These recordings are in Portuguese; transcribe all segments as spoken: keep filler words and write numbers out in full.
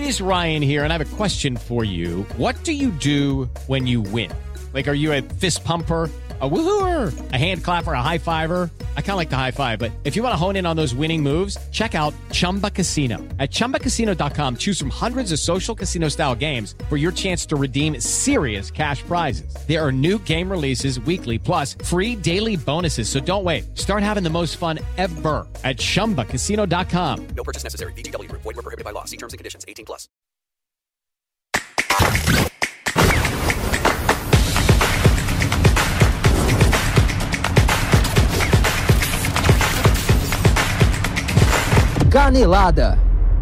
It is Ryan here, and I have a question for you. What do you do when you win? Like, are you a fist pumper, a woohooer, a hand clapper, a high fiver? I kind of like the high five, but if you want to hone in on those winning moves, check out Chumba Casino. At chumba casino dot com, choose from hundreds of social casino style games for your chance to redeem serious cash prizes. There are new game releases weekly, plus free daily bonuses. So don't wait. Start having the most fun ever at chumba casino dot com. No purchase necessary. V G W Group. Void where prohibited by law. See terms and conditions. eighteen plus. Canelada.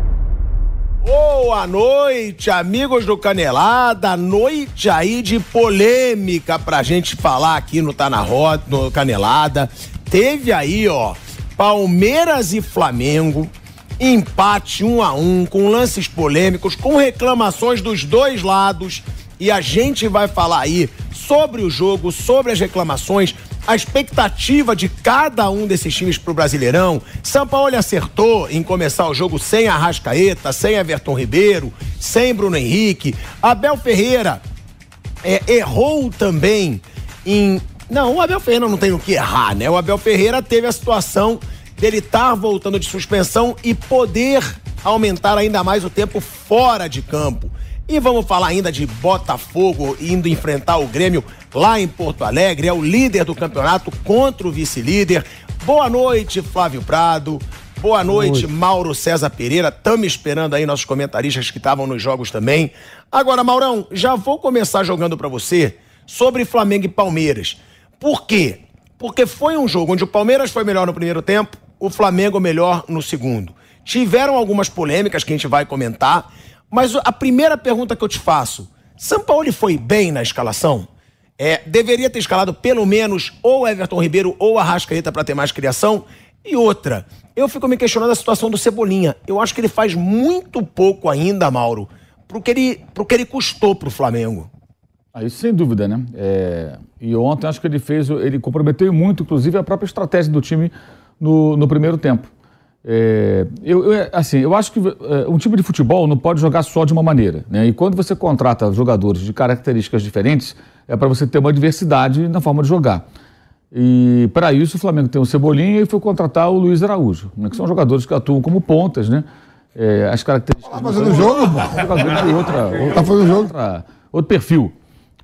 Boa noite, amigos do Canelada. Noite aí de polêmica pra gente falar aqui no Tá na Roda, no Canelada. Teve aí, ó, Palmeiras e Flamengo, empate um a um, com lances polêmicos, com reclamações dos dois lados. E a gente vai falar aí sobre o jogo, sobre as reclamações, a expectativa de cada um desses times pro Brasileirão. Sampaoli acertou em começar o jogo sem Arrascaeta, sem Everton Ribeiro, sem Bruno Henrique. Abel Ferreira é, errou também em... Não, o Abel Ferreira não tem o que errar, né? O Abel Ferreira teve a situação dele estar voltando de suspensão e poder aumentar ainda mais o tempo fora de campo. E vamos falar ainda de Botafogo indo enfrentar o Grêmio lá em Porto Alegre. É o líder do campeonato contra o vice-líder. Boa noite, Flávio Prado. Boa noite, Oi. Mauro César Pereira. Estamos esperando aí nossos comentaristas que estavam nos jogos também. Agora, Maurão, já vou começar jogando para você sobre Flamengo e Palmeiras. Por quê? Porque foi um jogo onde o Palmeiras foi melhor no primeiro tempo, o Flamengo melhor no segundo. Tiveram algumas polêmicas que a gente vai comentar. Mas a primeira pergunta que eu te faço, Sampaoli foi bem na escalação? É, deveria ter escalado pelo menos ou Everton Ribeiro ou Arrascaeta para ter mais criação? E outra, eu fico me questionando a situação do Cebolinha. Eu acho que ele faz muito pouco ainda, Mauro, pro que ele, pro que ele custou pro Flamengo. Ah, isso sem dúvida, né? É, e ontem acho que ele fez, ele comprometeu muito, inclusive, a própria estratégia do time no, no primeiro tempo. É, eu, eu, assim, eu acho que é, um time de futebol não pode jogar só de uma maneira, né? E quando você contrata jogadores de características diferentes, é para você ter uma diversidade na forma de jogar. E para isso o Flamengo tem o Cebolinha e foi contratar o Luiz Araújo, né? Que são jogadores que atuam como pontas, né? É, as características... Tá fazendo jogo, pô? Jogadores de outra, outra, tá fazendo jogo? Outra, outro perfil.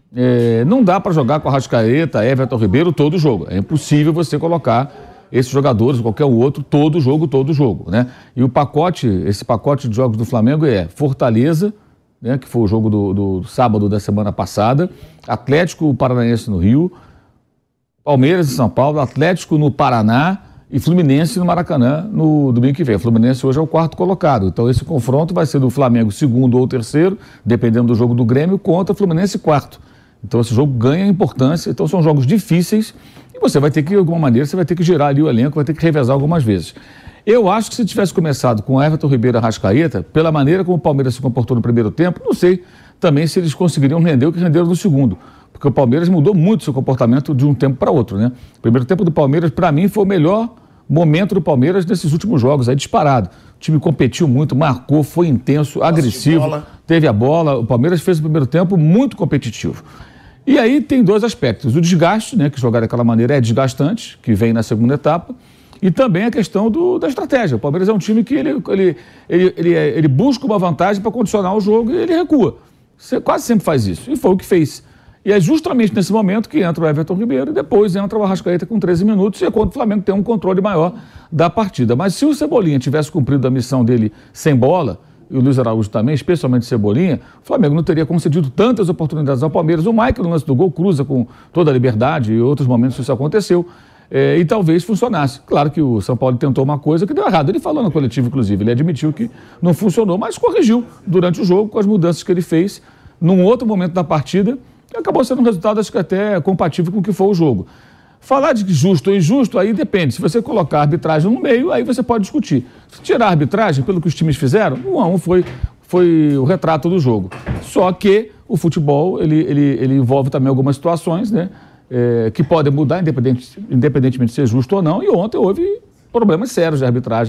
É, não dá para jogar com Arrascaeta, Everton Ribeiro todo jogo. É impossível você colocar esses jogadores, qualquer outro, todo jogo, todo jogo, né? E o pacote, esse pacote de jogos do Flamengo é Fortaleza, né, que foi o jogo do, do sábado da semana passada, Atlético Paranaense no Rio, Palmeiras em São Paulo, Atlético no Paraná e Fluminense no Maracanã no domingo que vem. O Fluminense hoje é o quarto colocado, então esse confronto vai ser do Flamengo segundo ou terceiro, dependendo do jogo do Grêmio, contra o Fluminense quarto. Então esse jogo ganha importância, então são jogos difíceis. Você vai ter que, de alguma maneira, você vai ter que girar ali o elenco, vai ter que revezar algumas vezes. Eu acho que se tivesse começado com Everton Ribeiro e Arrascaeta, pela maneira como o Palmeiras se comportou no primeiro tempo, não sei também se eles conseguiriam render o que renderam no segundo. Porque o Palmeiras mudou muito seu comportamento de um tempo para outro, né? O primeiro tempo do Palmeiras, para mim, foi o melhor momento do Palmeiras nesses últimos jogos, aí disparado. O time competiu muito, marcou, foi intenso, agressivo, teve a bola. O Palmeiras fez o primeiro tempo muito competitivo. E aí tem dois aspectos, o desgaste, né, que jogar daquela maneira é desgastante, que vem na segunda etapa, e também a questão do, da estratégia. O Palmeiras é um time que ele, ele, ele, ele, ele busca uma vantagem para condicionar o jogo e ele recua. Você quase sempre faz isso, e foi o que fez. E é justamente nesse momento que entra o Everton Ribeiro e depois entra o Arrascaeta com treze minutos, e é quando o Flamengo tem um controle maior da partida. Mas se o Cebolinha tivesse cumprido a missão dele sem bola, e o Luiz Araújo também, especialmente Cebolinha, o Flamengo não teria concedido tantas oportunidades ao Palmeiras. O Maicon, no lance do gol, cruza com toda a liberdade, e em outros momentos isso aconteceu, é, e talvez funcionasse. Claro que o São Paulo tentou uma coisa que deu errado. Ele falou no coletivo, inclusive, ele admitiu que não funcionou, mas corrigiu durante o jogo com as mudanças que ele fez num outro momento da partida, e acabou sendo um resultado, acho que até compatível com o que foi o jogo. Falar de justo ou injusto, aí depende. Se você colocar a arbitragem no meio, aí você pode discutir. Se tirar a arbitragem, pelo que os times fizeram, um a um foi, foi o retrato do jogo. Só que o futebol, ele, ele, ele envolve também algumas situações, né, é, que podem mudar, independente, independentemente de ser justo ou não. E ontem houve problemas sérios de arbitragem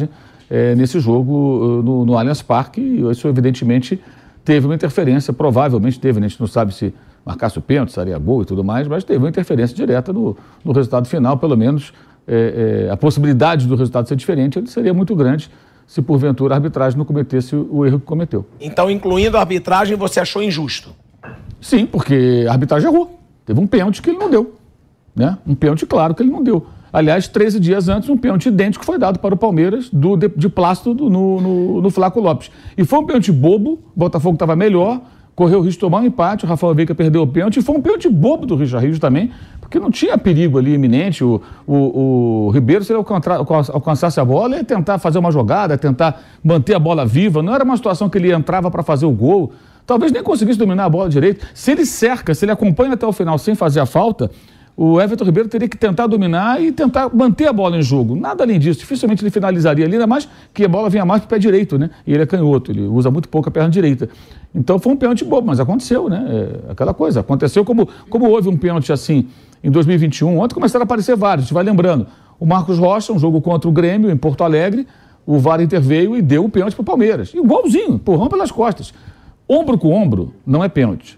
é, nesse jogo no, no Allianz Parque, e isso evidentemente teve uma interferência, provavelmente teve, né? A gente não sabe se marcasse o pênalti, seria gol e tudo mais, mas teve uma interferência direta no, no resultado final, pelo menos é, é, a possibilidade do resultado ser diferente ele seria muito grande se porventura a arbitragem não cometesse o, o erro que cometeu. Então, incluindo a arbitragem, você achou injusto? Sim, porque a arbitragem errou. Teve um pênalti que ele não deu, né? Um pênalti claro que ele não deu. Aliás, treze dias antes, um pênalti idêntico foi dado para o Palmeiras do, de, de Plácido no, no, no Flaco Lopes. E foi um pênalti bobo, o Botafogo estava melhor, correu o risco de tomar um empate, o Rafael Veiga perdeu o pênalti, e foi um pênalti bobo do Richard Rios também, porque não tinha perigo ali iminente. O, o, o Ribeiro, se ele alcançasse a bola, ia tentar fazer uma jogada, tentar manter a bola viva, não era uma situação que ele entrava para fazer o gol, talvez nem conseguisse dominar a bola direito. Se ele cerca, se ele acompanha até o final sem fazer a falta, o Everton Ribeiro teria que tentar dominar e tentar manter a bola em jogo. Nada além disso. Dificilmente ele finalizaria ali, ainda mais que a bola vinha mais para o pé direito, né? E ele é canhoto, ele usa muito pouco a perna direita. Então foi um pênalti bobo, mas aconteceu, né? É aquela coisa. Aconteceu como, como houve um pênalti assim em dois mil e vinte e um. Ontem começaram a aparecer vários, a gente vai lembrando. O Marcos Rocha, um jogo contra o Grêmio em Porto Alegre, o V A R interveio e deu o pênalti para o Palmeiras. Igualzinho, empurrão pelas costas. Ombro com ombro não é pênalti.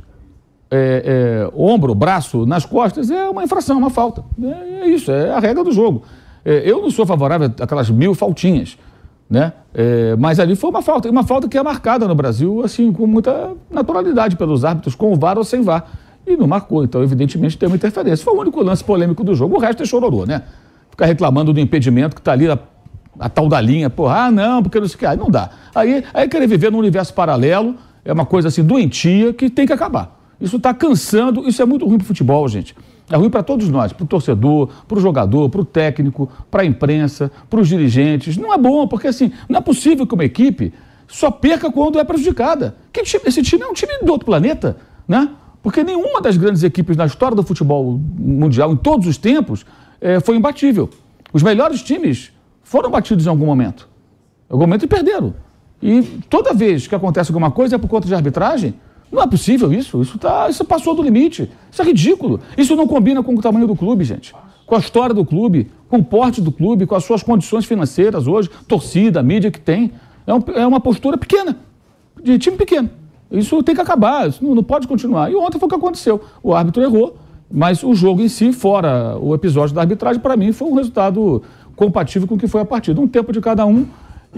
É, é, ombro, braço nas costas é uma infração, uma falta. É, é isso, é a regra do jogo. É, eu não sou favorável àquelas mil faltinhas, né? É, mas ali foi uma falta, uma falta que é marcada no Brasil assim com muita naturalidade pelos árbitros, com o V A R ou sem V A R. E não marcou, então evidentemente tem uma interferência. Foi o único lance polêmico do jogo, o resto é chororô, né? Ficar reclamando do impedimento que está ali a, a tal da linha, porra, ah não, porque não sei o que, aí não dá. Aí, aí querer viver num universo paralelo é uma coisa assim doentia que tem que acabar. Isso está cansando, isso é muito ruim para o futebol, gente. É ruim para todos nós, para o torcedor, para o jogador, para o técnico, para a imprensa, para os dirigentes. Não é bom, porque assim, não é possível que uma equipe só perca quando é prejudicada. Que time, esse time é um time do outro planeta, né? Porque nenhuma das grandes equipes na história do futebol mundial, em todos os tempos, é, foi imbatível. Os melhores times foram batidos em algum momento. Em algum momento e perderam. E toda vez que acontece alguma coisa é por conta de arbitragem. Não é possível isso, isso, tá, isso passou do limite, isso é ridículo, isso não combina com o tamanho do clube, gente, com a história do clube, com o porte do clube, com as suas condições financeiras hoje, torcida, mídia que tem, é, um, é uma postura pequena, de time pequeno, isso tem que acabar, isso não, não pode continuar. E ontem foi o que aconteceu, o árbitro errou, mas o jogo em si, fora o episódio da arbitragem, para mim foi um resultado compatível com o que foi a partida, um tempo de cada um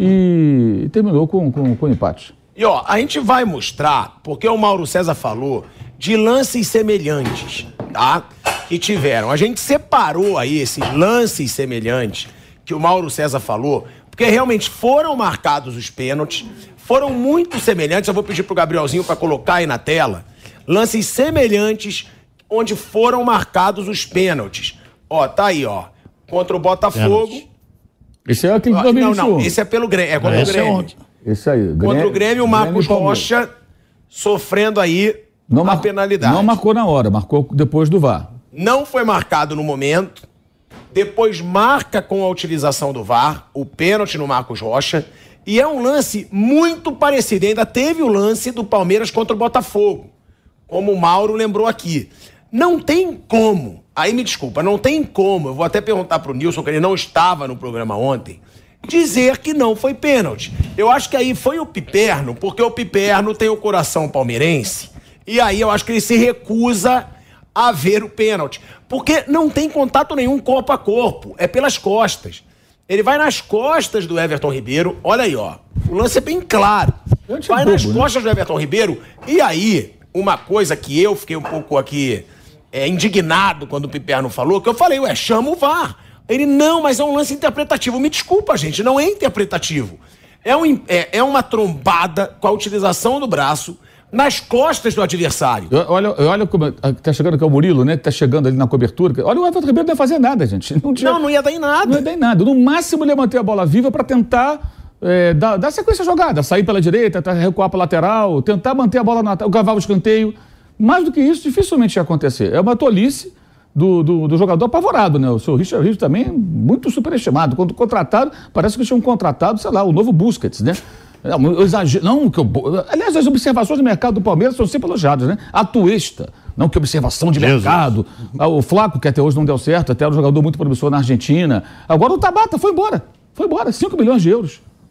e terminou com, com, com empate. E ó, a gente vai mostrar, porque o Mauro César falou de lances semelhantes, tá? Que tiveram. A gente separou aí esses lances semelhantes que o Mauro César falou, porque realmente foram marcados os pênaltis, foram muito semelhantes. Eu vou pedir pro Gabrielzinho para colocar aí na tela. Lances semelhantes onde foram marcados os pênaltis. Ó, tá aí, ó. Contra o Botafogo. Pênalti. Esse é aquele de dois mil e vinte e um. Não, não, esse é pelo Grêmio. É contra o Grêmio. Esse aí. Grêmio, contra o Grêmio, o Marcos Grêmio Rocha sofrendo aí não a marcou, penalidade. Não marcou na hora, marcou depois do V A R. Não foi marcado no momento, depois marca com a utilização do V A R, o pênalti no Marcos Rocha, e é um lance muito parecido. Ainda teve o lance do Palmeiras contra o Botafogo, como o Mauro lembrou aqui. Não tem como, aí me desculpa, não tem como, eu vou até perguntar pro Nilson, que ele não estava no programa ontem, dizer que não foi pênalti. Eu acho que aí foi o Piperno, porque o Piperno tem o coração palmeirense, e aí eu acho que ele se recusa a ver o pênalti, porque não tem contato nenhum corpo a corpo, é pelas costas. Ele vai nas costas do Everton Ribeiro, olha aí, ó, o lance é bem claro. Vai nas costas do Everton Ribeiro, e aí, uma coisa que eu fiquei um pouco aqui é, indignado quando o Piperno falou, que eu falei, ué, chama o V A R. Ele, não, mas é um lance interpretativo. Me desculpa, gente, não é interpretativo. É, um, é, é uma trombada com a utilização do braço nas costas do adversário. Olha, olha como tá chegando aqui o Murilo, né? Que tá chegando ali na cobertura. Olha, o Everton Ribeiro não ia fazer nada, gente. Não, tinha, não, não ia dar em nada. Não ia dar em nada. No máximo ele ia manter a bola viva para tentar é, dar, dar sequência à jogada, sair pela direita, recuar para lateral, tentar manter a bola no ataque, gravar o escanteio. Mais do que isso, dificilmente ia acontecer. É uma tolice Do, do, do jogador apavorado, né? O seu Richard Rios também muito superestimado. Quando contratado, parece que tinham contratado, sei lá, o novo Busquets, né? Não, exagero, não, que eu, aliás, as observações de mercado do Palmeiras são sempre elogiadas, né? Atuesta, não que observação de Jesus. Mercado. O Flaco, que até hoje não deu certo, até era um jogador muito promissor na Argentina. Agora o Tabata foi embora. Foi embora, cinco milhões de euros.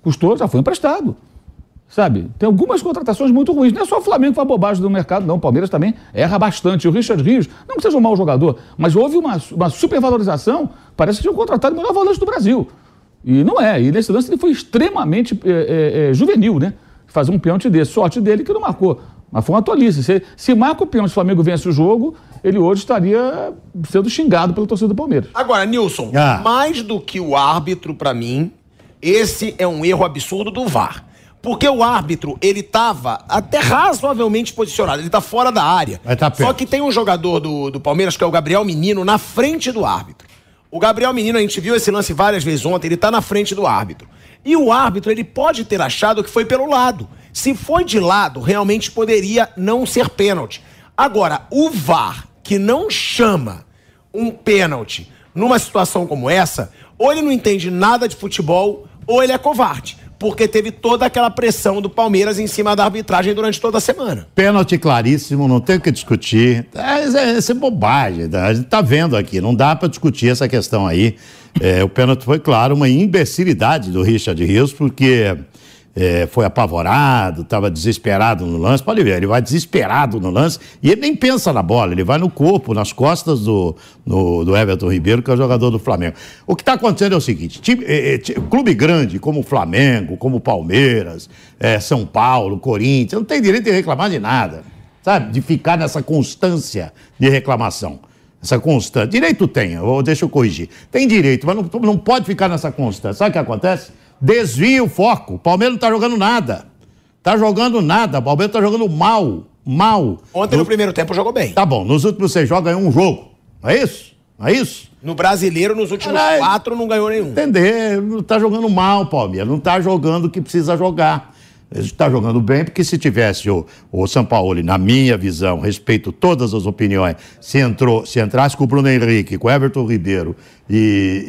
custou, já foi emprestado. Sabe? Tem algumas contratações muito ruins. Não é só o Flamengo que faz bobagem no mercado, não. O Palmeiras também erra bastante. O Richard Rios, não que seja um mau jogador, mas houve uma, uma supervalorização. Parece que tinham contratado o melhor volante do Brasil. E não é. E nesse lance ele foi extremamente é, é, é, juvenil, né? Fazer um pênalti desse. Sorte dele que não marcou. Mas foi uma tolice. Se, se marca o pênalti, o Flamengo vence o jogo, ele hoje estaria sendo xingado pelo torcedor do Palmeiras. Agora, Nilson, ah. mais do que o árbitro, pra mim, esse é um erro absurdo do V A R. Porque o árbitro, ele estava até razoavelmente posicionado, ele está fora da área. Tá Só que tem um jogador do, do Palmeiras, que é o Gabriel Menino, na frente do árbitro. O Gabriel Menino, a gente viu esse lance várias vezes ontem, ele está na frente do árbitro. E o árbitro, ele pode ter achado que foi pelo lado. Se foi de lado, realmente poderia não ser pênalti. Agora, o V A R, que não chama um pênalti numa situação como essa, ou ele não entende nada de futebol, ou ele é covarde. Porque teve toda aquela pressão do Palmeiras em cima da arbitragem durante toda a semana. Pênalti claríssimo, não tem o que discutir. É, é, é bobagem, a gente tá vendo aqui, não dá para discutir essa questão aí. É, o pênalti foi, claro, uma imbecilidade do Richard Rios, porque é, foi apavorado, estava desesperado no lance. Pode ver, ele vai desesperado no lance e ele nem pensa na bola, ele vai no corpo, nas costas do, no, do Everton Ribeiro, que é o jogador do Flamengo. O que está acontecendo é o seguinte, time, é, é, clube grande como o Flamengo, como o Palmeiras, é, São Paulo, Corinthians, não tem direito de reclamar de nada, sabe? De ficar nessa constância de reclamação. Essa constância. Direito tem, eu, deixa eu corrigir. Tem direito, mas não, não pode ficar nessa constância. Sabe o que acontece? Desvia o foco. O Palmeiras não tá jogando nada. Tá jogando nada. O Palmeiras tá jogando mal. Mal. Ontem no, no primeiro tempo jogou bem. Tá bom. Nos últimos seis jogos ganhou um jogo. Não é isso? Não é isso? No Brasileiro, nos últimos Caralho, quatro, não ganhou nenhum. Entender. Não tá jogando mal, Palmeiras. Não tá jogando o que precisa jogar. Ele está jogando bem, porque se tivesse o, o Sampaoli, na minha visão, respeito todas as opiniões, se, entrou, se entrasse com o Bruno Henrique, com o Everton Ribeiro e,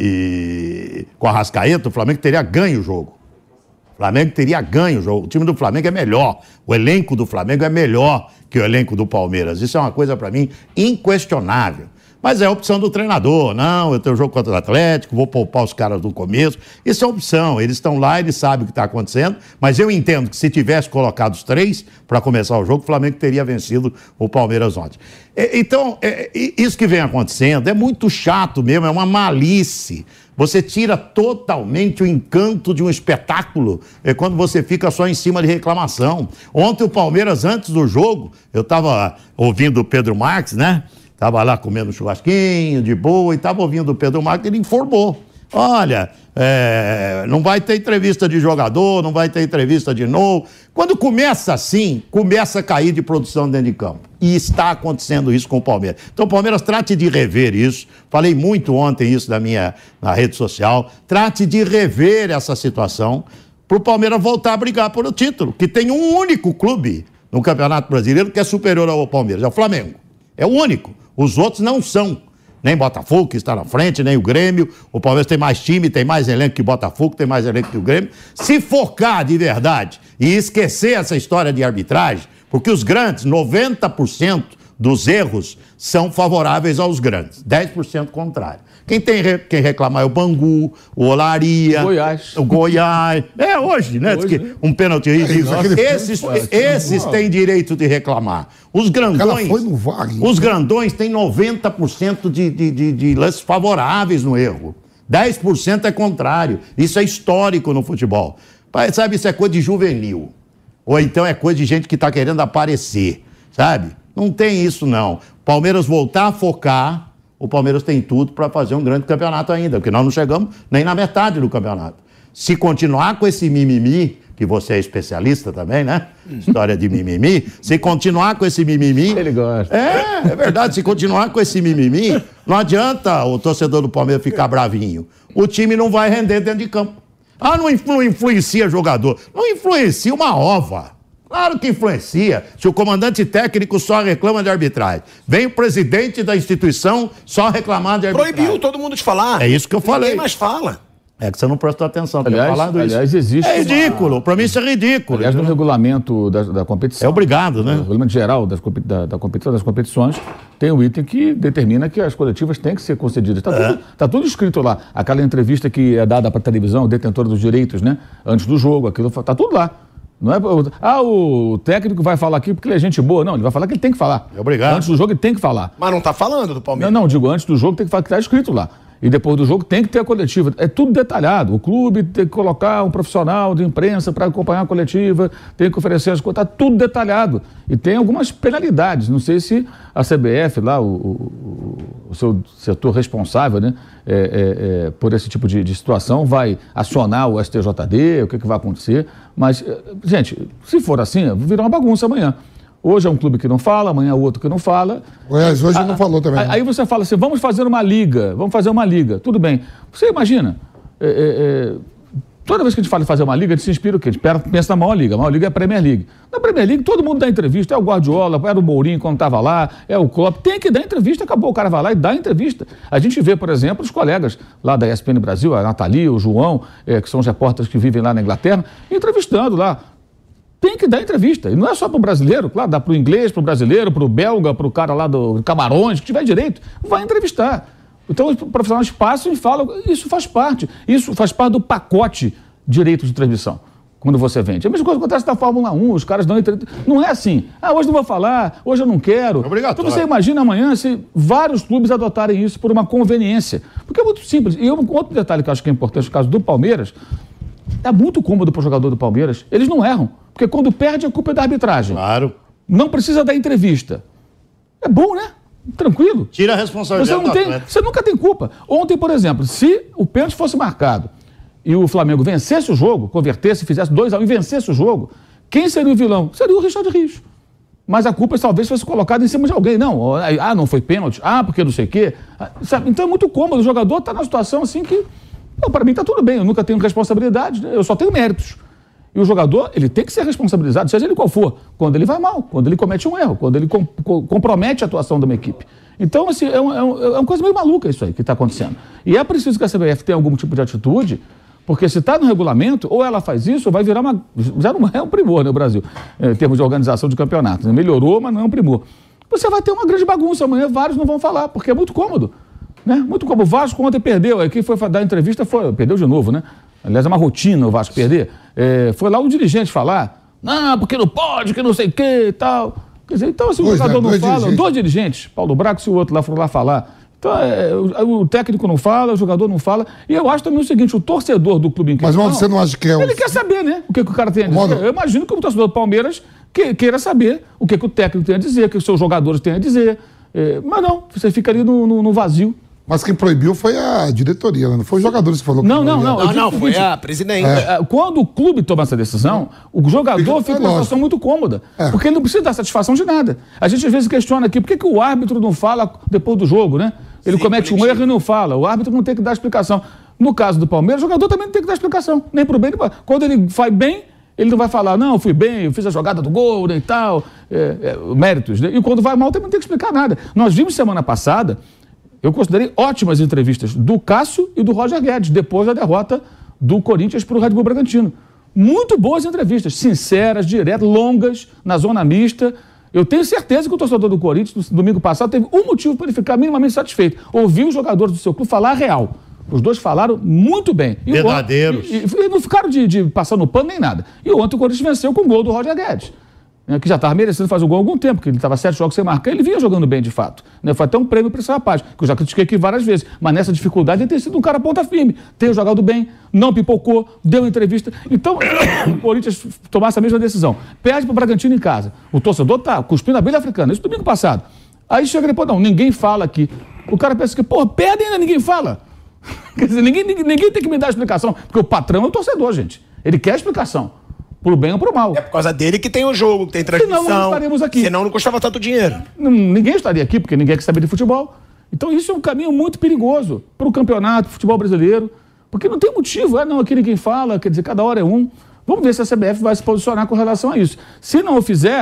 e com a Arrascaeta, o Flamengo teria ganho o jogo. O Flamengo teria ganho o jogo. O time do Flamengo é melhor. O elenco do Flamengo é melhor que o elenco do Palmeiras. Isso é uma coisa, para mim, inquestionável. Mas é a opção do treinador. Não, eu tenho jogo contra o Atlético, vou poupar os caras do começo. Isso é opção. Eles estão lá, eles sabem o que está acontecendo. Mas eu entendo que se tivesse colocado os três para começar o jogo, o Flamengo teria vencido o Palmeiras ontem. Então, é, isso que vem acontecendo é muito chato mesmo, é uma malice. Você tira totalmente o encanto de um espetáculo é quando você fica só em cima de reclamação. Ontem o Palmeiras, antes do jogo, eu estava ouvindo o Pedro Marques, né? Estava lá comendo churrasquinho, de boa, e estava ouvindo o Pedro Marques, ele informou. Olha, é, não vai ter entrevista de jogador, não vai ter entrevista de novo. Quando começa assim, começa a cair de produção dentro de campo. E está acontecendo isso com o Palmeiras. Então o Palmeiras trate de rever isso. Falei muito ontem isso na minha na rede social. Trate de rever essa situação para o Palmeiras voltar a brigar por o título. Que tem um único clube no Campeonato Brasileiro que é superior ao Palmeiras, é o Flamengo. É o único. Os outros não são. Nem Botafogo, que está na frente, nem o Grêmio. O Palmeiras tem mais time, tem mais elenco que o Botafogo, tem mais elenco que o Grêmio. Se focar de verdade e esquecer essa história de arbitragem, porque os grandes, noventa por cento dos erros são favoráveis aos grandes, dez por cento contrário. Quem tem quem reclamar é o Bangu, o Olaria, Goiás. o Goiás. É hoje, né? Hoje, né? Um pênalti ridículo. Esses, esses têm direito de reclamar. Os grandões, foi no V A R, os grandões têm noventa por cento de, de, de, de lances favoráveis no erro. dez por cento é contrário. Isso é histórico no futebol. Sabe, isso é coisa de juvenil. Ou então é coisa de gente que está querendo aparecer, sabe? Não tem isso, não. Palmeiras voltar a focar, o Palmeiras tem tudo para fazer um grande campeonato ainda, porque nós não chegamos nem na metade do campeonato. Se continuar com esse mimimi, que você é especialista também, né? História de mimimi. Se continuar com esse mimimi... Ele gosta. É, é verdade. Se continuar com esse mimimi, não adianta o torcedor do Palmeiras ficar bravinho. O time não vai render dentro de campo. Ah, não influ- influencia jogador. Não influencia uma ova. Claro que influencia. Se o comandante técnico só reclama de arbitragem, vem o presidente da instituição só reclamar de arbitragem. Proibiu todo mundo de falar. É isso que eu falei. Ninguém mais fala. É que você não prestou atenção. Aliás, falando aliás isso. existe É ridículo, uma... para mim isso é ridículo. Aliás, no regulamento da, da competição. É obrigado, né? No regulamento geral das, da, da competição, das competições, tem um item que determina que as coletivas têm que ser concedidas. Está é. tudo, tá tudo escrito lá. Aquela entrevista que é dada para a televisão, detentora dos direitos, né? Antes do jogo, aquilo está tudo lá. Não é, ah, o técnico vai falar aqui porque ele é gente boa. Não, ele vai falar que ele tem que falar. É obrigado. Antes do jogo ele tem que falar. Mas não está falando do Palmeiras. Não, não, digo, antes do jogo tem que falar que está escrito lá. E depois do jogo tem que ter a coletiva. É tudo detalhado. O clube tem que colocar um profissional de imprensa para acompanhar a coletiva, tem que oferecer as coisas, está tudo detalhado. E tem algumas penalidades. Não sei se a C B F, lá, o, o, o seu setor responsável, né, é, é, é, por esse tipo de, de situação, vai acionar o S T J D, o que, que vai acontecer. Mas, gente, se for assim, vai virar uma bagunça amanhã. Hoje é um clube que não fala, amanhã é outro que não fala. Goiás hoje a, não falou também. Aí você fala assim, vamos fazer uma liga, vamos fazer uma liga. Tudo bem. Você imagina, é, é, toda vez que a gente fala em fazer uma liga, a gente se inspira o quê? A gente pensa na maior liga. A maior liga é a Premier League. Na Premier League, todo mundo dá entrevista. É o Guardiola, era o Mourinho quando estava lá, é o Klopp. Tem que dar entrevista, acabou. O cara vai lá e dá entrevista. A gente vê, por exemplo, os colegas lá da E S P N Brasil, a Nathalie, o João, é, que são os repórteres que vivem lá na Inglaterra, entrevistando lá. Tem que dar entrevista. E não é só para o brasileiro, claro, dá para o inglês, para o brasileiro, para o belga, para o cara lá do Camarões, que tiver direito, vai entrevistar. Então os profissionais passam e falam, isso faz parte. Isso faz parte do pacote de direito de transmissão, quando você vende. A mesma coisa acontece na Fórmula um, os caras dão entrevista. Não é assim, ah, hoje não vou falar, hoje eu não quero. É obrigatório. Então você imagina amanhã se vários clubes adotarem isso por uma conveniência. Porque é muito simples. E um outro detalhe que eu acho que é importante no caso do Palmeiras, é muito cômodo para o jogador do Palmeiras, eles não erram. Porque quando perde, a culpa é da arbitragem. Claro. Não precisa dar entrevista. É bom, né? Tranquilo. Tira a responsabilidade você, não tem, você nunca tem culpa. Ontem, por exemplo, se o pênalti fosse marcado e o Flamengo vencesse o jogo, convertesse, fizesse dois a um e vencesse o jogo, quem seria o vilão? Seria o Richard Rios. Mas a culpa talvez fosse colocada em cima de alguém. Não, ah, não foi pênalti. Ah, porque não sei o quê. Sabe? Então é muito cômodo. O jogador está na situação assim que, para mim está tudo bem. Eu nunca tenho responsabilidade, né? Eu só tenho méritos. E o jogador, ele tem que ser responsabilizado, seja ele qual for, quando ele vai mal, quando ele comete um erro, quando ele com, com, compromete a atuação de uma equipe. Então, assim, é, um, é, um, é uma coisa meio maluca isso aí que está acontecendo. E é preciso que a C B F tenha algum tipo de atitude, porque se está no regulamento, ou ela faz isso, ou vai virar uma... Já não é um primor, né, o Brasil, em termos de organização de campeonato. Melhorou, mas não é um primor. Você vai ter uma grande bagunça amanhã, vários não vão falar, porque é muito cômodo. Né? Muito cômodo. O Vasco ontem perdeu, aí quem foi dar entrevista foi... Perdeu de novo, né? Aliás, é uma rotina o Vasco perder. É, foi lá o dirigente falar, não, porque não pode, que não sei o que e tal. Quer dizer, então, se o jogador não fala, dirigentes. dois dirigentes, Paulo Braco e o outro lá foram lá falar. Então, é, o, o técnico não fala, o jogador não fala. E eu acho também o seguinte, o torcedor do clube em questão... Mas, Mano, você não acha que é... Ele um... quer saber, né? O que, que o cara tem a dizer. Mano... Eu imagino que o torcedor do Palmeiras que, queira saber o que, que o técnico tem a dizer, o que os seus jogadores têm a dizer. É, mas não, você fica ali no, no, no vazio. Mas quem proibiu foi a diretoria, né? Não foi os jogadores que falou que não, não, não, não, não, foi a presidente. É. Quando o clube toma essa decisão, o jogador fica numa situação muito cômoda. É. Porque ele não precisa dar satisfação de nada. A gente às vezes questiona aqui, por que, que o árbitro não fala depois do jogo, né? Ele Sim, comete um erro e não fala. O árbitro não tem que dar explicação. No caso do Palmeiras, o jogador também não tem que dar explicação. Nem pro bem, nem pro... Quando ele faz bem, ele não vai falar, não, eu fui bem, eu fiz a jogada do gol, né, e tal, é, é, méritos. Né? E quando vai mal, também não tem que explicar nada. Nós vimos semana passada... Eu considerei ótimas entrevistas do Cássio e do Roger Guedes, depois da derrota do Corinthians para o Red Bull Bragantino. Muito boas entrevistas, sinceras, diretas, longas, na zona mista. Eu tenho certeza que o torcedor do Corinthians, no domingo passado, teve um motivo para ele ficar minimamente satisfeito. Ouvir os jogadores do seu clube falar a real. Os dois falaram muito bem. E verdadeiros. E, e, e não ficaram de, de passar no pano nem nada. E ontem o Corinthians venceu com o gol do Roger Guedes. Que já estava merecendo fazer o gol há algum tempo, que ele estava sete jogos sem marcar, ele vinha jogando bem de fato. Né? Foi até um prêmio para esse rapaz, que eu já critiquei aqui várias vezes. Mas nessa dificuldade ele tem sido um cara ponta firme, tem jogado bem, não pipocou, deu entrevista. Então, o Corinthians tomasse a mesma decisão. Perde para o Bragantino em casa. O torcedor está cuspindo a abelha africana. Isso domingo passado. Aí chega depois, não, ninguém fala aqui. O cara pensa que, pô, perde ainda, ninguém fala. Quer dizer, ninguém, ninguém, ninguém tem que me dar explicação, porque o patrão é o torcedor, gente. Ele quer explicação. Pro bem ou pro mal. É por causa dele que tem o jogo, que tem transmissão. Senão não estaremos aqui. Senão não custava tanto dinheiro. Não, ninguém estaria aqui, porque ninguém quer saber de futebol. Então isso é um caminho muito perigoso para o campeonato, futebol brasileiro, porque não tem motivo. Ah, não, aqui ninguém fala, quer dizer, cada hora é um. Vamos ver se a C B F vai se posicionar com relação a isso. Se não o fizer,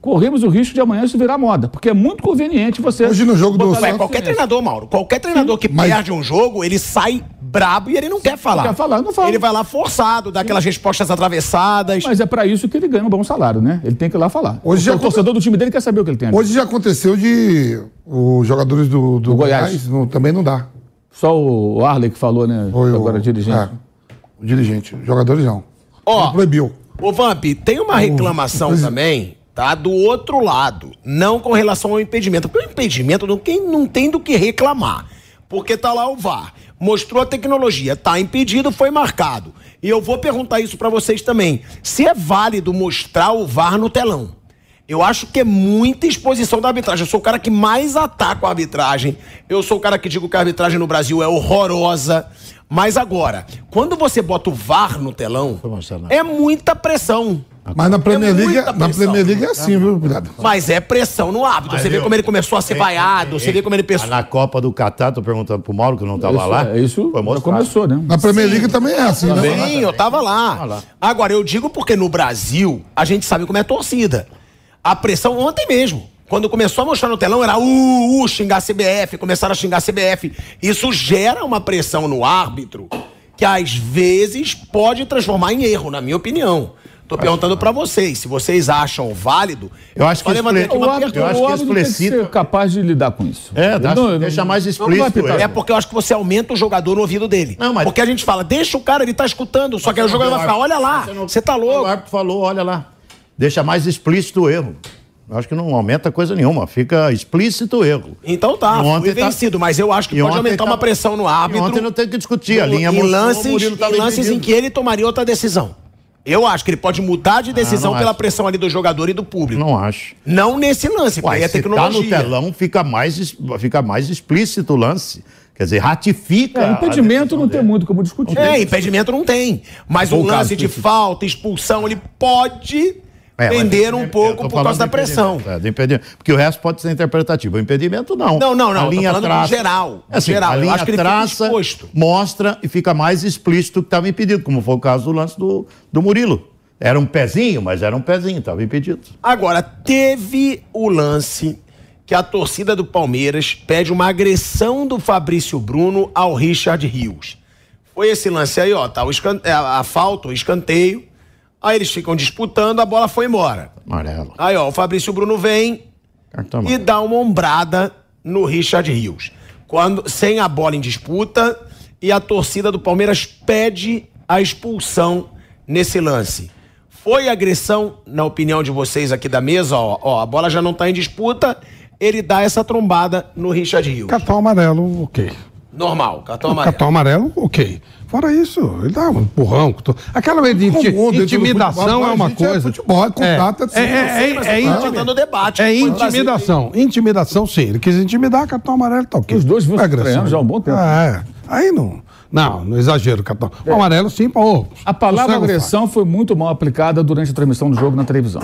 corremos o risco de amanhã isso virar moda, porque é muito conveniente você... Hoje no jogo do botar- Santos- É, qualquer treinador, Mauro, qualquer treinador que mas- perde um jogo, ele sai brabo e ele não quer falar. Não quer falar, não fala. Ele vai lá forçado, dá aquelas respostas atravessadas. Mas é pra isso que ele ganha um bom salário, né? Ele tem que ir lá falar. Hoje o já o torcedor do time dele quer saber o que ele tem. Hoje já aconteceu de os jogadores do, do Do Goiás. Goiás, não- também não dá. Só o Arley que falou, né? Foi Agora o, dirigente. é, o dirigente. Os jogadores não. Ó, Ele proibiu. Ô, Vamp, tem uma reclamação Pois- também, tá? Do outro lado. Não com relação ao impedimento. Porque o impedimento não, quem não tem do que reclamar. Porque tá lá o V A R. Mostrou a tecnologia. Tá impedido, foi marcado. E eu vou perguntar isso pra vocês também. Se é válido mostrar o V A R no telão. Eu acho que é muita exposição da arbitragem. Eu sou o cara que mais ataca a arbitragem. Eu sou o cara que digo que a arbitragem no Brasil é horrorosa. Mas agora, quando você bota o V A R no telão, é muita pressão. Mas na Premier É League, muita na pressão. Premier League é assim, viu, cuidado. Mas é pressão no árbitro. Você vê viu? como ele começou a ser vaiado, você vê como ele pensou. Na Copa do Catar, tô perguntando pro Mauro, que não tava Isso, lá. é, isso foi já mostrado. começou, né? Na Premier League também é assim, né? Sim, eu tava lá. Tava lá. Agora, eu digo porque no Brasil, a gente sabe como é a torcida. A pressão ontem mesmo. Quando começou a mostrar no telão, era uh, uh, xingar a C B F, começaram a xingar a C B F. Isso gera uma pressão no árbitro que às vezes pode transformar em erro, na minha opinião. Tô perguntando pra vocês, se vocês acham válido. Eu acho que só levantei expli- aqui O uma árbitro, eu acho o que árbitro tem que explicita- ser capaz de lidar com isso. É, dá- Ele não- deixa mais não explícito, vai pitar. é. É porque eu acho que você aumenta o jogador no ouvido dele. Não, mas- Porque a gente fala, deixa o cara, ele tá escutando. Só que aí o jogador vai ficar, olha lá, você tá O louco. árbitro falou, olha lá. Deixa mais explícito o erro. Eu acho que não aumenta coisa nenhuma, fica explícito o erro. Então tá, E fui ontem tá- vencido, mas eu acho que E pode ontem aumentar tá- uma pressão no E árbitro. ontem não tem que discutir, a no- linha em mostrou, o lances, Murilo tava em lances em impedido. que ele tomaria outra decisão. Eu acho que ele pode mudar de decisão não pela acho. pressão ali do jogador e do público. Não, Não acho. nesse lance, porque Uai, aí é se tá tecnologia. no telão, fica mais, es- fica mais explícito o lance. Quer dizer, ratifica. É, a impedimento decisão não tem dele. muito como discutir. É, impedimento não tem. Mas Bom um lance caso, de isso. falta, expulsão, ele pode É, mas pender um eu pouco tô por falando causa da do pressão. impedimento, É, do impedimento. Porque o resto pode ser interpretativo. O impedimento, não. Não, não, não, A eu tô linha falando no traça, geral, no É assim, geral. A Eu linha acho que ele fica traça, exposto. mostra e fica mais explícito que estava impedido, como foi o caso do lance do, do Murilo. Era um pezinho, mas era um pezinho, estava impedido. Agora, teve o lance que a torcida do Palmeiras pede uma agressão do Fabrício Bruno ao Richard Rios. Foi esse lance aí, ó, tá o escan... é, a, a falta, o escanteio. Aí eles ficam disputando, a bola foi embora. Amarelo. Aí, ó, o Fabrício Bruno vem Cartão e amarelo. dá uma ombrada no Richard Rios. Quando, sem a bola em disputa, e a torcida do Palmeiras pede a expulsão nesse lance. Foi agressão, na opinião de vocês aqui da mesa, ó, ó, a bola já não tá em disputa, ele dá essa trombada no Richard Rios. Cartão amarelo, ok. Normal, cartão amarelo. Cartão amarelo, ok. Fora isso, ele dá um empurrão. to- Aquela de inti- Comum dentro do intimidação futebol, é uma gente, é coisa. futebol, é contato, é é, é, assim, é, Mas é, eu tô intimi- levantando o debate. é Foi no Brasil. intimidação. Intimidação, sim. Ele quis intimidar, cartão amarelo, tá ok. Os dois vinham É se agressão. estranhando já há um bom tempo. É. Aí não. Não, não exagero, cartão. O amarelo, sim, pô. A palavra sossego, agressão foi muito mal aplicada durante a transmissão do jogo na televisão.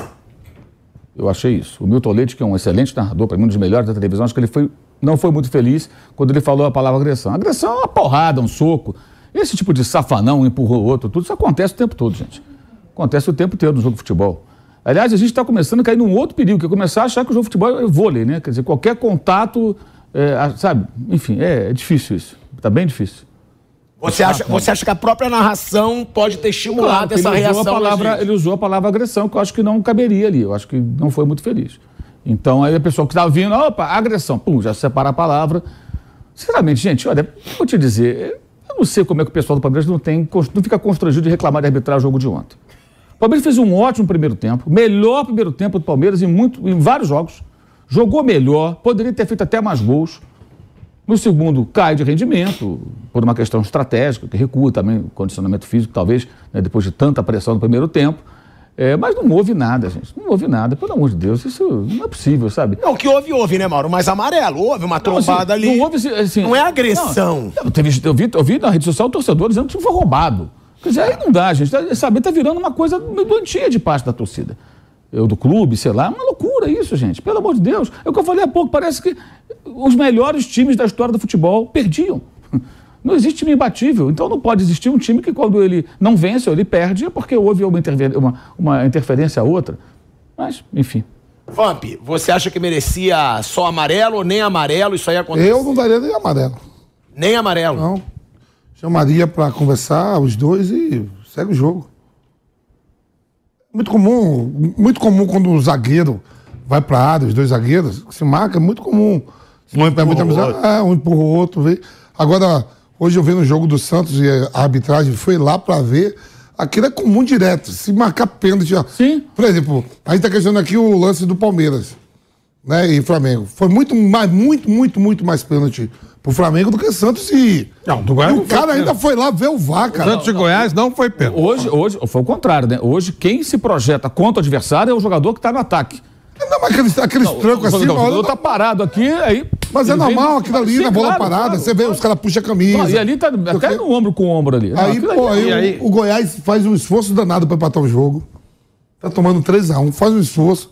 Eu achei isso. O Milton Leite, que é um excelente narrador, para mim um dos melhores da televisão, acho que ele foi, não foi muito feliz quando ele falou a palavra agressão. Agressão é uma porrada, um soco. Esse tipo de safanão, um empurrou o outro, tudo isso acontece o tempo todo, gente. Acontece o tempo todo no jogo de futebol. Aliás, a gente está começando a cair num outro perigo, que é começar a achar que o jogo de futebol é vôlei, né? Quer dizer, qualquer contato, é, sabe? Enfim, é, é difícil isso. Está bem difícil. Você acha, você acha que a própria narração pode ter estimulado Claro, essa ele usou reação? a palavra, da gente? ele usou a palavra agressão, que eu acho que não caberia ali. Eu acho que não foi muito feliz. Então, aí a pessoa que estava vindo, opa, agressão, pum, já separa a palavra. Sinceramente, gente, olha, vou te dizer, eu não sei como é que o pessoal do Palmeiras não, tem, não fica constrangido de reclamar de arbitrar o jogo de ontem. O Palmeiras fez um ótimo primeiro tempo, melhor primeiro tempo do Palmeiras em, muito, em vários jogos. Jogou melhor, poderia ter feito até mais gols. No segundo, cai de rendimento, por uma questão estratégica, que recua também o condicionamento físico, talvez, né, depois de tanta pressão no primeiro tempo. É, mas não houve nada, gente. Não houve nada, pelo amor de Deus. Isso não é possível, sabe? Não, o que houve, houve, né, Mauro? Mas amarelo, houve uma Não, assim, trombada ali. Não houve, assim, Não é agressão. Não, teve, eu, vi, eu vi na rede social o torcedor dizendo que o time foi roubado. Quer dizer, aí não dá, gente. Tá, sabe, tá virando uma coisa meio doentia de parte da torcida. Eu, do clube, sei lá, uma loucura isso, gente. Pelo amor de Deus. É o que eu falei há pouco, parece que os melhores times da história do futebol perdiam. Não existe time imbatível. Então não pode existir um time que quando ele não vence ou ele perde é porque houve uma, interfer- uma, uma interferência a outra. Mas, enfim. Vamp, você acha que merecia só amarelo ou nem amarelo? Isso aí aconteceu? Eu não daria nem amarelo. Nem amarelo? Não. Chamaria pra conversar os dois e segue o jogo. Muito comum, muito comum quando o zagueiro vai pra área, os dois zagueiros, se marca, é muito comum. Um empurra muita o amizade, outro. é, um empurra o outro. Vê. Agora, hoje eu vi no jogo do Santos e a arbitragem foi lá pra ver. Aquilo é comum direto. Se marcar pênalti, ó. Sim. Por exemplo, a gente tá questionando aqui o lance do Palmeiras, né? E Flamengo. Foi muito mais, muito, muito, muito mais pênalti pro Flamengo do que Santos e. Não, do Goiás E não o foi cara ainda pênalti. foi lá ver o V A R, cara. Santos e Goiás não foi pênalti. Hoje, hoje, foi o contrário, né? Hoje, quem se projeta contra o adversário é o jogador que está no ataque. Não, mas aqueles, aqueles trancos O assim, jogador, o olha, jogador tá parado aqui, aí. mas é ele vem- normal aquilo ali Sim, na bola claro, parada. claro. Você vê, os caras puxam a camisa. E ali tá até no ombro com o ombro ali. Não, Aí, aquilo pô, aí, e aí? O, o Goiás faz um esforço danado pra empatar o jogo. Tá tomando três a um, faz um esforço.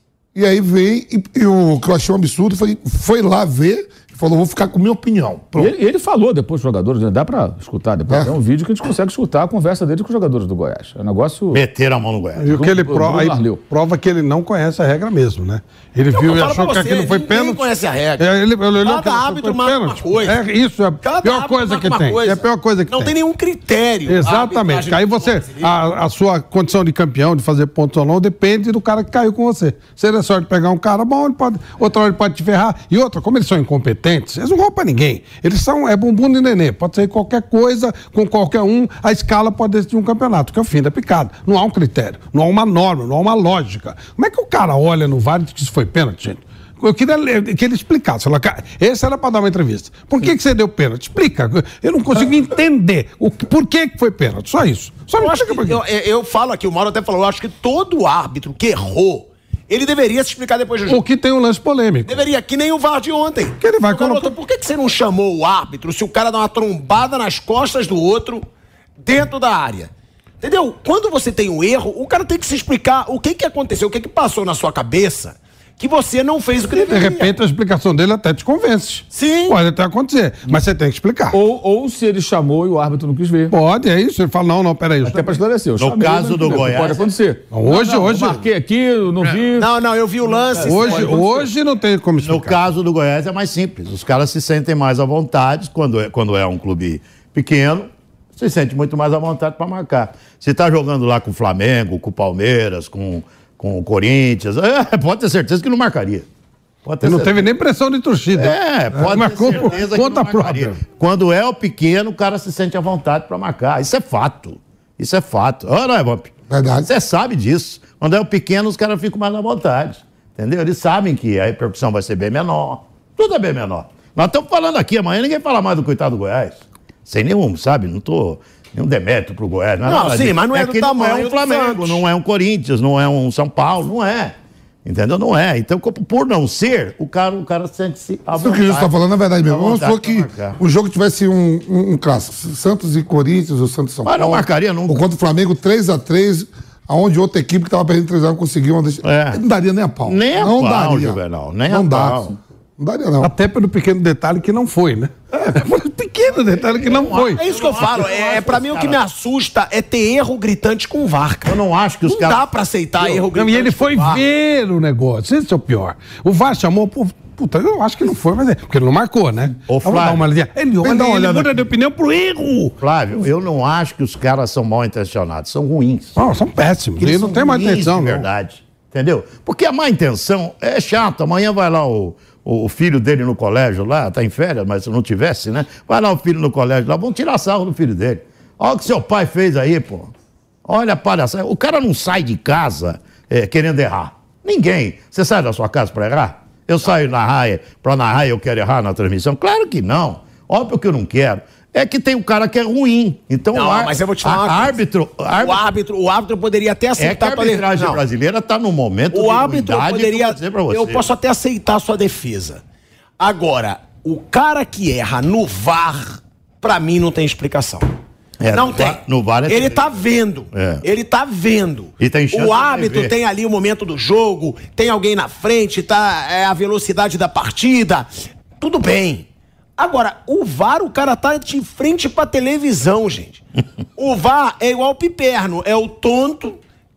E aí vem, e, e o que eu achei um absurdo foi, foi lá ver e falou: vou ficar com minha opinião. E Pronto. ele, ele falou depois dos jogadores, né? Dá pra escutar depois. É. Tem um vídeo que a gente consegue escutar a conversa dele com os jogadores do Goiás. É um negócio. Meteram a mão no Goiás. E o que ele Do- prova, do aí Arleu. prova que ele não conhece a regra mesmo, né? Ele viu eu e falo achou pra que você, aquilo foi ninguém pênalti. conhece a regra. É, ele, ele olhou Cada que aquilo árbitro foi marca uma pênalti. coisa. É, isso é a Cada pior árbitro coisa marca que uma tem. coisa. É a pior coisa que não tem. tem nenhum critério. a Exatamente. arbitragem Aí do você, futebol brasileiro. a, a sua condição de campeão, de fazer pontos ou não, depende do cara que caiu com você. Se ele é sorte de pegar um cara bom, ele pode, outra hora ele pode te ferrar. E outra, como eles são incompetentes, eles não vão pra ninguém. Eles são, é bumbum de nenê. Pode ser qualquer coisa, com qualquer um, a escala pode decidir um campeonato, que é o fim da picada. Não há um critério, não há uma norma, não há uma lógica. Como é que o cara olha no V A R e diz que isso foi pênalti, gente? Eu queria ler- que ele explicasse. Fala, cara, esse era para dar uma entrevista. Por que, que você deu pênalti? Explica. Eu não consigo entender o, que- por que, que foi pênalti. Só isso. Só me Eu, acho explica que, por quê. eu, eu falo aqui, o Mauro até falou, eu acho que todo árbitro que errou, ele deveria se explicar depois do jogo. O que tem um lance polêmico. Deveria, que nem o V A R de ontem. Que ele vai O garoto, colocar- por que, que você não chamou o árbitro se o cara dá uma trombada nas costas do outro dentro da área? Entendeu? Quando você tem um erro, o cara tem que se explicar o que, que aconteceu, o que, que passou na sua cabeça que você não fez o que E de deveria. repente a explicação dele até te convence. Sim. Pode até acontecer. Mas você tem que explicar. Ou, ou se ele chamou e o árbitro não quis ver. Pode, é isso. Ele fala, não, não, peraí. Até para esclarecer. Eu No chamei, caso não do quis ver. Goiás- Pode acontecer. Não, hoje- Não, não, hoje- eu marquei aqui, eu não vi. Não, não, eu vi o lance. Hoje, hoje não tem como No explicar. caso do Goiás é mais simples. Os caras se sentem mais à vontade quando é, quando é um clube pequeno. Se sente muito mais à vontade para marcar. Se está jogando lá com o Flamengo, com o Palmeiras, com, com o Corinthians, é, pode ter certeza que não marcaria. Pode ter Ele não certeza. teve nem pressão de torcida. É, pode Marcou ter por certeza que conta não marcaria. própria. Quando é o pequeno, o cara se sente à vontade para marcar. Isso é fato. Isso é fato. Olha, não é, Vamp? Verdade. Você sabe disso. Quando é o pequeno, os caras ficam mais à vontade. Entendeu? Eles sabem que a repercussão vai ser bem menor. Tudo é bem menor. Nós estamos falando aqui, amanhã ninguém fala mais do coitado do Goiás. Sem nenhum, sabe? Não tô nenhum demérito pro Goiás. Não, é Não, nada sim, disso. mas não é do que não tamanho é um do Flamengo, Santos. não é um Corinthians, não é um São Paulo, não é. Entendeu? Não é. Então, por não ser, o cara, o cara sente-se à Isso que o Gilson está falando é verdade mesmo. À Vamos vontade supor que pra marcar. o jogo tivesse um, um, um clássico. Santos e Corinthians, ou Santos e São Mas Paulo. não marcaria nunca. Ou contra o Flamengo, três a três, aonde outra equipe que estava perdendo três a um conseguiu uma... É. Não daria nem a pau. Nem a não pau, daria. Juvenal, nem não a dá. pau. Não daria, não. Até pelo pequeno detalhe que não foi, né? É, por um pequeno detalhe que não foi. É isso que eu falo. É, pra mim o que me assusta é ter erro gritante com o V A R, cara. Eu não acho que os Não caras. dá pra aceitar erro Não, gritante. e ele foi com o V A R. ver o negócio. Esse é o pior. O V A R chamou, pô, puta, eu acho que não foi, mas é. Porque ele não marcou, né? Ô, Vamos dar Flávio. uma olhadinha. Ele, Vem dar uma ele olhada muda aqui. de opinião pro erro. Flávio, eu não acho que os caras são mal intencionados, são ruins. Não, são péssimos. Eles Ele não são tem mais ruins atenção, de não. verdade. Entendeu? Porque a má intenção é chato. Amanhã vai lá o, o filho dele no colégio lá, tá em férias, mas se não tivesse, né? Vai lá o filho no colégio lá, vão tirar sarro do filho dele. Olha o que seu pai fez aí, pô. Olha a palhaçada. O cara não sai de casa é, querendo errar. Ninguém. Você sai da sua casa para errar? Eu saio na raia, para narrar e eu quero errar na transmissão? Claro que não. Óbvio que eu não quero. É que tem um cara que é ruim. Então, Não, o ar- mas eu vou te falar a- uma coisa. árbitro, O árbitro árbitro, o árbitro poderia até é que a aceitar pra arbitragem Não. brasileira está no momento O de árbitro ruindade que eu poderia. vou dizer pra você. Eu posso até aceitar a sua defesa. Agora, o cara que erra no V A R, pra mim não tem explicação. É, não no tem. V A R no V A R é Ele terrível. tá vendo. É. Ele tá vendo. E tem chance o de árbitro rever. tem ali o momento do jogo, tem alguém na frente, tá é, a velocidade da partida. Tudo bem. Agora, o V A R, o cara tá de frente pra televisão, gente. O V A R é igual o piperno, é o tonto que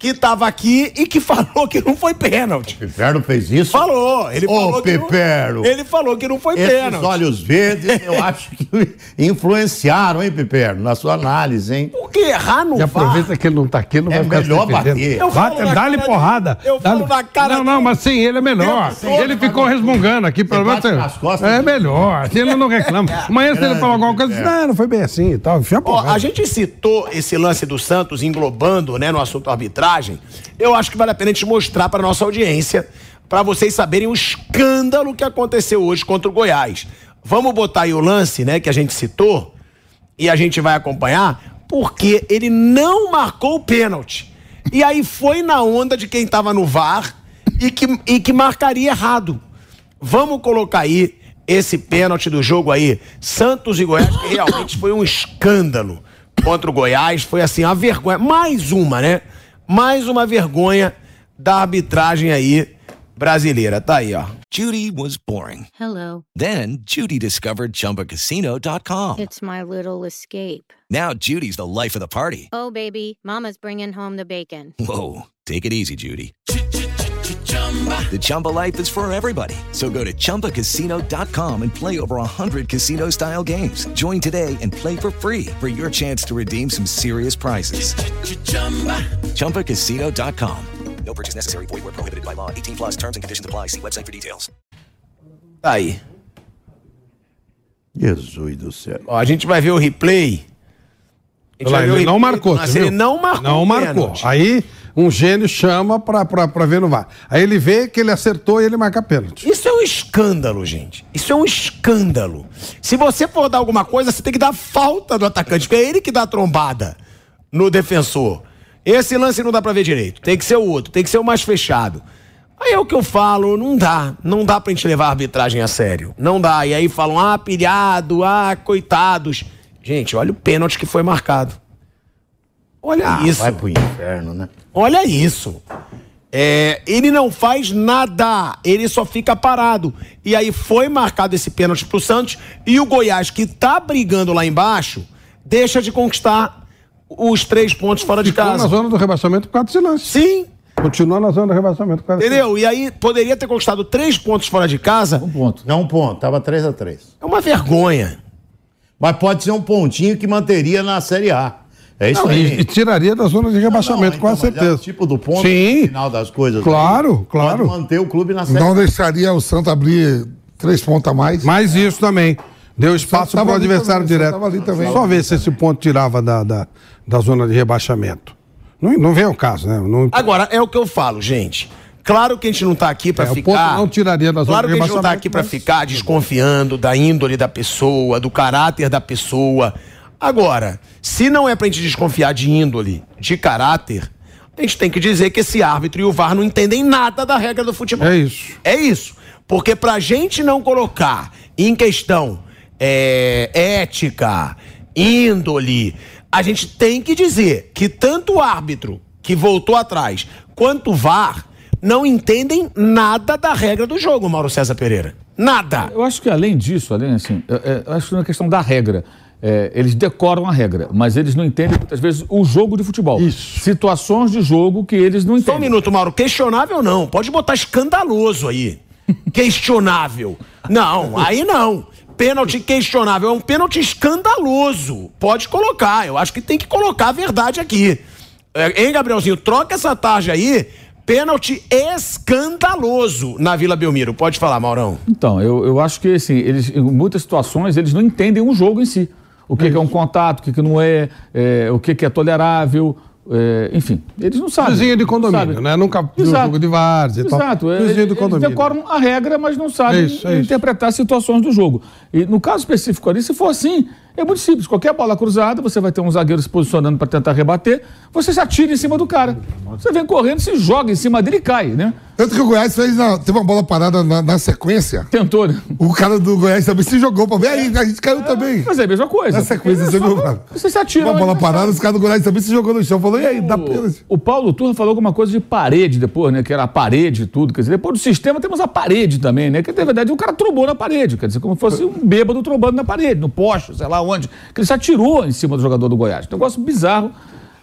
que tava aqui e que falou que não foi pênalti. Pipero fez isso? Falou. Ele Ô, falou que Pipero. não, ele falou que não foi Esses pênalti. olhos verdes, eu acho que influenciaram, hein, Pipero, na sua análise, hein? Porque errar no E V A R... aproveita que ele não tá aqui, não É vai ficar se melhor defendendo. bater. Eu falo Bate, na dá-lhe cara porrada. dele. Eu falo Dá-lhe- na cara Não, não, dele. mas sem ele é melhor. Tempo todo, Ele ficou resmungando aqui, pelo menos. bate nas costas É do- melhor. Se ele não reclama. Amanhã, se ele falar alguma coisa, não, não foi bem assim e tal. Enfia a Ó, porrada. a gente citou esse lance do Santos englobando, né, no assunto arbitragem. Eu acho que vale a pena a gente mostrar para nossa audiência, para vocês saberem o escândalo que aconteceu hoje contra o Goiás. Vamos botar aí o lance, né, que a gente citou e a gente vai acompanhar, porque ele não marcou o pênalti. E aí foi na onda de quem tava no V A R e que, e que marcaria errado. Vamos colocar aí esse pênalti do jogo aí, Santos e Goiás, que realmente foi um escândalo contra o Goiás, foi assim, uma vergonha, mais uma, né? Mais uma vergonha da arbitragem aí brasileira, tá aí, ó. Judy was boring. Hello. Then Judy discovered Chumba Casino dot com. It's my little escape. Now Judy's the life of the party. Oh, baby, mama's bringing home the bacon. Whoa, take it easy, Judy. The Chumba life is for everybody. So go to Chumba Casino dot com and play over one hundred casino-style games. Join today and play for free for your chance to redeem some serious prizes. Chumba Casino dot com. No purchase necessary. Void where prohibited by law. eighteen plus terms and conditions apply. See website for details. Tá aí. Jesus do céu. Ó, a gente vai ver o replay. A gente Olha lá, vai ver o ele não replay, marcou. Mas você ele viu? não marcou. Não o marcou. pênalti. Aí um gênio chama pra, pra, pra ver no V A R. Aí ele vê que ele acertou e ele marca pênalti. Isso é um escândalo, gente. Isso é um escândalo. Se você for dar alguma coisa, você tem que dar falta do atacante, porque é ele que dá a trombada no defensor. Esse lance não dá pra ver direito. Tem que ser o outro, tem que ser o mais fechado. Aí é o que eu falo, não dá. Não dá pra gente levar a arbitragem a sério. Não dá. E aí falam, ah, pilhado, ah, coitados. Gente, olha o pênalti que foi marcado. Olha isso. Vai pro inferno, né? Olha isso. É, ele não faz nada, ele só fica parado. E aí foi marcado esse pênalti pro Santos e o Goiás, que tá brigando lá embaixo, deixa de conquistar os três pontos fora de Ficou casa. na zona do rebaixamento por causa desse lance. Sim, Continua na zona do rebaixamento por causa desse entendeu? E aí poderia ter conquistado três pontos fora de casa. Um ponto. Não um ponto, tava três a três. É uma vergonha. Mas pode ser um pontinho que manteria na Série A. É isso Não, aí. e, e tiraria da zona de rebaixamento, Não, com então, mas é certeza. o tipo do ponto Sim. no final das coisas. Claro, aí, claro. Pode manter o clube na Série Não A. deixaria o Santos abrir três pontos a mais. Mas isso também. Deu espaço tava para o ali adversário também, direto. tava ali também. Só ver se esse ponto tirava da, da, da zona de rebaixamento. Não, não vem ao caso, né? Não, Agora, é o que eu falo, gente. Claro que a gente não tá aqui pra É, o ficar... ponto não tiraria da zona Claro de que a gente não tá rebaixamento, aqui pra mas- ficar desconfiando da índole da pessoa, do caráter da pessoa. Agora, se não é pra gente desconfiar de índole, de caráter, a gente tem que dizer que esse árbitro e o V A R não entendem nada da regra do futebol. É isso. É isso. Porque pra gente não colocar em questão é, ética, índole, a gente tem que dizer que tanto o árbitro que voltou atrás quanto o V A R não entendem nada da regra do jogo, Mauro César Pereira. Nada. Eu acho que além disso, além assim, eu, eu, eu acho que é uma questão da regra. É, eles decoram a regra, mas eles não entendem muitas vezes o jogo de futebol. Isso. Situações de jogo que eles não Só um entendem. minuto, Mauro. Questionável não. Pode botar escandaloso aí. Questionável. Não, aí não. Pênalti questionável. É um pênalti escandaloso. Pode colocar. Eu acho que tem que colocar a verdade aqui. É, hein, Gabrielzinho? Troca essa tarja aí. Pênalti escandaloso na Vila Belmiro. Pode falar, Maurão. Então, eu, eu acho que assim, eles, em muitas situações eles não entendem o jogo em si. O que, que é um contato, o que, que não é, é o que, que é tolerável, é, enfim, eles não sabem. Vizinho de condomínio, Sabe? né? Nunca viu Exato. jogo de várzea e tal. Exato. é, Vizinho de eles condomínio. decoram a regra, mas não sabem É isso, é isso. interpretar situações do jogo. E no caso específico ali, se for assim, é muito simples. Qualquer bola cruzada, você vai ter um zagueiro se posicionando para tentar rebater, você se atira em cima do cara. Você vem correndo, se joga em cima dele e cai, né? Tanto que o Goiás fez, na- teve uma bola parada na, na sequência. Tentou, né? O cara do Goiás também se jogou pra ver. Aí a gente caiu também. Mas é a mesma coisa. Na sequência, É você só- viu, cara? Você se atira. Uma mas bola não parada, sabe. os caras do Goiás também se jogou no chão. Falou, e aí, dá pênalti. O Paulo Turra falou alguma coisa de parede depois, né? Que era a parede e tudo. Quer dizer, depois do sistema temos a parede também, né? Que na verdade o cara trombou na parede. Quer dizer, como se fosse um bêbado trombando na parede, no poste, sei lá onde. Que ele se atirou em cima do jogador do Goiás. Um negócio bizarro.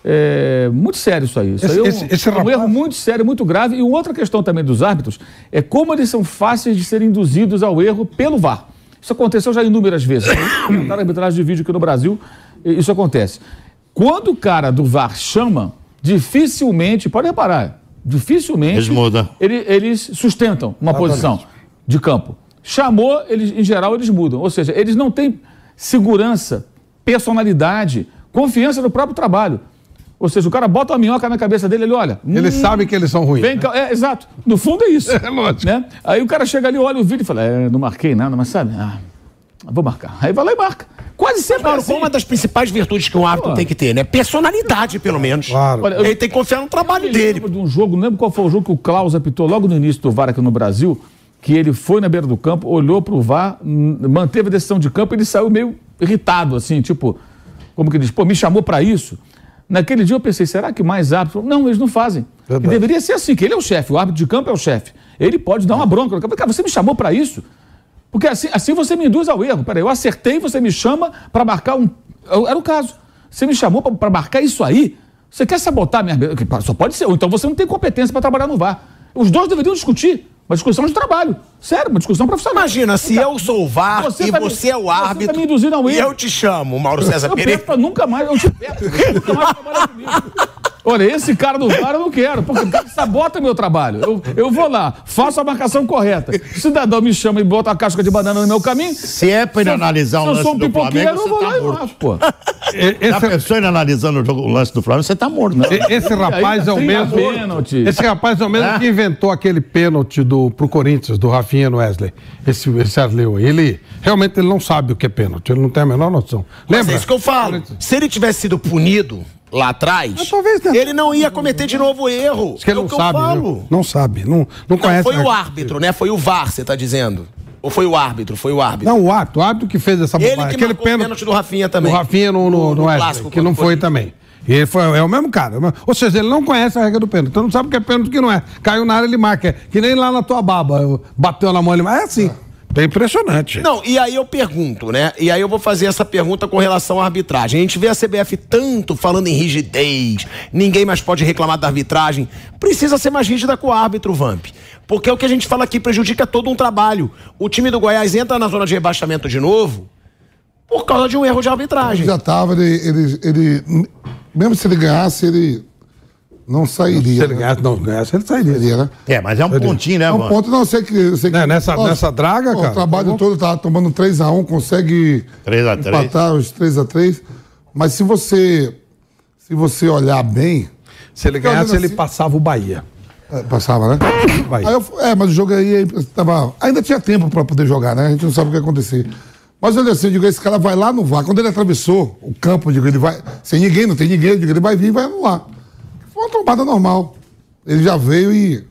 É muito sério isso aí. Isso Esse- aí é um, esse- esse é um rapaz- erro muito sério, muito grave. E uma outra questão também dos árbitros é como eles são fáceis de serem induzidos ao erro pelo V A R. Isso aconteceu já inúmeras vezes. Na arbitragem de vídeo aqui no Brasil, isso acontece. Quando o cara do V A R chama, dificilmente, pode reparar, dificilmente Eles mudam. ele- eles sustentam uma posição de campo. Chamou, eles, em geral, eles mudam. Ou seja, eles não têm segurança, personalidade, confiança no próprio trabalho. Ou seja, o cara bota uma minhoca na cabeça dele, ele olha. Eles hum, sabem que eles são ruins. Vem né? cá, é, exato. No fundo é isso. É lógico. Né? Aí o cara chega ali, olha o vídeo e fala, é, não marquei nada, mas sabe, ah, vou marcar. Aí vai lá e marca. Quase sempre Claro, é assim. uma das principais virtudes que um árbitro Pô. tem que ter, né? Personalidade, pelo menos. Claro. Olha, eu- Ele tem que confiar no trabalho Eu dele. lembro de um jogo, não lembro qual foi o jogo que o Klaus apitou logo no início do V A R aqui no Brasil, que ele foi na beira do campo, olhou pro V A R, hum, manteve a decisão de campo e ele saiu meio irritado, assim, tipo, como que diz, pô, me chamou pra isso. Naquele dia eu pensei, será que mais árbitros? Não, eles não fazem. E Verdade. deveria ser assim, que ele é o chefe, o árbitro de campo é o chefe. Ele pode dar uma bronca no campo. Cara, você me chamou pra isso? Porque assim, assim você me induz ao erro. Peraí, eu acertei, você me chama pra marcar um... Era o caso. Você me chamou pra- pra marcar isso aí? Você quer sabotar a minha... Só pode ser. Ou então você não tem competência pra trabalhar no V A R. Os dois deveriam discutir. Uma discussão de trabalho. Sério, uma discussão profissional. Imagina, se eu sou o V A R Você e tá me- você é o você tá árbitro me induzindo ao e erro. eu te chamo, Mauro César Eu Pereira. peço pra nunca mais, eu te peço, nunca mais trabalhar comigo. Olha, esse cara do V A R eu não quero, porque o cara sabota meu trabalho. Eu, eu vou lá, faço a marcação correta. O cidadão me chama e bota a casca de banana no meu caminho. Se é pra ele analisar Se um eu lance sou um do pipoqueiro, Flamengo, eu vou você lá tá e morto. marco, pô. E- A Esse, pessoa indo analisando o, jogo, o lance do Flamengo, você tá morto. Não. e- esse rapaz é o trinta mesmo. pênalti. Esse rapaz é o mesmo É? que inventou aquele pênalti do, pro Corinthians, do Rafinha no Wesley. Esse, esse Arleu aí. Ele realmente ele não sabe o que é pênalti, ele não tem a menor noção. Mas Lembra? é isso que eu falo. Se ele tivesse sido punido lá atrás, Mas talvez não. ele não ia cometer de novo o erro. Diz que ele é não o que sabe, eu né? falo. Não sabe, não, não Não, conhece. foi a o regra. árbitro, né? Foi o V A R, você tá dizendo. Ou foi o árbitro? Foi o árbitro. Não, o árbitro, o árbitro que fez essa Ele bobagem. que Aquele marcou o pênalti, pênalti do Rafinha também. o Rafinha no, no, No- no no Wesley, clássico que não contra o foi Corinthians. também. E ele foi, é o mesmo cara. Ou seja, ele não conhece a regra do pênalti. Então não sabe o que é pênalti e o que não é. Caiu na área, ele marca. É que nem lá na tua baba. Bateu na mão, ele marca. É assim. É impressionante. Não, e aí eu pergunto, né? E aí eu vou fazer essa pergunta com relação à arbitragem. A gente vê a C B F tanto falando em rigidez, ninguém mais pode reclamar da arbitragem. Precisa ser mais rígida com o árbitro, Vamp. Porque é o que a gente fala aqui prejudica todo um trabalho. O time do Goiás entra na zona de rebaixamento de novo por causa de um erro de arbitragem. Já tava, ele, ele, ele. Mesmo se ele ganhasse, ele não sairia. Se ele né? ganhasse, não ganhasse, ele sairia. Sairia, né? É, mas é um pontinho, né, É um mano? ponto, não, eu sei que. Eu sei que Né, nessa- nessa draga, pô, cara, O trabalho tá bom? todo tá tomando três a um, consegue três a três. empatar os três a três. Mas se você. Se você olhar bem. Se ele Fica ganhasse, olhando ele assim- passava o Bahia. é, passava, né? Bahia. Aí eu, é, mas o jogo aí, aí tava, ainda tinha tempo pra poder jogar, né? A gente não sabe o que ia acontecer. Mas olha assim, eu digo, esse cara vai lá no V A R. Quando ele atravessou o campo, eu digo, ele vai. Sem ninguém, não tem ninguém, eu digo, ele vai vir e vai anular. Foi uma trombada normal. Ele já veio e.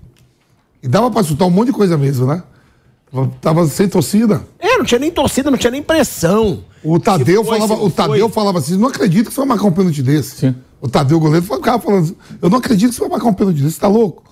E dava pra chutar um monte de coisa mesmo, né? Tava sem torcida. É, não tinha nem torcida, não tinha nem pressão. O Tadeu, Se foi, falava, se não o Tadeu foi. falava assim: não acredito que você vai marcar um pênalti desse. Sim. O Tadeu, o goleiro, ficava falando assim: eu não acredito que você vai marcar um pênalti desse, você tá louco?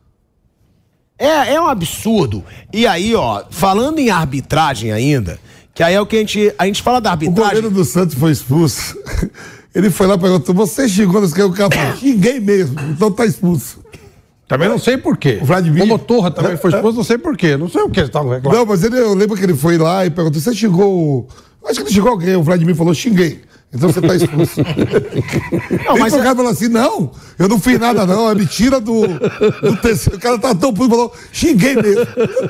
É, é um absurdo. E aí, ó, falando em arbitragem ainda, que aí é o que a gente, a gente fala da O arbitragem. goleiro do Santos foi expulso. Ele foi lá e perguntou: você xingou nesse cara? O cara falou: xinguei mesmo, então tá expulso. Também não sei por quê. O Vladimir- Como Torra também foi expulso, não sei por quê. Não sei o que eles estavam reclamando. Não, mas ele, eu lembro que ele foi lá e perguntou: você xingou. o- Acho que ele xingou alguém. O Vladimir falou: xinguei. Então você tá expulso. Não, mas o é- cara falou assim: não, eu não fiz nada, não. É mentira do, do terceiro. O cara tava tão puto, falou: xinguei mesmo.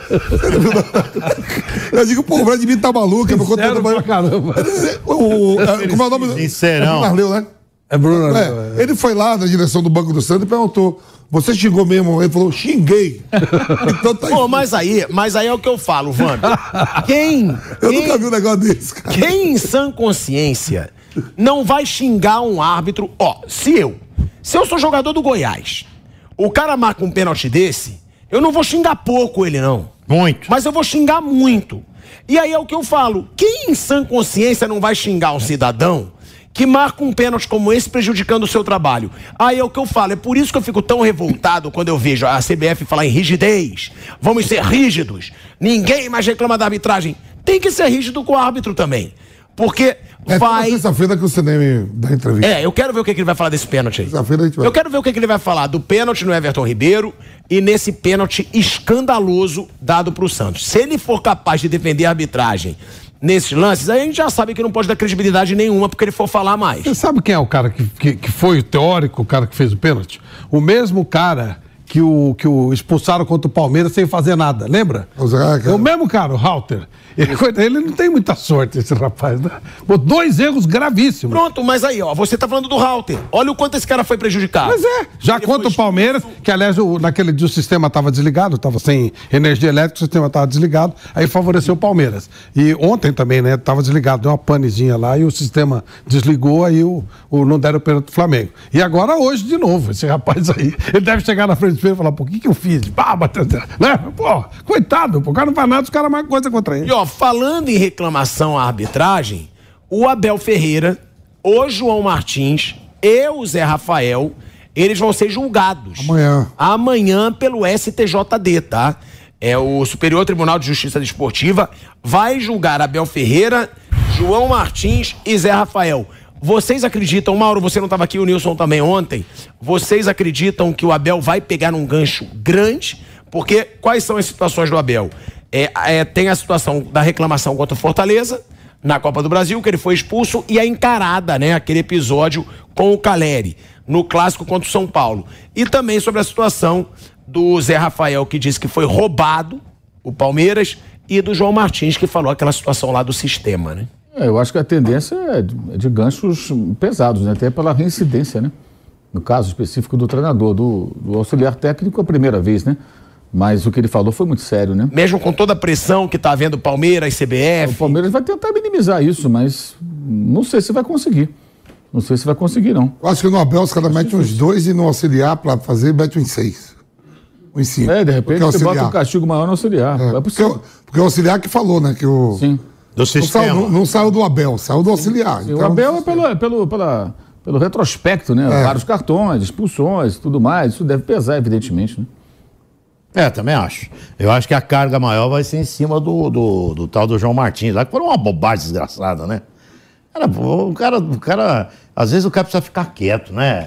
Eu digo: pô, o Vladimir tá maluco. É por conta Sincero do- pra caramba. O, é, como é o nome? Sincerão. É Bruno Arleu, né? É Bruno. É, ele foi lá na direção do Banco do Santos e perguntou: você xingou mesmo? Ele falou: xinguei. Então tá Pô, mas aí, mas aí é o que eu falo, Vamp. Quem, Eu quem, nunca vi um negócio desse, cara. quem em sã consciência não vai xingar um árbitro? Ó, se eu, se eu sou jogador do Goiás, o cara marca um pênalti desse, eu não vou xingar pouco ele, não. Muito. Mas eu vou xingar muito. E aí é o que eu falo. Quem em sã consciência não vai xingar um cidadão que marca um pênalti como esse prejudicando o seu trabalho? Aí é o que eu falo. É por isso que eu fico tão revoltado quando eu vejo a C B F falar em rigidez. Vamos ser rígidos. Ninguém mais reclama da arbitragem. Tem que ser rígido com o árbitro também. Porque É vai... terça-feira que o C D M dá entrevista. É, eu quero ver o que, que ele vai falar desse pênalti aí. Terça-feira a gente vai. Eu quero ver o que, que ele vai falar do pênalti no Everton Ribeiro e nesse pênalti escandaloso dado pro Santos. Se ele for capaz de defender a arbitragem nesses lances, aí a gente já sabe que não pode dar credibilidade nenhuma porque ele for falar mais. Você sabe quem é o cara que, que, que foi o teórico, o cara que fez o pênalti? O mesmo cara que o, que o expulsaram contra o Palmeiras sem fazer nada, lembra? É o mesmo cara, o Halter. Ele, ele não tem muita sorte, esse rapaz, né? Pô, dois erros gravíssimos. Pronto, mas aí, ó, você tá falando do Halter. Olha o quanto esse cara foi prejudicado. Mas é, já ele contra o Palmeiras, que aliás, o, naquele dia o sistema estava desligado, estava sem energia elétrica, o sistema estava desligado, aí favoreceu o Palmeiras. E ontem também, né, estava desligado, deu uma panezinha lá e o sistema desligou, aí o, o, não deram o pênalti do Flamengo. E agora hoje, de novo, esse rapaz aí, ele deve chegar na frente do espelho e falar, pô, o que que eu fiz? Pá, bateu, né? Pô, coitado, pô, o cara não faz nada, os caras mais coisa contra ele. E ó, falando em reclamação à arbitragem, o Abel Ferreira, o João Martins e o Zé Rafael, eles vão ser julgados. Amanhã. Amanhã pelo S T J D, tá? É o Superior Tribunal de Justiça Desportiva vai julgar Abel Ferreira, João Martins e Zé Rafael. Vocês acreditam, Mauro, você não estava aqui, o Nilson também ontem, vocês acreditam que o Abel vai pegar um gancho grande? Porque quais são as situações do Abel? É, é, tem a situação da reclamação contra o Fortaleza, na Copa do Brasil, que ele foi expulso, e a encarada, né, aquele episódio com o Caleri, no clássico contra o São Paulo. E também sobre a situação do Zé Rafael, que disse que foi roubado, o Palmeiras, e do João Martins, que falou aquela situação lá do sistema, né? É, eu acho que a tendência é de, é de ganchos pesados, né? Até pela reincidência, né? No caso específico do treinador, do, do auxiliar técnico, a primeira vez, né? Mas o que ele falou foi muito sério, né? Mesmo com toda a pressão que tá havendo Palmeiras, C B F... O Palmeiras vai tentar minimizar isso, mas não sei se vai conseguir. Não sei se vai conseguir, não. Eu acho que no Abel os caras metem uns dois e no auxiliar pra fazer, mete uns seis. Um em cinco. É, de repente você bota um castigo maior no auxiliar. É, é porque, porque o auxiliar que falou, né? Que o, Sim. Do sistema. Não saiu, não, não saiu do Abel, saiu do auxiliar. Sim, então, o Abel é pelo, pelo, pela, pelo retrospecto, né? É. Vários cartões, expulsões, tudo mais. Isso deve pesar, evidentemente, né? É, também acho. Eu acho que a carga maior vai ser em cima do, do, do tal do João Martins, lá que foi uma bobagem desgraçada, né? Cara, o cara, o cara, às vezes o cara precisa ficar quieto, né?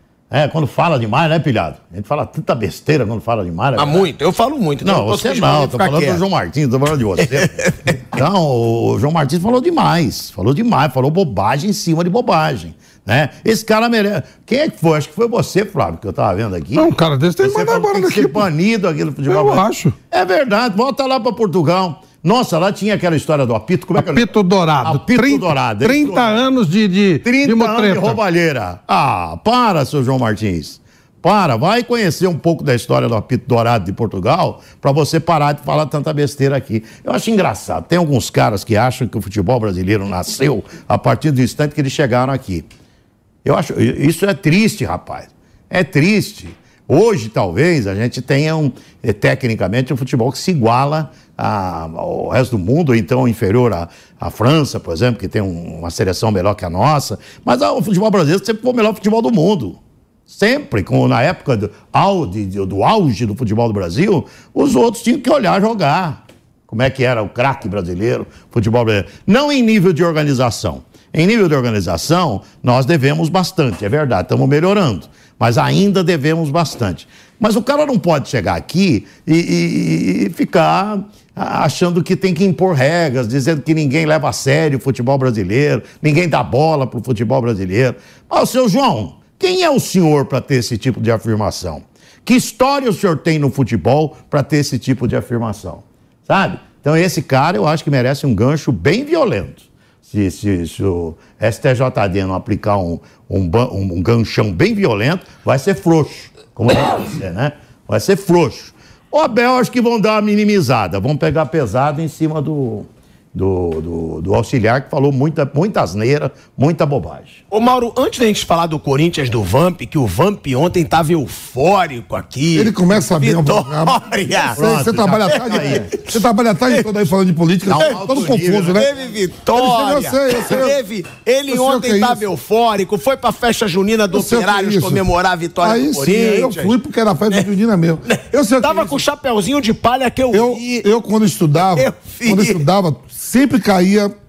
É, quando fala demais, né, pilhado? A gente fala tanta besteira quando fala demais. Ah, muito, eu falo muito. Não, você não, tô falando quieto. do João Martins, tô falando de você. Então, o João Martins falou demais, falou demais, falou bobagem em cima de bobagem. Né? Esse cara merece. Quem é que foi? Acho que foi você, Flávio, que eu tava vendo aqui. Não, um cara desse tem que mandar embora daqui. Tem que ser banido aqui no futebol. Eu acho. É verdade, volta lá pra Portugal. Nossa, lá tinha aquela história do apito. Como é que apito dourado. Apito trinta, dourado. trinta anos de, de, trinta de anos de roubalheira. Ah, para, seu João Martins. Para, vai conhecer um pouco da história do apito dourado de Portugal para você parar de falar tanta besteira aqui. Eu acho engraçado. Tem alguns caras que acham que o futebol brasileiro nasceu a partir do instante que eles chegaram aqui. Eu acho, isso é triste, rapaz. É triste. Hoje, talvez, a gente tenha, um, eh, tecnicamente, um futebol que se iguala a, ao resto do mundo, ou então inferior à, à França, por exemplo, que tem um, uma seleção melhor que a nossa. Mas ah, o futebol brasileiro sempre foi o melhor futebol do mundo. Sempre, como na época do, do, do auge do futebol do Brasil, os outros tinham que olhar jogar. Como é que era o craque brasileiro, futebol brasileiro. Não em nível de organização. Em nível de organização, nós devemos bastante, é verdade, estamos melhorando, mas ainda devemos bastante. Mas o cara não pode chegar aqui e, e, e ficar achando que tem que impor regras, dizendo que ninguém leva a sério o futebol brasileiro, ninguém dá bola para o futebol brasileiro. Mas, seu João, quem é o senhor para ter esse tipo de afirmação? Que história o senhor tem no futebol para ter esse tipo de afirmação? Sabe? Então esse cara eu acho que merece um gancho bem violento. Se, se, se o S T J D não aplicar um, um, um, um ganchão bem violento, vai ser frouxo, como vai ser, né? Vai ser frouxo. O Abel acho que vão dar uma minimizada, vão pegar pesado em cima do, do, do, do auxiliar, que falou muita, muita asneira, muita bobagem. Ô Mauro, antes da gente falar do Corinthians, do Vamp, que o Vamp ontem tava eufórico aqui. Ele começa a ver um programa. Você, você trabalha a tarde aí. Você trabalha a tarde toda aí falando de política, não, todo confuso, né? Teve vitória. Eu sei, eu sei. Teve, ele eu ontem é tava eufórico, foi pra festa junina do Operários é comemorar a vitória aí do Corinthians. Sim, eu fui porque era festa junina mesmo. Eu sei tava com o chapeuzinho de palha que eu, eu vi. Eu, quando estudava, eu quando eu estudava, sempre caía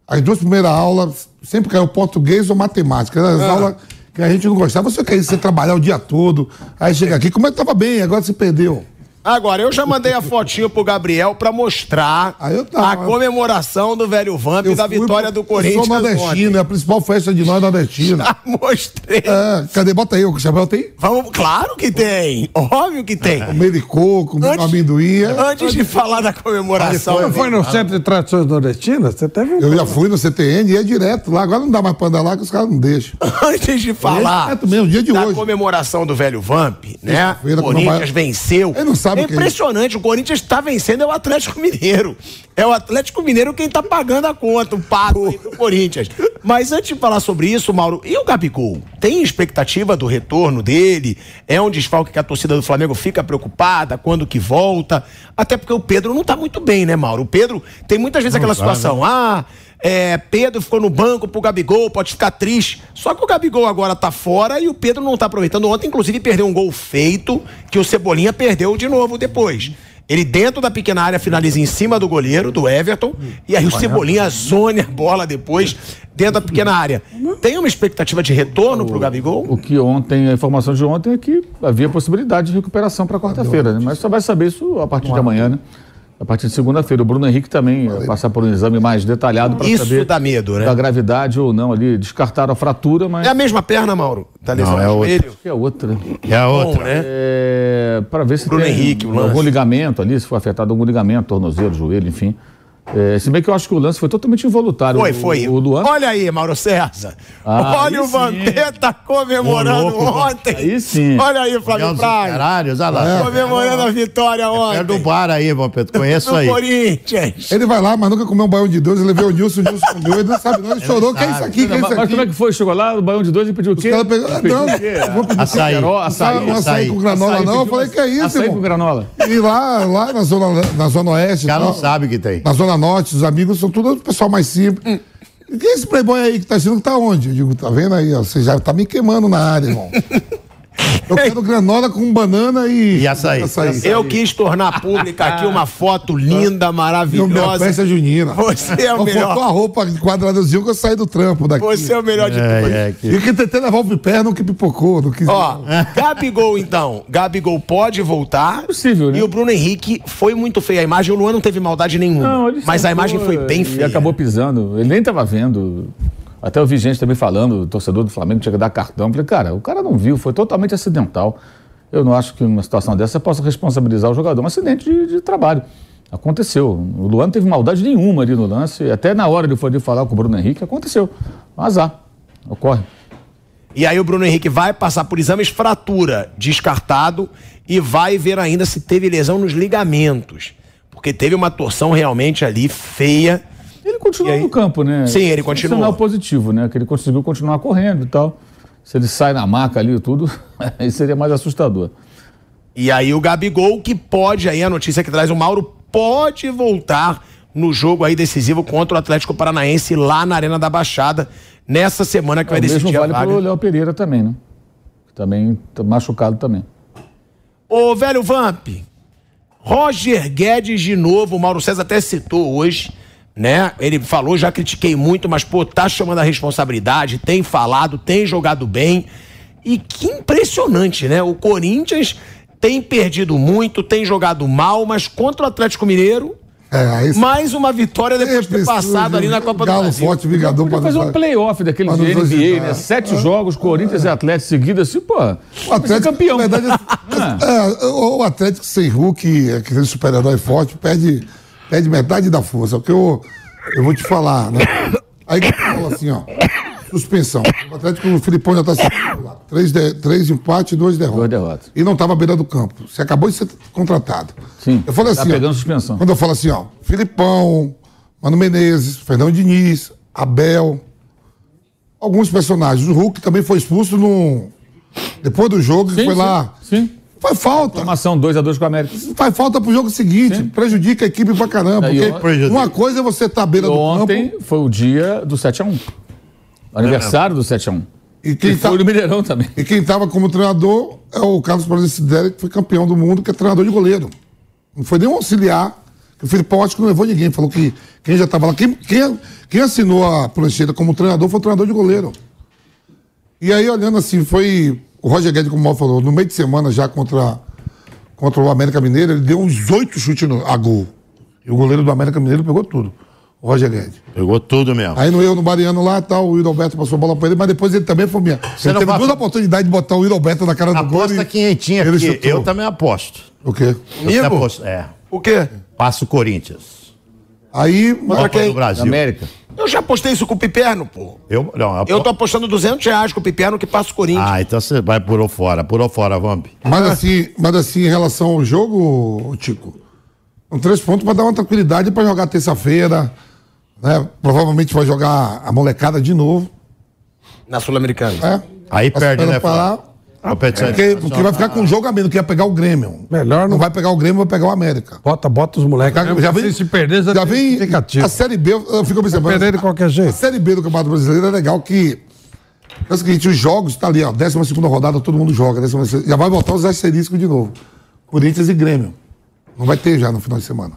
as duas primeiras aulas sempre caiu português ou matemática. As Ah. aulas que a gente não gostava. Você quer você trabalhar o dia todo, aí chega aqui, como é que tava bem, agora você perdeu. Agora, eu já mandei a fotinho pro Gabriel pra mostrar Aí eu tava- a comemoração do velho Vamp Eu da fui vitória pro- do Corinthians. Eu sou nordestino, é a principal festa de nós nordestinos. Já mostrei. É, cadê? Bota aí, o chapéu tem? Vamos, claro que tem. Óbvio que tem. Meio de coco, Antes- amendoim. é. Antes de falar da comemoração. Não foi no Centro de Tradições Nordestinas? Você teve um. Eu já fui no C T N e é direto lá. Agora não dá mais pra andar lá que os caras não deixam. Antes de falar É direto mesmo, dia de da hoje. comemoração do velho Vamp, né? Sexta-feira, O Corinthians quando vai- venceu. Ele não sabe é o que é impressionante. O Corinthians tá vencendo é o Atlético Mineiro. É o Atlético Mineiro quem tá pagando a conta, o pago aí do Corinthians. Mas antes de falar sobre isso, Mauro, e o Gabigol? Tem expectativa do retorno dele? É um desfalque que a torcida do Flamengo fica preocupada quando que volta? Até porque o Pedro não tá muito bem, né, Mauro? O Pedro tem muitas vezes aquela situação, ah, é, Pedro ficou no banco pro Gabigol, pode ficar triste. Só que o Gabigol agora tá fora e o Pedro não tá aproveitando. Ontem, inclusive, perdeu um gol feito que o Cebolinha perdeu de novo depois. Ele dentro da pequena área finaliza em cima do goleiro, do Everton, e aí o Cebolinha zone a bola depois dentro da pequena área. Tem uma expectativa de retorno pro Gabigol? O que ontem, a informação de ontem é que havia possibilidade de recuperação para quarta-feira, né? Mas só vai saber isso a partir de amanhã, né? A partir de segunda-feira. O Bruno Henrique também vai passar por um exame mais detalhado para Isso saber dá medo, né? da gravidade ou não ali. Descartaram a fratura, mas É a mesma perna, Mauro? Tá lesão Não, é no outra. joelho? acho que é outra. É a Bom, outra. né? É, para ver se Bruno tem Henrique, o lance. algum ligamento ali, se foi afetado algum ligamento, tornozelo, joelho, enfim. É, se bem que eu acho que o lance foi totalmente involuntário. Foi, O- foi. O, Luan. Olha aí, Mauro César. Ah, Olha aí o sim. Vampeta comemorando Ô, louco, ontem. aí sim. Olha aí, É Flávio os Praia. operários, olha lá. Comemorando a vitória ontem. Perto do bar aí, bom Pedro. Conheço do aí. Corinthians. Ele vai lá, mas nunca comeu um baião de dois. Ele levou o Nilson, o Nilson comeu. Ele não sabe, não. Ele chorou. Que é isso aqui? Que é Mas, isso mas como é aqui? que foi? Chegou lá, no Baião de Dois e pediu o quê? Os caras pegou- Pediu não, o quê? vou pedir Açaí. Açaí, Um açaí, açaí com granola, Açaí, não. Eu pediu falei, que é isso, Açaí irmão? com granola. E lá, lá na zona, na zona oeste, O cara não tal, sabe que tem. na zona norte, os amigos são tudo pessoal mais simples. E quem é esse playboy aí que tá achando que tá onde? Eu digo, tá vendo aí, ó, você já tá me queimando na área, irmão. Eu quero granola com banana e... E açaí. Eu quis tornar pública aqui uma foto linda, E o meu maravilhosa. festa junina. Você é o Só melhor. faltou a roupa quadradozinho que eu saí do trampo daqui. Você é o melhor de todos. É, é, que... E que tentei levar o pipé, não que pipocou, não quis... Ó, Gabigol então. Gabigol pode voltar. Possível, né? E o Bruno Henrique foi muito feia a imagem. O Luan não teve maldade nenhuma. Não, ele mas a sentou, imagem foi bem E feia. acabou pisando. Ele nem estava vendo. Até eu vi gente também falando, o torcedor do Flamengo tinha que dar cartão. Eu falei, cara, o cara não viu, foi totalmente acidental. Eu não acho que numa situação dessa você possa responsabilizar o jogador. Um acidente de, de trabalho. Aconteceu. O Luan não teve maldade nenhuma ali no lance. Até na hora de ele falar com o Bruno Henrique, aconteceu. Um azar. Ocorre. E aí o Bruno Henrique vai passar por exames, fratura, descartado, e vai ver ainda se teve lesão nos ligamentos. Porque teve uma torção realmente ali feia. Ele continuou E aí? no campo, né? Sim, ele Esse é um continuou. sinal positivo, né? Que ele conseguiu continuar correndo e tal. Se ele sai na maca ali e tudo, aí seria mais assustador. E aí o Gabigol, que pode aí, a notícia que traz o Mauro, pode voltar no jogo aí decisivo contra o Atlético Paranaense lá na Arena da Baixada, nessa semana que vai o mesmo decidir vale a para o vaga. Léo Pereira também, né? Que também tá machucado também. Ô, velho Vamp, Roger Guedes de novo, o Mauro César até citou hoje, né? Ele falou, já critiquei muito, mas, pô, tá chamando a responsabilidade, tem falado, tem jogado bem. E que impressionante, né? O Corinthians tem perdido muito, tem jogado mal, mas contra o Atlético Mineiro, É, aí mais uma vitória depois de ter passado ali na Copa do Galo Brasil. forte, vingador Podia pra fazer um playoff daquele pra de nos N B A, ajudar. né? Sete jogos, Corinthians e Atlético seguidos, assim, pô. O Atlético, campeão. na verdade, Ah. é, o Atlético sem Hulk, aquele super-herói forte, perde, perde metade da força. Porque eu, eu vou te falar, né? Aí que fala assim, ó. Suspensão. O Atlético, o Filipão já tá assim, três, de, três empates e dois derrotas. Duas derrotas. E não estava à beira do campo. Você acabou de ser contratado. Sim, Eu falei tá assim. ó, pegando suspensão. Quando eu falo assim, ó, Filipão, Mano Menezes, Fernando Diniz, Abel, alguns personagens. O Hulk também foi expulso no. Depois do jogo, que Sim, foi sim, lá. Sim. Faz falta. Formação dois a dois com a América. Faz falta pro jogo seguinte. Sim. Prejudica a equipe pra caramba. Aí, Porque ó, uma coisa é você estar tá à beira do Ontem campo. foi o dia do sete a um. Aniversário do sete a um. E E quem, tá, foi no Mineirão também. e quem tava como treinador é o Carlos Paredes Sidere, que foi campeão do mundo, que é treinador de goleiro. Não foi nem um auxiliar O Filipão acho que não levou ninguém, falou que quem já estava lá, quem, quem, quem assinou a prancheta como treinador foi o treinador de goleiro. E aí, olhando assim, foi o Roger Guedes, como o Mauro falou, no meio de semana já contra, contra o América Mineiro, ele deu uns oito chutes no, a gol. E o goleiro do América Mineiro pegou tudo, o Roger Guedes. Pegou tudo mesmo. Aí no erro no Mariano lá, tal, o Wilton Alberto passou a bola pra ele, mas depois ele também foi minha. Você Ele não teve passa- duas oportunidades de botar o Wilton Alberto na cara do gol. Aposta e- quinhentinha, ele porque chutou. eu também aposto. O quê? Eu também Amigo? aposto. É. O quê? Passa o Corinthians. Aí, Copa quem? do Brasil. América. Eu já apostei isso com o Piperno, pô. Eu, não, apo- Eu tô apostando duzentos reais com o Piperno que passa o Corinthians. Ah, então você vai pulou fora. Pulou fora, Vamp. mas assim, mas assim, em relação ao jogo, ô, Tico, um três pontos pra dar uma tranquilidade pra jogar terça-feira, né? Provavelmente vai jogar a molecada de novo, Na Sul-Americana. né? Aí Tá perde, esperando né, pra lá. Competição Porque, porque vai ficar com um jogo a menos, que ia pegar o Grêmio. Melhor Não não vai pegar o Grêmio, vai pegar o América. Bota, bota os moleques. Já, já vem, se perder, já vem a Série B, eu fico observando. perder de qualquer A jeito. Série B do Campeonato Brasileiro é legal que é o seguinte, os jogos tá ali, ó, décima segunda rodada, todo mundo joga, décima segunda, já vai voltar os asteriscos de novo. Corinthians e Grêmio. Não vai ter já no final de semana.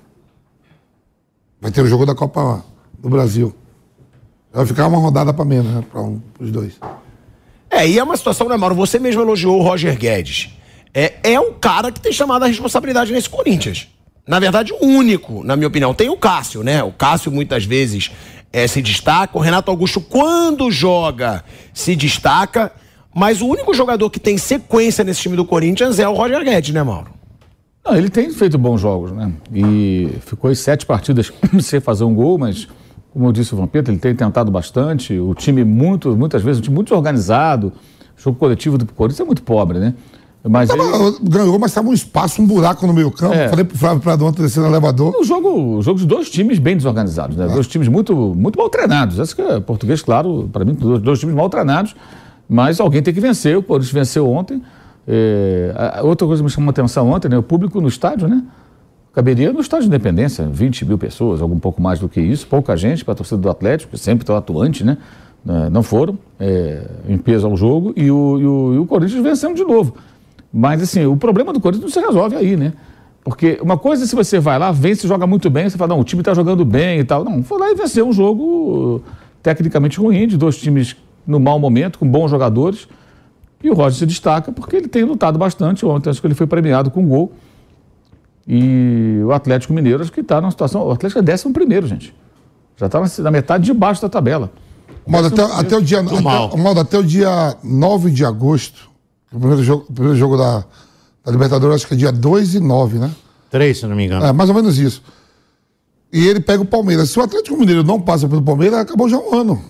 Vai ter o jogo da Copa do Brasil. Vai ficar uma rodada pra menos, né, para um, os dois. É, e é uma situação, né, Mauro? Você mesmo elogiou o Roger Guedes. É, é o cara que tem chamado a responsabilidade nesse Corinthians. Na verdade, o único, na minha opinião. Tem o Cássio, né? O Cássio muitas vezes é, se destaca. O Renato Augusto, quando joga, se destaca. Mas o único jogador que tem sequência nesse time do Corinthians é o Roger Guedes, né, Mauro? Não, ele tem feito bons jogos, né? E ficou em sete partidas sem fazer um gol, mas, como eu disse o Vampeta, ele tem tentado bastante. O time, muito, muitas vezes, um time muito organizado. O jogo coletivo do Corinthians é muito pobre, né? Mas Tava, ele... ganhou, mas estava um espaço, um buraco no meio campo. É. Falei pro Flávio Prado ontem descendo no elevador. O jogo, o jogo de dois times bem desorganizados, né? Dois times muito, muito mal treinados. Esse que é português, claro, para mim, dois, dois times mal treinados, mas alguém tem que vencer. O Corinthians venceu ontem. É, a- outra coisa que me chamou a atenção ontem, né? O público no estádio, né? Caberia no estádio de Independência, vinte mil pessoas, algum pouco mais do que isso, pouca gente para a torcida do Atlético, que sempre estão atuante, né? Não foram é, em peso ao jogo e o, e, o, e o Corinthians vencendo de novo. Mas, assim, o problema do Corinthians não se resolve aí, né? Porque uma coisa é se você vai lá, vence, joga muito bem, você fala, não, o time está jogando bem e tal. Não, foi lá e venceu um jogo tecnicamente ruim, de dois times no mau momento, com bons jogadores. E o Roger se destaca porque ele tem lutado bastante. Ontem acho que ele foi premiado com gol. E o Atlético Mineiro, acho que está numa situação... O Atlético é décimo primeiro, gente. Já está na, na metade de baixo da tabela. Maldo, até, até o dia, até, mal. Maldo, até o dia nove de agosto, o primeiro jogo, o primeiro jogo da, da Libertadores, acho que é dia dois e nove, né? Três, se não me engano. É, mais ou menos isso. E ele pega o Palmeiras. Se o Atlético Mineiro não passa pelo Palmeiras, acabou já um ano.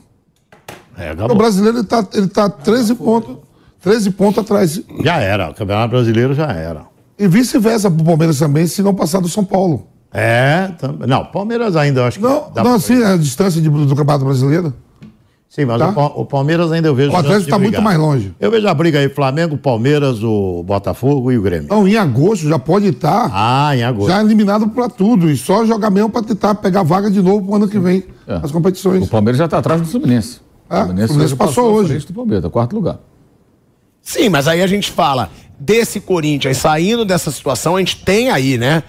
É, O acabou. brasileiro ele tá, ele tá treze pontos, treze pontos atrás. Já era. O Campeonato Brasileiro já era. E vice-versa pro Palmeiras também, se não passar do São Paulo. É, tam... não, Palmeiras ainda eu acho que. Não, dá não pra- assim, a distância de- do Campeonato Brasileiro. Sim, mas tá? o, Pa- o Palmeiras ainda eu vejo. O Atlético chance de tá muito brigar. mais longe. Eu vejo a briga aí: Flamengo, Palmeiras, o Botafogo e o Grêmio. Então, em agosto já pode estar Ah, em agosto. já eliminado para tudo. E só jogar mesmo para tentar pegar vaga de novo pro ano que vem, É. as O Competições. Palmeiras já está atrás do Fluminense. É, o Fluminense, o Fluminense já passou à hoje. frente do Palmeiras, tá quarto lugar. Sim, mas aí a gente fala desse Corinthians saindo dessa situação, a gente tem aí, né?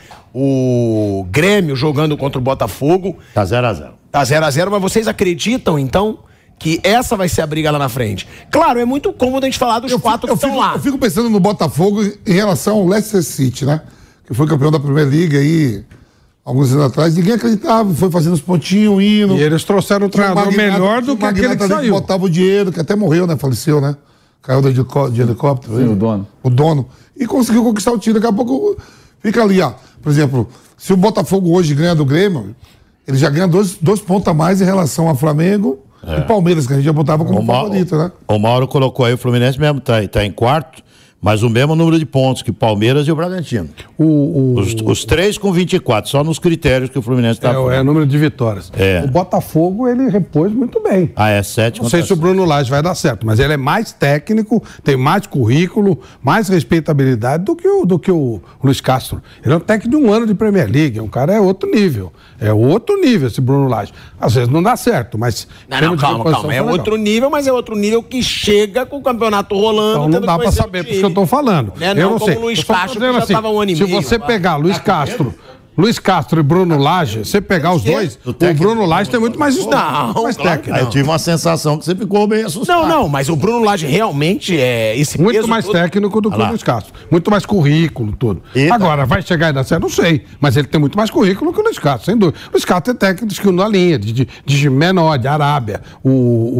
O Grêmio jogando contra o Botafogo. Tá zero a zero. Tá zero a zero, mas vocês acreditam, então, que essa vai ser a briga lá na frente? Claro, é muito cômodo a gente falar dos Eu quatro fico, que eu, estão fico, lá. eu fico pensando no Botafogo em relação ao Leicester City, né? Que foi campeão da Primeira Liga aí, alguns anos atrás. Ninguém acreditava, foi fazendo os pontinhos, indo. E eles trouxeram um Tinha um treinador magnata- melhor tinha do um que aquele magnata que ali saiu. botava o dinheiro, que até morreu, né? Faleceu, né? Caiu do helicó- de helicóptero. Sim, aí. o dono. O dono. E conseguiu conquistar o título. Daqui a pouco fica ali, ó. Por exemplo, se o Botafogo hoje ganha do Grêmio, ele já ganha dois, dois pontos a mais em relação ao Flamengo e Palmeiras, que a gente já botava como O, Mau- favorito, né? o Mauro colocou aí, o Fluminense mesmo tá, tá em quarto, mas o mesmo número de pontos que o Palmeiras e o Bragantino. O, o, Os, os três com vinte e quatro, só nos critérios que o Fluminense está é, é o número de vitórias. É. O Botafogo, ele repôs muito bem. Ah, é sete. Não sei se o Bruno Lage vai dar certo, mas ele é mais técnico, tem mais currículo, mais respeitabilidade do que o, do que o Luiz Castro. Ele é um técnico de um ano de Premier League, é um cara é outro nível. É outro nível esse Bruno Lage. Às vezes não dá certo, mas... Não, termo não, de calma, reposição calma. É foi legal. outro nível, mas é outro nível que chega com o campeonato rolando. Então não tendo dá que pra conhecer o saber, por time. isso que eu tô falando. Né? Eu Não não como sei. o Luiz Eu só tô Castro, que dizendo já tava um ano e se meio. você lá. pegar Luiz Castro, Luiz Castro e Bruno Lage, você pegar os dois, o Bruno Lage tem muito mais Não, mais claro técnico. Aí eu tive uma sensação que você ficou bem assustado. Não, não, mas o Bruno Lage realmente é esse Muito peso mais todo. técnico do que o Luiz Castro. Muito mais currículo, tudo. Eita. Agora, vai chegar aí na série? Não sei. Mas ele tem muito mais currículo que o Luiz Castro, sem dúvida. O Luiz Castro é técnico de na linha, de, de, de menor, de Arábia. O,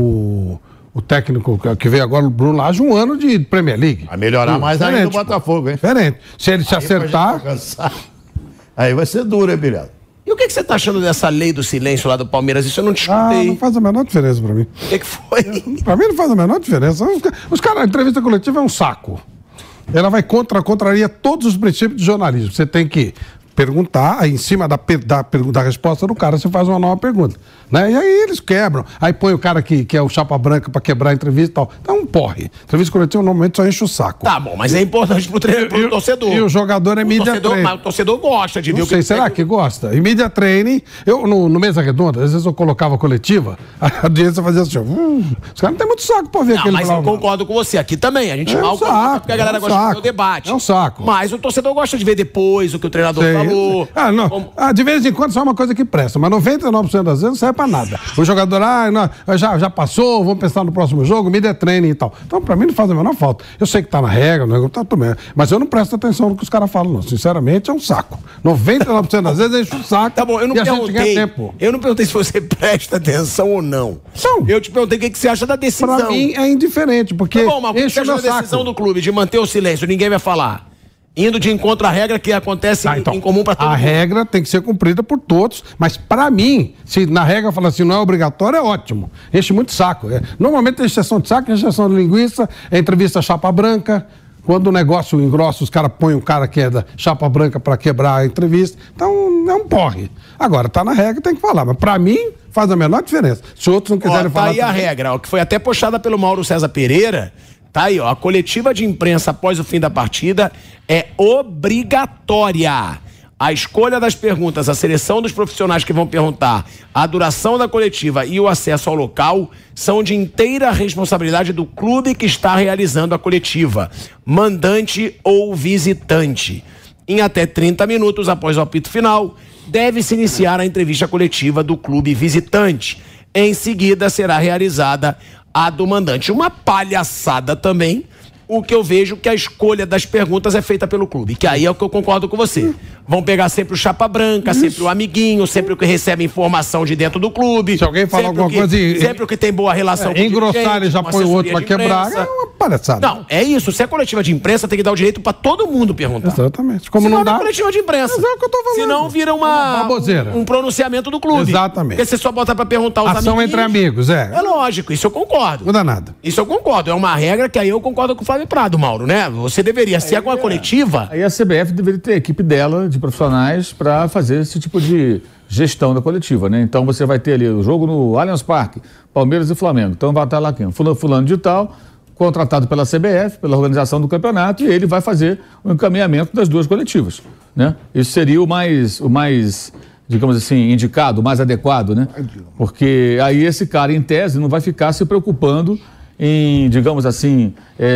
o, o técnico que veio agora, o Bruno Lage, um ano de Premier League. Vai melhorar Tudo. mais ainda o Diferente, Botafogo, hein? Diferente. Se ele se Aí pra acertar... gente alcançar, aí vai ser duro, hein, Bilhado? E o que, que você tá achando dessa lei do silêncio lá do Palmeiras? Isso eu não te Ah, escutei. não faz a menor diferença pra mim. O que, que foi? Pra mim não faz a menor diferença. Os, os caras, a entrevista coletiva é um saco. Ela vai contra, contraria todos os princípios do jornalismo. Você tem que perguntar, aí em cima da, da, da resposta do cara, você faz uma nova pergunta. Né? E aí eles quebram. Aí põe o cara que, que é o chapa branca pra quebrar a entrevista e tal. Então um porre. Entrevista coletiva normalmente só enche o saco. Tá bom, mas é importante pro, treino, pro E o- torcedor. e o jogador é O media torcedor, training. mas o torcedor gosta de ver Não o que sei, será que gosta? Em media training, eu no, no Mesa Redonda, às vezes eu colocava coletiva, a audiência fazia assim, ó, hum, os caras não tem muito saco pra ver Não, aquele mas blá, eu blá. concordo com você. Aqui também. A gente É um mal saco, coloca porque a galera é um gosta de ver saco. o debate. É um saco. Mas o torcedor gosta de ver depois o que o treinador Sei, falou. Ah, não. Como- Ah, de vez em quando só é uma coisa que presta, mas noventa e nove por cento das vezes não serve pra nada. O jogador, ah, não, já, já passou, vamos pensar no próximo jogo, media training e tal. Então, pra mim, não faz a menor falta. Eu sei que tá na regra, não é, tá, tudo bem, mas eu não presto atenção no que os caras falam, não. Sinceramente, é um saco. noventa e nove por cento das vezes enche o saco. Tá bom, eu não e a gente perguntei. ganha tempo. Eu não perguntei se você presta atenção ou não. Não. Eu te perguntei o que que você acha da decisão. Pra mim é indiferente, porque Tá bom, mas o que enche você o acha meu da saco. decisão do clube de manter o silêncio? Ninguém vai falar. Indo de encontro à regra que acontece Tá, em- então, em comum pra todo a mundo. regra tem que ser cumprida por todos, mas pra mim, se na regra fala assim, não é obrigatório, é ótimo. Enche muito saco. É. Normalmente tem exceção de saco, exceção de linguiça, é entrevista chapa branca. Quando o negócio engrossa, os caras põem um cara que é da chapa branca pra quebrar a entrevista. Então, é um porre. Agora, tá na regra, tem que falar. Mas pra mim, faz a menor diferença. Se outros não Ó, quiserem tá falar... aí a também- regra, ó, que foi até puxada pelo Mauro César Pereira. Tá aí, ó. A coletiva de imprensa após o fim da partida é obrigatória. A escolha das perguntas, a seleção dos profissionais que vão perguntar, a duração da coletiva e o acesso ao local são de inteira responsabilidade do clube que está realizando a coletiva, mandante ou visitante. Em até trinta minutos após o apito final, deve-se iniciar a entrevista coletiva do clube visitante. Em seguida, será realizada a do mandante. Uma palhaçada também, o que eu vejo que a escolha das perguntas é feita pelo clube, que aí é o que eu concordo com você. Vão pegar sempre o chapa branca, sempre o amiguinho, sempre o que recebe informação de dentro do clube. Se alguém falar sempre o alguma que- coisa e- Sempre o que tem boa relação É, com o engrossar, dirigente, ele já com põe o outro assessoria pra de quebrar. imprensa. É uma palhaçada. Não, é isso. Se é coletiva de imprensa, tem que dar o direito pra todo mundo perguntar. Exatamente. Como Senão não dá... é coletiva de imprensa. Mas é o que eu tô falando. Senão vira uma, Uma baboseira. um pronunciamento do clube. Exatamente. Porque você só bota pra perguntar os Ação amiguinhos. entre amigos, é. É lógico, isso eu concordo. Não dá nada. Isso eu concordo. É uma regra que aí eu concordo com o Flávio Prado, Mauro, né? Você deveria, se é com a coletiva... Aí a C B F deveria ter a equipe dela, de profissionais, para fazer esse tipo de gestão da coletiva, né? Então você vai ter ali o jogo no Allianz Parque, Palmeiras e Flamengo. Então vai estar lá quem? Fulano, fulano de tal, contratado pela C B F, pela organização do campeonato, e ele vai fazer o encaminhamento das duas coletivas, né? Isso seria o mais, o mais, digamos assim, indicado, o mais adequado, né? Porque aí esse cara, em tese, não vai ficar se preocupando em, digamos assim,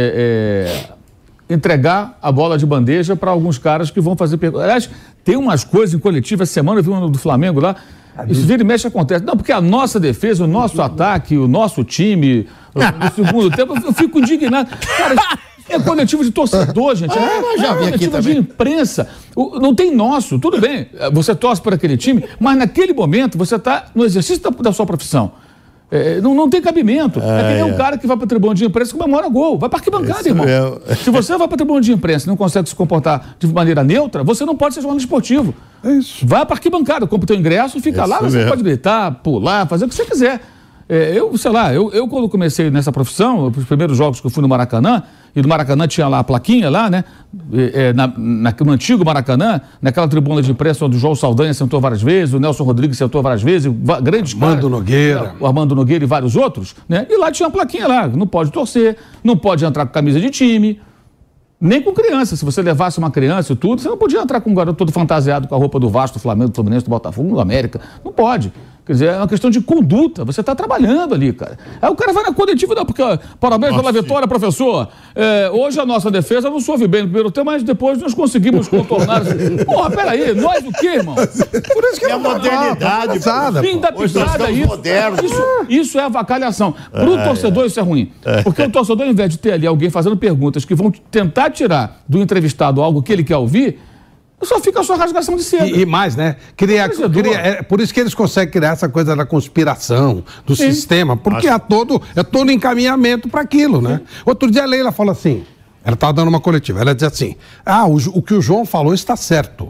é, é, entregar a bola de bandeja para alguns caras que vão fazer perguntas. Aliás, tem umas coisas em coletiva, essa semana eu vi uma do Flamengo lá, isso vira e mexe acontece. Não, porque a nossa defesa, o nosso ataque, o nosso time, no segundo tempo, eu fico indignado. Cara, é coletivo de torcedor, gente. É, eu já vi aqui coletivo de também. imprensa. O- Não tem nosso, tudo bem. Você torce por aquele time, mas naquele momento você está no exercício da, da sua profissão. É, não, não tem cabimento. É, que nem um cara que vai para a tribuna de imprensa e comemora gol. Vai para arquibancada, Isso irmão. é- Se você vai para a tribuna de imprensa e não consegue se comportar de maneira neutra, você não pode ser jornalista esportivo. É isso. Vai para a arquibancada, compra o teu ingresso, fica Isso lá, você mesmo. pode gritar, pular, fazer o que você quiser. É, eu, sei lá, eu, eu quando comecei nessa profissão, os primeiros jogos que eu fui no Maracanã, e no Maracanã tinha lá a plaquinha lá, né? É, é, na, na- no antigo Maracanã, naquela tribuna de imprensa onde o João Saldanha sentou várias vezes, o Nelson Rodrigues sentou várias vezes, va- grandes Armando caras, Nogueira. o Armando Nogueira e vários outros, né? E lá tinha uma plaquinha lá, não pode torcer, não pode entrar com camisa de time, nem com criança. Se você levasse uma criança e tudo, você não podia entrar com um garoto todo fantasiado com a roupa do Vasco, do Flamengo, do Fluminense, do Botafogo, do América. Não pode. Quer dizer, é uma questão de conduta. Você está trabalhando ali, cara. Aí o cara vai na coletiva, não, porque ó, parabéns Nossa, pela vitória, professor. É, hoje a nossa defesa não soube bem no primeiro tempo, mas depois nós conseguimos contornar. Porra, peraí, nós o quê, irmão? Por isso que é a modernidade. Fim da pisada, isso. isso. Isso é avacalhação. Para o torcedor isso é ruim. Porque o torcedor, ao invés de ter ali alguém fazendo perguntas que vão tentar tirar do entrevistado algo que ele quer ouvir, só fica a sua rasgação de seda. E, e mais, né? Cria, cria, é por isso que eles conseguem criar essa coisa da conspiração, do Sim. sistema, porque Acho... é todo, é todo encaminhamento para aquilo, né? Sim. Outro dia a Leila falou assim, ela estava dando uma coletiva, ela dizia assim, ah, o, o que o João falou está certo.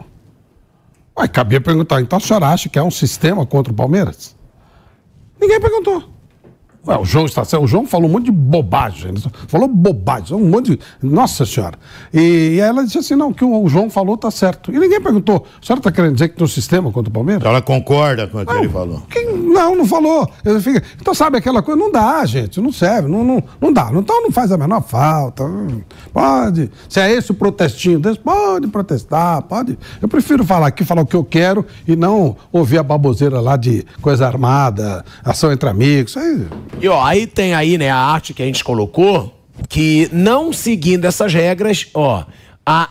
Ué, cabia perguntar, então a senhora acha que é um sistema contra o Palmeiras? Ninguém perguntou. Ué, o João está certo. O João falou um monte de bobagem. Ele falou bobagem, um monte de... Nossa senhora. E, e aí ela disse assim, não, que o, o João falou está certo. E ninguém perguntou, a senhora está querendo dizer que tem um sistema contra o Palmeiras? Ela concorda com o que não, ele falou. Que, não, não falou. Fico, então sabe aquela coisa, não dá, gente, não serve, não, não, não dá. Então não faz a menor falta. Pode. Se é esse o protestinho desse, pode protestar, pode. Eu prefiro falar aqui, falar o que eu quero e não ouvir a baboseira lá de coisa armada, ação entre amigos, aí... E ó, aí tem aí, né, a arte que a gente colocou, que não seguindo essas regras, ó, a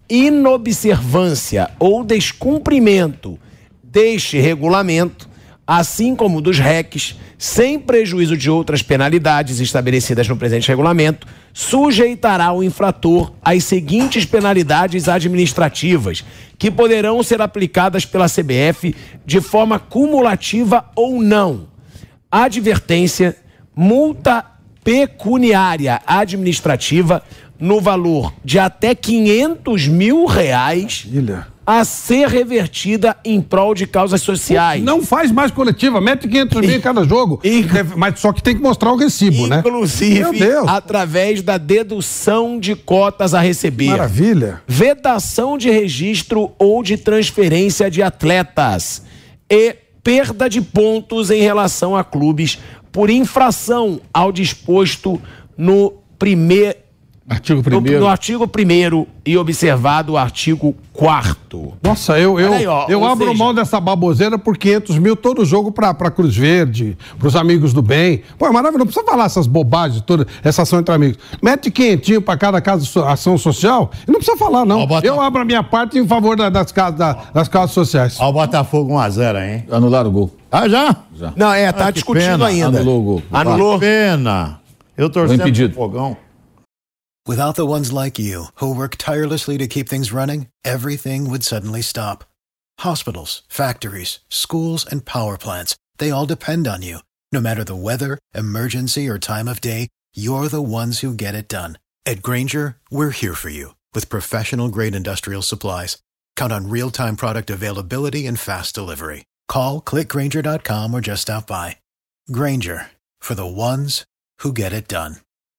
inobservância ou descumprimento deste regulamento, assim como dos R E Cs, sem prejuízo de outras penalidades estabelecidas no presente regulamento, sujeitará o infrator às seguintes penalidades administrativas, que poderão ser aplicadas pela C B F de forma cumulativa ou não. Advertência, multa pecuniária administrativa no valor de até quinhentos mil reais a ser revertida em prol de causas sociais. Não faz mais coletiva, mete quinhentos mil em cada jogo, e, mas só que tem que mostrar o recibo, né? Inclusive, através da dedução de cotas a receber. Maravilha. Vedação de registro ou de transferência de atletas e perda de pontos em relação a clubes por infração ao disposto no primeiro artigo primeiro. No, no artigo primeiro e observado o artigo quarto. Nossa, eu, eu, aí, ó, eu abro seja... mão dessa baboseira por quinhentos mil todo jogo pra, pra Cruz Verde, pros amigos do bem. Pô, é maravilhoso, não precisa falar essas bobagens todas, essa ação entre amigos. Mete quinhentinho pra cada casa ação social e não precisa falar, não. Bota... Eu abro a minha parte em favor da, das, casas, da, das causas sociais. Ó, o Botafogo um a zero, hein? Anularam o gol. Ah, já? já. Não, é, tá ah, discutindo pena. ainda. Anulou o gol. Anulou? Que pena. Eu torcendo pro Fogão. Without the ones like you, who work tirelessly to keep things running, everything would suddenly stop. Hospitals, factories, schools, and power plants, they all depend on you. No matter the weather, emergency, or time of day, you're the ones who get it done. At Grainger, we're here for you with professional-grade industrial supplies. Count on real-time product availability and fast delivery. Call, click grainger dot com or just stop by. Grainger, for the ones who get it done.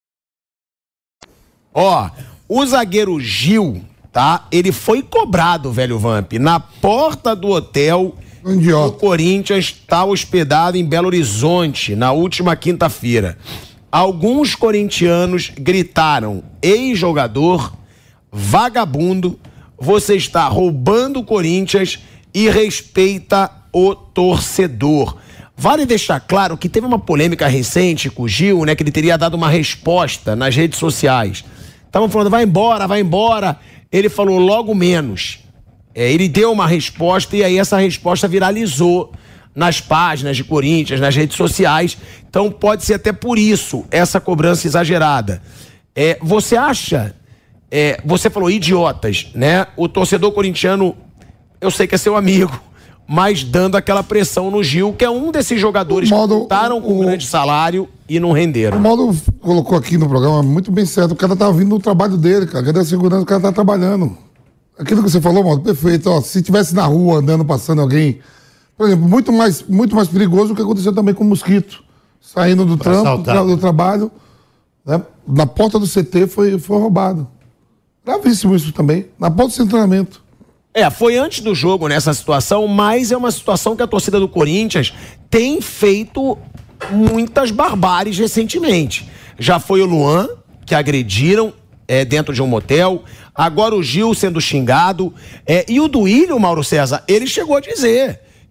Ó, o zagueiro Gil, tá? Ele foi cobrado, velho Vamp, na porta do hotel Idiota. O Corinthians tá hospedado em Belo Horizonte na última quinta-feira. Alguns corintianos gritaram: ex-jogador, vagabundo, você está roubando o Corinthians e respeita o torcedor. Vale deixar claro que teve uma polêmica recente com o Gil, né? Que ele teria dado uma resposta nas redes sociais. Estavam falando, vai embora, vai embora. Ele falou logo menos. É, ele deu uma resposta e aí essa resposta viralizou nas páginas de Corinthians, nas redes sociais. Então pode ser até por isso essa cobrança exagerada. É, você acha, é, você falou idiotas, né? O torcedor corintiano, eu sei que é seu amigo, mas dando aquela pressão no Gil, que é um desses jogadores modo, que contaram com um grande salário e não renderam. O Mauro colocou aqui no programa muito bem certo. O cara tá vindo do trabalho dele, cara. Cadê a segurança? O cara tá trabalhando. Aquilo que você falou, Mauro, perfeito. Ó, se tivesse na rua, andando, passando alguém... Por exemplo, muito mais, muito mais perigoso do que aconteceu também com o Mosquito. Saindo do pra trampo, do, do trabalho, né? Na porta do C T foi, foi roubado. Gravíssimo isso também. Na porta do treinamento. É, foi antes do jogo nessa situação, mas é uma situação que a torcida do Corinthians tem feito muitas barbáries recentemente. Já foi o Luan, que agrediram é, dentro de um motel, agora o Gil sendo xingado, é, e o Duílio, Mauro César, ele chegou a dizer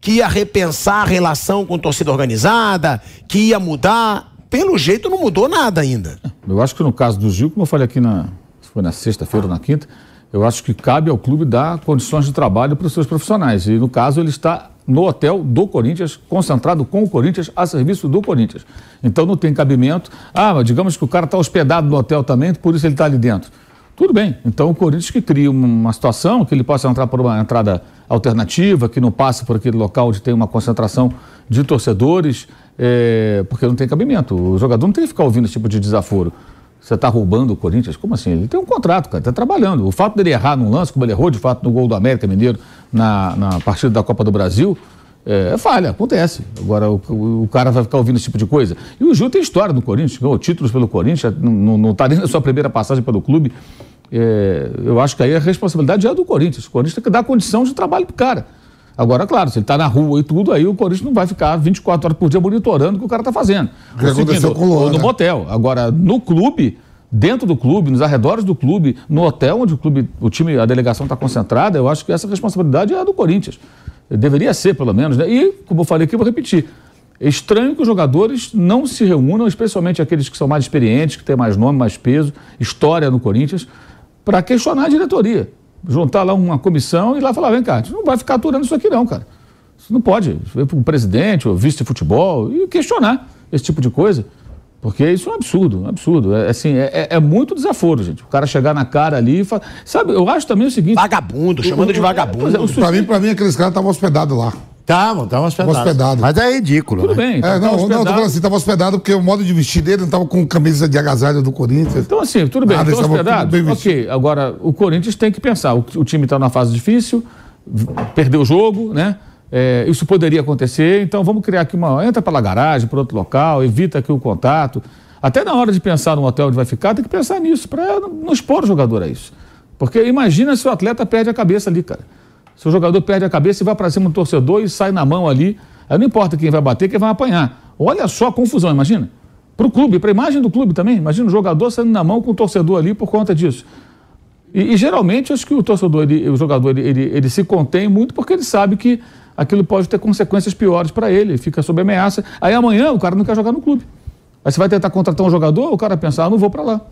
que ia repensar a relação com a torcida organizada, que ia mudar. Pelo jeito não mudou nada ainda. Eu acho que no caso do Gil, como eu falei aqui na, foi na sexta-feira ou na quinta, eu acho que cabe ao clube dar condições de trabalho para os seus profissionais. E no caso ele está no hotel do Corinthians, concentrado com o Corinthians, a serviço do Corinthians. Então não tem cabimento. Ah, mas digamos que o cara está hospedado no hotel também, por isso ele está ali dentro. Tudo bem. Então o Corinthians que cria uma situação que ele possa entrar por uma entrada alternativa, que não passe por aquele local onde tem uma concentração de torcedores, é, porque não tem cabimento. O jogador não tem que ficar ouvindo esse tipo de desaforo. Você está roubando o Corinthians? Como assim? Ele tem um contrato, cara, está trabalhando. O fato dele errar num lance, como ele errou de fato no gol do América Mineiro na, na partida da Copa do Brasil, é, é falha, acontece. Agora o, o, o cara vai ficar ouvindo esse tipo de coisa. E o Gil tem história no Corinthians, ganhou títulos pelo Corinthians, não está nem na sua primeira passagem pelo clube. É, eu acho que aí a responsabilidade é do Corinthians. O Corinthians tem que dar condição de trabalho pro cara. Agora, claro, se ele está na rua e tudo, aí o Corinthians não vai ficar vinte e quatro horas por dia monitorando o que o cara está fazendo. O que aconteceu com o Luan, ou no né? motel. Agora, no clube, dentro do clube, nos arredores do clube, no hotel onde o clube, o time, a delegação está concentrada, eu acho que essa responsabilidade é do Corinthians. Deveria ser, pelo menos, né? E, como eu falei aqui, eu vou repetir. É estranho que os jogadores não se reúnam, especialmente aqueles que são mais experientes, que têm mais nome, mais peso, história no Corinthians, para questionar a diretoria. Juntar lá uma comissão e lá falar, vem cá, a gente não vai ficar aturando isso aqui não, cara. Isso não pode. Ir para o presidente, ou vice de futebol, e questionar esse tipo de coisa. Porque isso é um absurdo, um absurdo. É, assim, é, é muito desaforo, gente. O cara chegar na cara ali e falar... Sabe, eu acho também o seguinte... Vagabundo, chamando de vagabundo. É, Pra mim, pra mim, aqueles caras estavam hospedados lá. Estavam, estavam hospedados. Hospedado. Mas é ridículo, Tudo né? bem. É, então não, tá não, eu tô hospedado. falando assim, tava hospedado porque o modo de vestir dele não tava com camisa de agasalho do Corinthians. Então, assim, tudo bem, Nada, estão eles estavam tudo bem hospedados? Ok, agora o Corinthians tem que pensar, o, o time está numa fase difícil, v- perdeu o jogo, né? É, isso poderia acontecer, então vamos criar aqui uma... Entra pela garagem, por outro local, evita aqui o contato. Até na hora de pensar no hotel onde vai ficar, tem que pensar nisso, para não, não expor o jogador a isso. Porque imagina se o atleta perde a cabeça ali, cara. Se o jogador perde a cabeça e vai para cima do torcedor e sai na mão ali, aí não importa quem vai bater, quem vai apanhar. Olha só a confusão, imagina. Para o clube, para a imagem do clube também. Imagina o jogador saindo na mão com o torcedor ali por conta disso. E, e geralmente, acho que o torcedor, ele, o jogador, ele, ele, ele se contém muito porque ele sabe que aquilo pode ter consequências piores para ele, fica sob ameaça. Aí amanhã o cara não quer jogar no clube. Aí você vai tentar contratar um jogador, o cara pensa, ah, não vou para lá.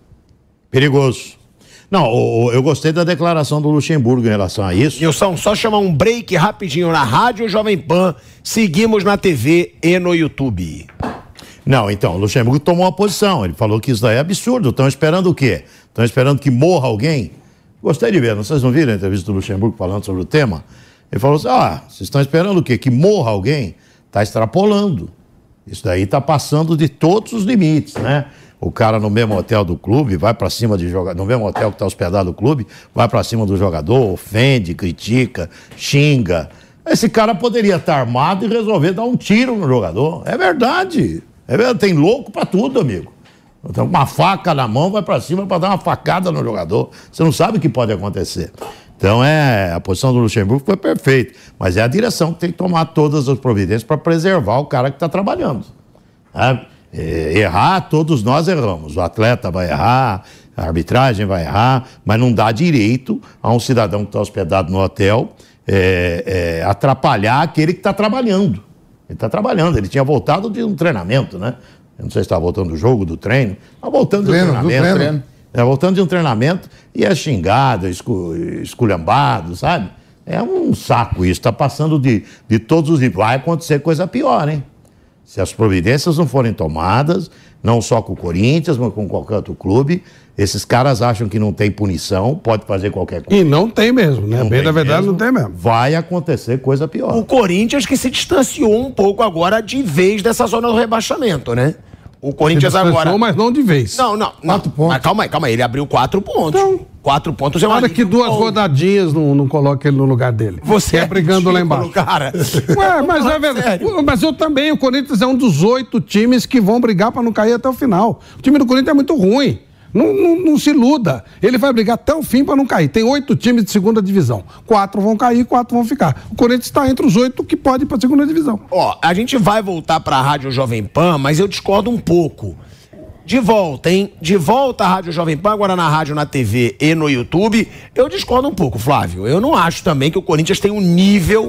Perigoso. Não, o- o- eu gostei da declaração do Luxemburgo em relação a isso. Nilson, só chamar um break rapidinho na Rádio Jovem Pan. Seguimos na T V e no YouTube. Não, então, o Luxemburgo tomou uma posição. Ele falou que isso daí é absurdo. Estão esperando o quê? Estão esperando que morra alguém? Gostei de ver, não, vocês não viram a entrevista do Luxemburgo falando sobre o tema? Ele falou assim, ah, vocês estão esperando o quê? Que morra alguém? Está extrapolando. Isso daí está passando de todos os limites, né? O cara no mesmo hotel do clube vai para cima de jogador, no mesmo hotel que está hospedado no clube, vai para cima do jogador, ofende, critica, xinga. Esse cara poderia estar armado e resolver dar um tiro no jogador. É verdade. É verdade. Tem louco para tudo, amigo. Então, uma faca na mão, vai para cima para dar uma facada no jogador. Você não sabe o que pode acontecer. Então, é, a posição do Luxemburgo foi perfeita. Mas é a direção que tem que tomar todas as providências para preservar o cara que está trabalhando. Sabe? É, errar, todos nós erramos. O atleta vai errar, a arbitragem vai errar, mas não dá direito a um cidadão que está hospedado no hotel é, é, atrapalhar aquele que está trabalhando. Ele está trabalhando, ele tinha voltado de um treinamento, né? Eu não sei se estava voltando do jogo, do treino. Estava voltando de um Treino, do treinamento. treino. É, voltando de um treinamento e é xingado, escu, esculhambado, sabe? É um saco isso, está passando de, de todos os níveis. Vai acontecer coisa pior, hein? Se as providências não forem tomadas, não só com o Corinthians, mas com qualquer outro clube, esses caras acham que não tem punição, pode fazer qualquer coisa. E não tem mesmo, né? Não Bem tem da verdade, mesmo. não tem mesmo. Vai acontecer coisa pior. O Corinthians que se distanciou um pouco agora de vez dessa zona do rebaixamento, né? O Corinthians Se distanciou, agora... mas não de vez. Não, não, não. Quatro pontos. Mas calma aí, calma aí. Ele abriu quatro pontos. Então, quatro pontos é uma... Nada que duas rodadinhas não, não coloca ele no lugar dele. Você é brigando lá ridículo, embaixo. cara. Ué, mas é verdade. Sério. Mas eu também, o Corinthians é um dos oito times que vão brigar para não cair até o final. O time do Corinthians é muito ruim. Não, não, não se iluda. Ele vai brigar até o fim para não cair. Tem oito times de segunda divisão. Quatro vão cair, quatro vão ficar. O Corinthians está entre os oito que pode ir para a segunda divisão. Ó, a gente vai voltar pra Rádio Jovem Pan, mas eu discordo um pouco. De volta, hein? De volta à Rádio Jovem Pan, agora na rádio, na T V e no YouTube. Eu discordo um pouco, Flávio. Eu não acho também que o Corinthians tem um nível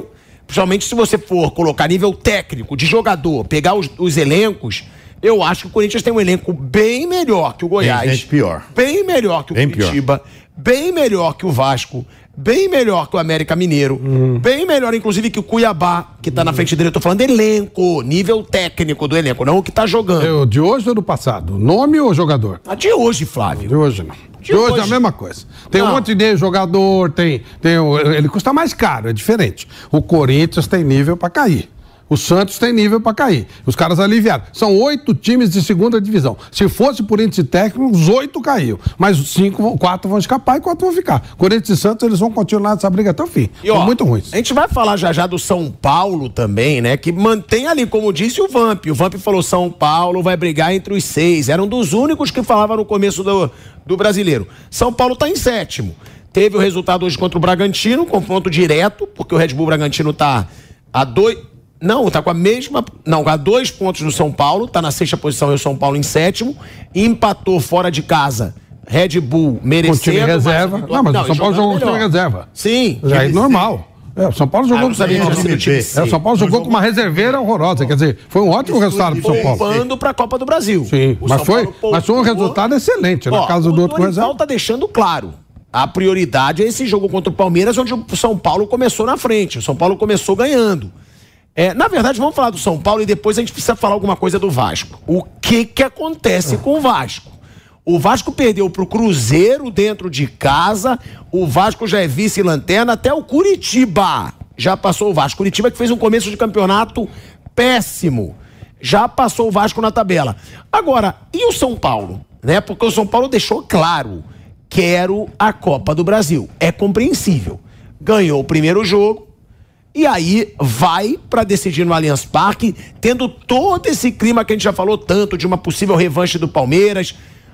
principalmente se você for colocar nível técnico, de jogador, pegar os, os elencos, eu acho que o Corinthians tem um elenco bem melhor que o Goiás. Tem gente pior. Bem melhor que o Bem Curitiba. pior. Bem melhor que o Vasco. Bem melhor que o América Mineiro. Hum. Bem melhor, inclusive, que o Cuiabá, que tá hum. na frente dele. Eu tô falando elenco, nível técnico do elenco, não o que tá jogando. Eu, de hoje ou do passado? Nome ou jogador? Ah, de hoje, Flávio. De hoje não. De, de hoje, hoje é a mesma coisa. Tem não. um monte de jogador, tem, tem. Ele custa mais caro, é diferente. O Corinthians tem nível pra cair. O Santos tem nível pra cair. Os caras aliviaram. São oito times de segunda divisão. Se fosse por índice técnico, os oito caiu. Mas os cinco, quatro vão escapar e quatro vão ficar. Corinthians e Santos, eles vão continuar nessa briga até o fim. E, ó, São muito ruins. A gente vai falar já já do São Paulo também, né? Que mantém ali, como disse o Vamp. O Vamp falou: São Paulo vai brigar entre os seis. Era um dos únicos que falava no começo do, do brasileiro. São Paulo tá em sétimo. Teve o resultado hoje contra o Bragantino, confronto direto, porque o Red Bull Bragantino tá a dois. Não, tá com a mesma. Não, a dois pontos do São Paulo, tá na sexta posição e o São Paulo em sétimo. Empatou fora de casa. Red Bull merecendo. Com time reserva. Mas, não, mas não, o São Paulo jogou com time reserva. Sim. Já é normal. É, o São Paulo jogou ah, com time é, o São Paulo jogou com uma reserveira horrorosa. Quer dizer, foi um ótimo resultado pro São Paulo. Poupando pra Copa do Brasil. Sim, o mas São foi, Paulo mas foi um resultado excelente. Ó, na casa do outro reserva. O reserva. tá deixando claro. A prioridade é esse jogo contra o Palmeiras, onde o São Paulo começou na frente. O São Paulo começou ganhando. É, na verdade, vamos falar do São Paulo e depois a gente precisa falar alguma coisa do Vasco. O que que acontece com o Vasco? O Vasco perdeu pro Cruzeiro dentro de casa, o Vasco já é vice-lanterna, até o Curitiba já passou o Vasco. Curitiba que fez um começo de campeonato péssimo, já passou o Vasco na tabela. Agora, e o São Paulo? Né? Porque o São Paulo deixou claro, quero a Copa do Brasil. É compreensível. Ganhou o primeiro jogo, e aí vai para decidir no Allianz Parque, tendo todo esse clima que a gente já falou tanto, de uma possível revanche do Palmeiras.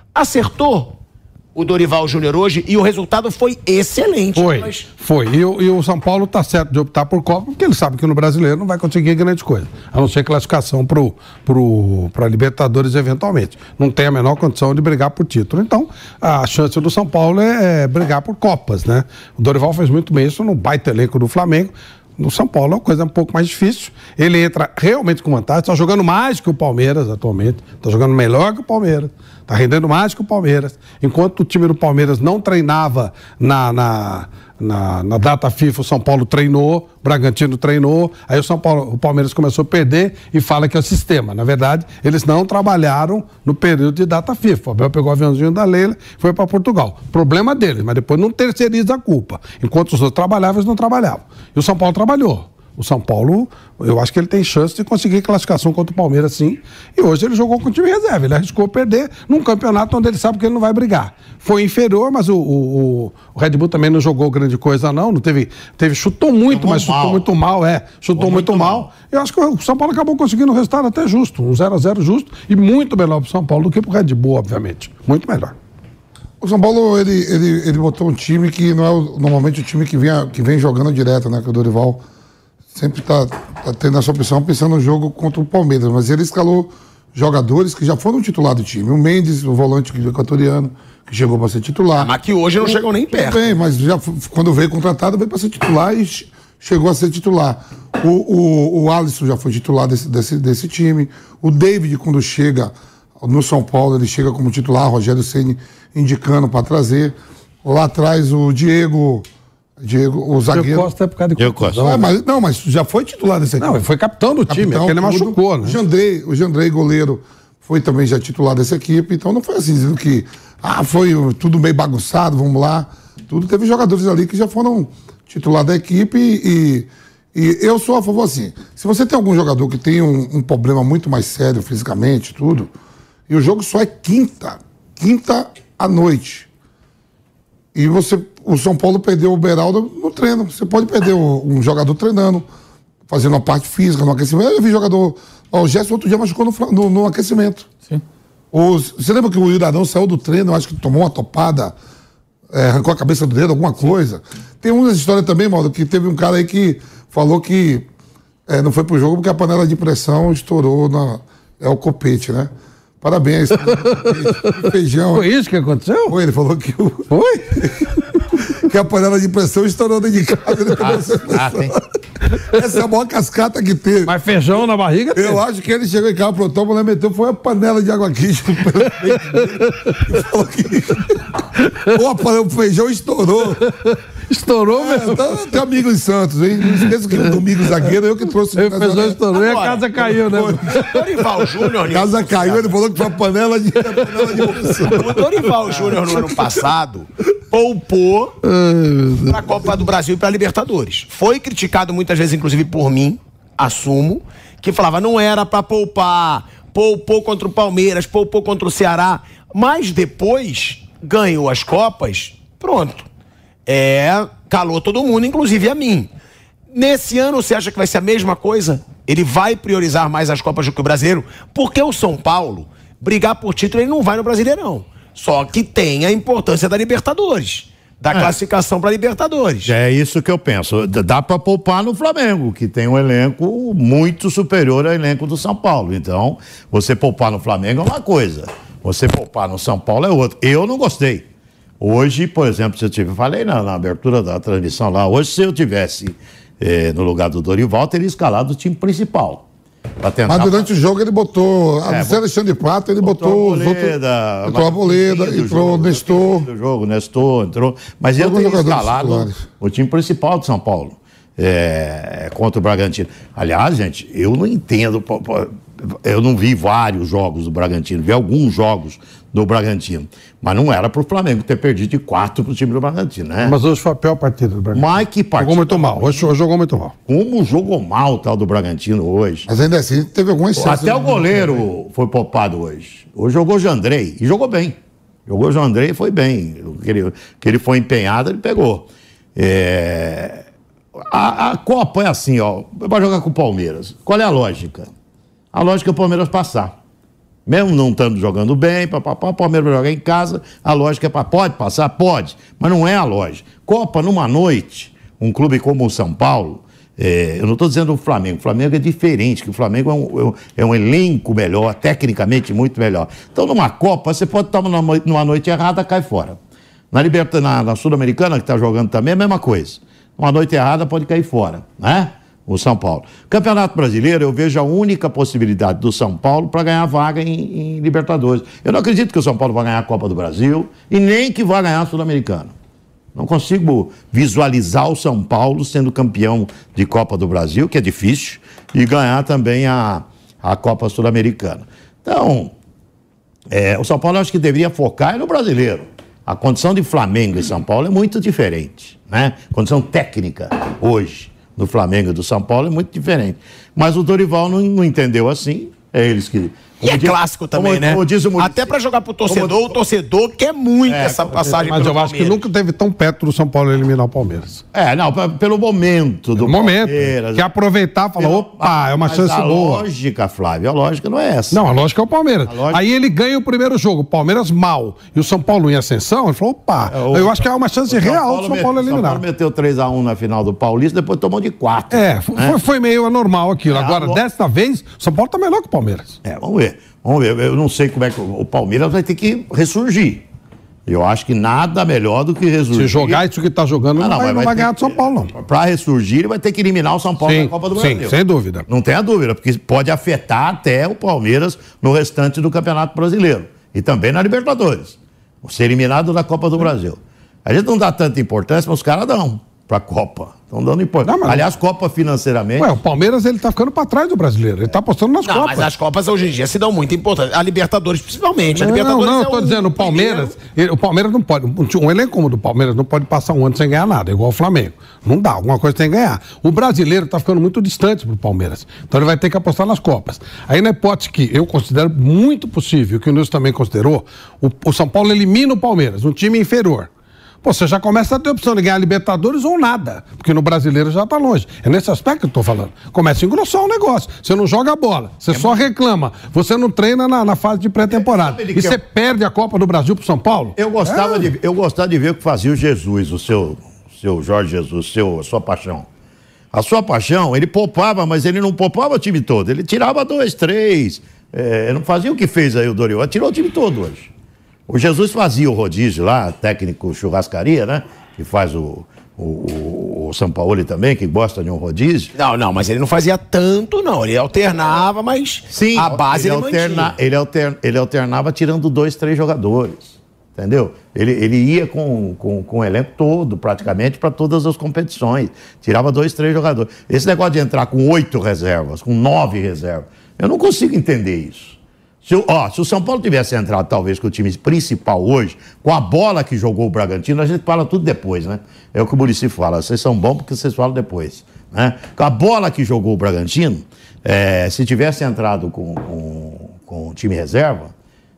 Acertou o Dorival Júnior hoje e o resultado foi excelente. Foi, mas... foi. E, e o São Paulo tá certo de optar por Copa, porque ele sabe que no brasileiro não vai conseguir grande coisa, a não ser classificação pro, pro, pra Libertadores eventualmente. Não tem a menor condição de brigar por título. Então, a chance do São Paulo é, é brigar por Copas, né? O Dorival fez muito bem isso no baita elenco do Flamengo. No São Paulo é uma coisa um pouco mais difícil. Ele entra realmente com vantagem, está jogando mais que o Palmeiras atualmente, está jogando melhor que o Palmeiras, está rendendo mais que o Palmeiras. Enquanto o time do Palmeiras não treinava na, na, na, na data FIFA, o São Paulo treinou, o Bragantino treinou, aí o, São Paulo, o Palmeiras começou a perder e fala que é o sistema. Na verdade, eles não trabalharam no período de data FIFA. O Abel pegou o aviãozinho da Leila e foi para Portugal. Problema deles, mas depois não terceiriza a culpa. Enquanto os outros trabalhavam, eles não trabalhavam. E o São Paulo trabalhou. O São Paulo, eu acho que ele tem chance de conseguir classificação contra o Palmeiras, sim. E hoje ele jogou com o time reserva. Ele arriscou perder num campeonato onde ele sabe que ele não vai brigar. Foi inferior, mas o, o, o Red Bull também não jogou grande coisa, não. Não teve, teve chutou muito, jogou mas mal. chutou muito mal, é. Chutou muito, muito mal. mal. Eu acho que o São Paulo acabou conseguindo um resultado até justo. Um zero a zero justo e muito melhor pro São Paulo do que pro Red Bull, obviamente. Muito melhor. O São Paulo, ele, ele, ele botou um time que não é o, normalmente o time que vem, que vem jogando direto, né? Que o Dorival sempre está tá tendo essa opção pensando no jogo contra o Palmeiras, mas ele escalou jogadores que já foram titular do time. O Mendes, o volante equatoriano, que chegou para ser titular. Ah, mas que hoje não o, chegam nem perto. Bem, mas já quando veio contratado, veio para ser titular e chegou a ser titular. O, o, o Alisson já foi titular desse, desse, desse time. O David, quando chega no São Paulo, ele chega como titular, Rogério Ceni indicando para trazer. Lá atrás, o Diego... Diego, o zagueiro. Diego Costa é por causa de Costa. Ah, mas, não, mas já foi titular desse aqui. Não, ele foi capitão do capitão, time, é porque ele machucou, né? O Jandrei, o Jandrei, goleiro, foi também já titular dessa equipe, então não foi assim, dizendo que ah, foi tudo meio bagunçado, vamos lá. Tudo teve jogadores ali que já foram titular da equipe e, e eu sou a favor assim. Se você tem algum jogador que tem um, um problema muito mais sério fisicamente, tudo, e o jogo só é quinta, quinta à noite. E você, o São Paulo perdeu o Beraldo no treino. Você pode perder um jogador treinando, fazendo a parte física, no aquecimento. Eu vi jogador... Ó, o Gerson outro dia machucou no, no, no aquecimento. Sim. O, você lembra que o Iradão saiu do treino, acho que tomou uma topada, é, arrancou a cabeça do dedo, alguma coisa. Tem umas histórias também, Mauro, que teve um cara aí que falou que é, não foi pro jogo porque a panela de pressão estourou na... É o copete, né? Parabéns. Feijão. Foi isso que aconteceu? Foi, ele falou que o... Foi? porque a panela de pressão estourou dentro de casa. Ah, ah, tem. Essa é a maior cascata que teve. Mas feijão na barriga Eu teve. acho que ele chegou em casa, aprontou, a mulher meteu, foi a panela de água quente. E falou que... Pô, a panela, o feijão estourou. Estourou, É, meu. tá, tem amigo em Santos, hein? Não esqueça que o domingo zagueiro, eu que trouxe O feijão estourou e a Agora, casa caiu, né? Dorival Júnior. A casa caiu, ele falou que foi a panela de, a panela de pressão. O Dorival Júnior no ano passado poupou para a Copa do Brasil e para a Libertadores. Foi criticado muitas vezes, inclusive por mim, assumo, que falava não era para poupar, poupou contra o Palmeiras, poupou contra o Ceará, mas depois ganhou as Copas, pronto. É, calou todo mundo, inclusive a mim. Nesse ano, você acha que vai ser a mesma coisa? Ele vai priorizar mais as Copas do que o Brasileiro? Porque o São Paulo, brigar por título, ele não vai no Brasileirão. Só que tem a importância da Libertadores, da É. classificação para Libertadores. É isso que eu penso. D- Dá pra poupar no Flamengo, que tem um elenco muito superior ao elenco do São Paulo. Então, você poupar no Flamengo é uma coisa, você poupar no São Paulo é outra. Eu não gostei. Hoje, por exemplo, se eu tive, falei na, na abertura da transmissão lá, hoje se eu tivesse eh, no lugar do Dorival, teria escalado o time principal. Pra tentar... Mas durante o jogo ele botou. A É, do Alexandre de Prata, ele botou, Botou os a outros. Boleda, Entrou a Boleda, do entrou o jogo, Nestor. do jogo, Nestor, entrou. Mas eu Alguns teria jogadores escalado titulares. o time principal de São Paulo é, contra o Bragantino. Aliás, gente, eu não entendo. pô, pô, Eu não vi vários jogos do Bragantino, vi alguns jogos do Bragantino. Mas não era pro Flamengo ter perdido de quatro pro time do Bragantino, né? Mas hoje foi a pior partida do Bragantino. Mas que partida. Jogou muito mal. Hoje, hoje jogou muito mal. Como jogou mal o tal do Bragantino hoje. Mas ainda assim, teve algumas chances. Até o goleiro foi poupado hoje. Hoje jogou o Jandrei e jogou bem. Jogou o Jandrei e foi bem. O que ele, que ele foi empenhado, ele pegou. É... A, a Copa é assim, ó. Vai jogar com o Palmeiras. Qual é a lógica? A lógica é o Palmeiras passar. Mesmo não estando jogando bem, papapá, o Palmeiras vai jogar em casa, a lógica é para pode passar? Pode, mas não é a lógica. Copa numa noite, um clube como o São Paulo, é, eu não estou dizendo o Flamengo, o Flamengo é diferente, que o Flamengo é um, é um elenco melhor, tecnicamente muito melhor. Então numa Copa, você pode estar numa, numa noite errada, cai fora. Na Libertadores, na, na Sul-Americana, que está jogando também, é a mesma coisa. Uma noite errada pode cair fora, né? O São Paulo. Campeonato Brasileiro, eu vejo a única possibilidade do São Paulo para ganhar vaga em, em Libertadores. Eu não acredito que o São Paulo vai ganhar a Copa do Brasil e nem que vai ganhar a Sul-Americana. Não consigo visualizar o São Paulo sendo campeão de Copa do Brasil, que é difícil, e ganhar também a, a Copa Sul-Americana. Então, é, o São Paulo eu acho que deveria focar no brasileiro. A condição de Flamengo e São Paulo é muito diferente, né? Condição técnica hoje do Flamengo e do São Paulo é muito diferente. Mas o Dorival não, não entendeu assim. É eles que... E é diz- clássico também, como- né? como diz o Muricy. Até pra jogar pro torcedor, Como- o torcedor quer muito É, essa passagem Mas pelo eu acho que Palmeiras. nunca teve tão perto do São Paulo eliminar o Palmeiras. É, não, p- pelo momento do Momento. Palmeiras. Que aproveitar e falar, Pelo- opa, é uma Mas chance a boa. lógica, Flávio, a lógica não é essa. Não, a lógica é o Palmeiras. A lógica- Aí ele ganha o primeiro jogo, o Palmeiras mal, e o São Paulo em ascensão, ele falou, opa, o- eu acho que é uma chance O São real do São met- Paulo São eliminar. Paulo meteu três a um na final do Paulista, depois tomou de quatro. É, foi, foi- foi meio anormal aquilo. É, Agora, a lo- desta vez, o São Paulo tá melhor que o Palmeiras. É, vamos ver. Vamos ver. Eu não sei como é que o o Palmeiras vai ter que ressurgir. Eu acho que nada melhor do que ressurgir. Se jogar isso que tá jogando, Ah, não, vai, não vai ter ganhar que- do São Paulo, não. Para ressurgir, ele vai ter que eliminar o São Paulo Sim, da Copa do sim, Brasil. sem dúvida. Não tenha dúvida, porque pode afetar até o Palmeiras no restante do Campeonato Brasileiro. E também na Libertadores. Ser eliminado da Copa do Brasil. A gente não dá tanta importância, mas os caras dão para a Copa. Estão dando importância. Não, mas- Aliás, Copa financeiramente. Ué, o Palmeiras, ele tá ficando pra trás do brasileiro. Ele tá apostando nas Não, Copas. mas as Copas hoje em dia se dão muita importância. A Libertadores, principalmente. A Não, Libertadores não, é eu tô o dizendo, o Palmeiras, ele- o Palmeiras não pode, um, um elenco como o do Palmeiras não pode passar um ano sem ganhar nada, igual o Flamengo. Não dá, alguma coisa tem que ganhar. O brasileiro tá ficando muito distante pro Palmeiras, então ele vai ter que apostar nas Copas. Aí na hipótese que eu considero muito possível, que o Nilson também considerou, o, o São Paulo elimina o Palmeiras, um time inferior. Pô, você já começa a ter a opção de ganhar Libertadores ou nada, porque no brasileiro já tá longe. É nesse aspecto que eu tô falando. Começa a engrossar o negócio. Você não joga a bola, você só reclama. Você não treina na, na fase de pré-temporada. Sabe de E que você eu- perde a Copa do Brasil pro São Paulo? Eu gostava, É. de, eu gostava de ver o que fazia o Jesus, o seu, seu Jorge Jesus, seu, a sua paixão. A sua paixão, ele poupava, mas ele não poupava o time todo. Ele tirava dois, três. É, não fazia o que fez aí o Dorival. Tirou o time todo hoje. O Jesus fazia o rodízio lá, técnico churrascaria, né? que faz o, o, o Sampaoli também, que gosta de um rodízio. Não, não, mas ele não fazia tanto, não. Ele alternava, mas Sim, a base ele, ele, alterna, mantinha. ele, alter, ele alternava tirando dois, três jogadores. Entendeu? Ele, ele ia com, com, com o elenco todo, praticamente, para todas as competições. Tirava dois, três jogadores. Esse negócio de entrar com oito reservas, com nove reservas, eu não consigo entender isso. Se, ó, se o São Paulo tivesse entrado, talvez, com o time principal hoje, com a bola que jogou o Bragantino, a gente fala tudo depois, né? É o que o Muricy fala, vocês são bons porque vocês falam depois. Né? Com a bola que jogou o Bragantino, é, se tivesse entrado com, com, com o time reserva,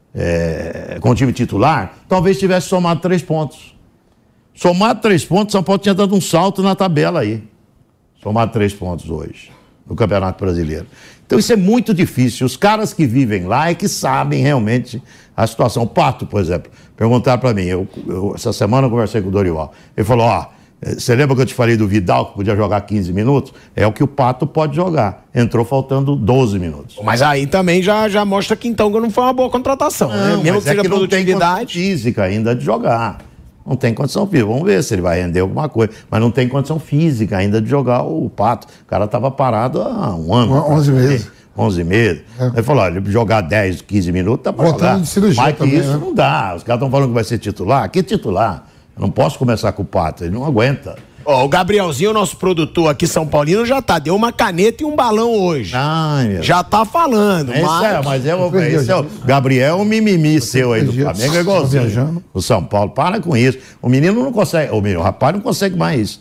É, com o time titular, talvez tivesse somado três pontos. Somado três pontos, São Paulo tinha dado um salto na tabela aí. Somado três pontos hoje, no Campeonato Brasileiro. Então isso é muito difícil. Os caras que vivem lá é que sabem realmente a situação. O Pato, por exemplo, perguntaram para mim, eu, eu, essa semana eu conversei com o Dorival. Ele falou, ó, você lembra que eu te falei do Vidal, que podia jogar quinze minutos? É o que o Pato pode jogar. Entrou faltando doze minutos. Mas aí também já, já mostra que então não foi uma boa contratação. Não, né? Mesmo mas que seja é que não tem condição produtividade. física ainda de jogar. Não tem condição física. Vamos ver se ele vai render alguma coisa. Mas não tem condição física ainda de jogar o Pato. O cara estava parado há um ano. onze meses. onze meses. É. Ele falou, olha, jogar dez, quinze minutos dá pra Voltando jogar. de cirurgia Mas que também, isso né? não dá. Os caras estão falando que vai ser titular. Que titular? Eu não posso começar com o Pato. Ele não aguenta. Ó, o Gabrielzinho, nosso produtor aqui, São Paulino, já tá. Deu uma caneta e um balão hoje. Ai, meu. Já tá falando. Esse mas... é, mas é o, esse é o Gabriel, o mimimi seu aí do Flamengo é igualzinho. O São Paulo, para com isso. O menino não consegue, o, menino, o rapaz não consegue mais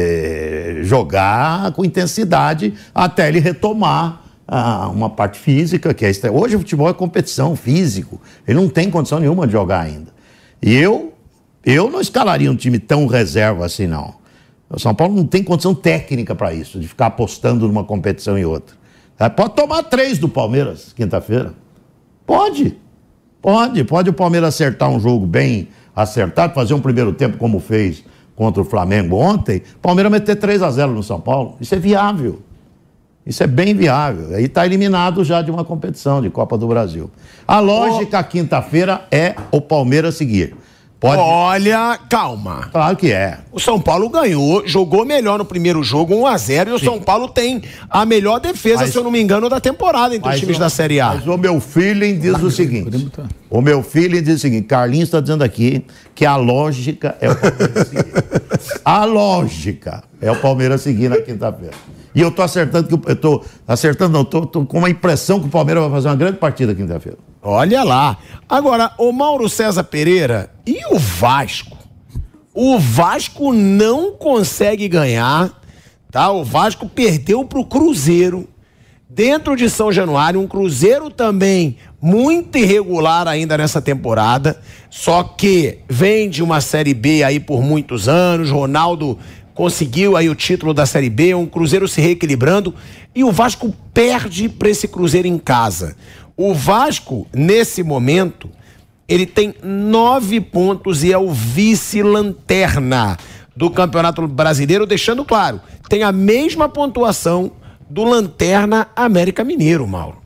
é, jogar com intensidade até ele retomar ah, uma parte física, que é extra... Hoje o futebol é competição, físico. Ele não tem condição nenhuma de jogar ainda. E eu, eu não escalaria um time tão reserva assim, não. O São Paulo não tem condição técnica para isso, de ficar apostando numa competição e outra. Pode tomar três do Palmeiras, quinta-feira. Pode. Pode. Pode o Palmeiras acertar um jogo bem acertado, fazer um primeiro tempo como fez contra o Flamengo ontem, o Palmeiras meter três a zero no São Paulo. Isso é viável. Isso é bem viável. Aí está eliminado já de uma competição de Copa do Brasil. A lógica, oh. quinta-feira, é o Palmeiras seguir. Pode... Olha, calma. Claro que é. O São Paulo ganhou, jogou melhor no primeiro jogo, um a zero, e o Sim. São Paulo tem a melhor defesa, mas, se eu não me engano, da temporada entre os times o, da Série A. Mas o meu feeling diz o seguinte, o meu feeling diz o seguinte, Carlinhos está dizendo aqui que a lógica é o Palmeiras seguir. A lógica é o Palmeiras seguir na quinta-feira. E eu tô acertando, que eu tô acertando, não, tô, tô com uma impressão que o Palmeiras vai fazer uma grande partida quinta-feira. Olha lá. Agora, o Mauro César Pereira e o Vasco? O Vasco não consegue ganhar, tá? O Vasco perdeu pro Cruzeiro dentro de São Januário, um Cruzeiro também muito irregular ainda nessa temporada, só que vem de uma Série B aí por muitos anos, Ronaldo conseguiu aí o título da Série B, um Cruzeiro se reequilibrando, e o Vasco perde para esse Cruzeiro em casa. O Vasco, nesse momento, ele tem nove pontos e é o vice-lanterna do Campeonato Brasileiro, deixando claro, tem a mesma pontuação do Lanterna América Mineiro, Mauro.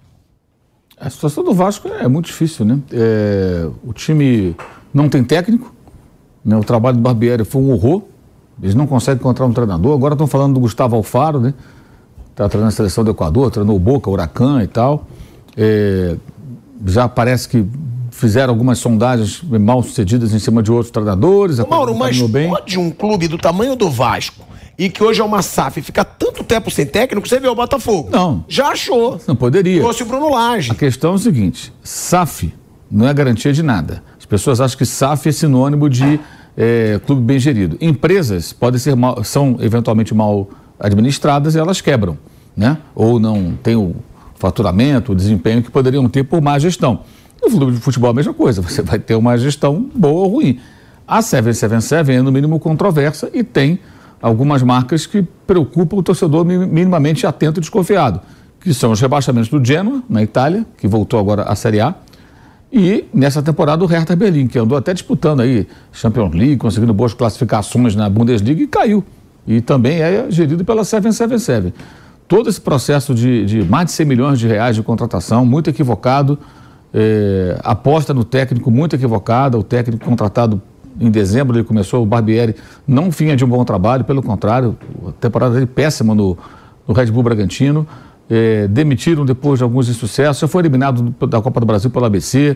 A situação do Vasco é muito difícil, né? É, o time não tem técnico, né? O trabalho do Barbieri foi um horror. Eles não conseguem encontrar um treinador. Agora estão falando do Gustavo Alfaro, né? Está treinando a seleção do Equador, treinou o Boca, Huracan e tal. É, já parece que fizeram algumas sondagens mal sucedidas em cima de outros treinadores. Ô, Mauro, mas bem. Pode um clube do tamanho do Vasco e que hoje é uma S A F ficar tanto tempo sem técnico, você vê o Botafogo? Não. Já achou. Não poderia. Trouxe o Bruno Lage. A questão é o seguinte, S A F não é garantia de nada. As pessoas acham que S A F é sinônimo de É, clube bem gerido. Empresas podem ser mal, são eventualmente mal administradas e elas quebram, né? Ou não tem o faturamento, o desempenho que poderiam ter por má gestão. No clube de futebol é a mesma coisa, você vai ter uma gestão boa ou ruim. A sete sete sete é no mínimo controversa e tem algumas marcas que preocupam o torcedor minimamente atento e desconfiado, que são os rebaixamentos do Genoa, na Itália, que voltou agora à Série A, e nessa temporada o Hertha Berlim, que andou até disputando aí Champions League, conseguindo boas classificações na Bundesliga e caiu. E também é gerido pela sete sete sete. Todo esse processo de, de mais de cem milhões de reais de contratação, muito equivocado, é, aposta no técnico muito equivocada, o técnico contratado em dezembro ele começou, o Barbieri não vinha de um bom trabalho, pelo contrário, a temporada dele péssima no, no Red Bull Bragantino, é, demitiram depois de alguns insucessos, já foi eliminado da Copa do Brasil pelo A B C,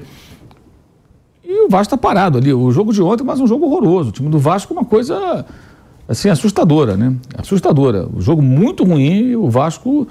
e o Vasco está parado ali. O jogo de ontem, mas um jogo horroroso. O time do Vasco é uma coisa, assim, assustadora, né? Assustadora. O jogo muito ruim e o Vasco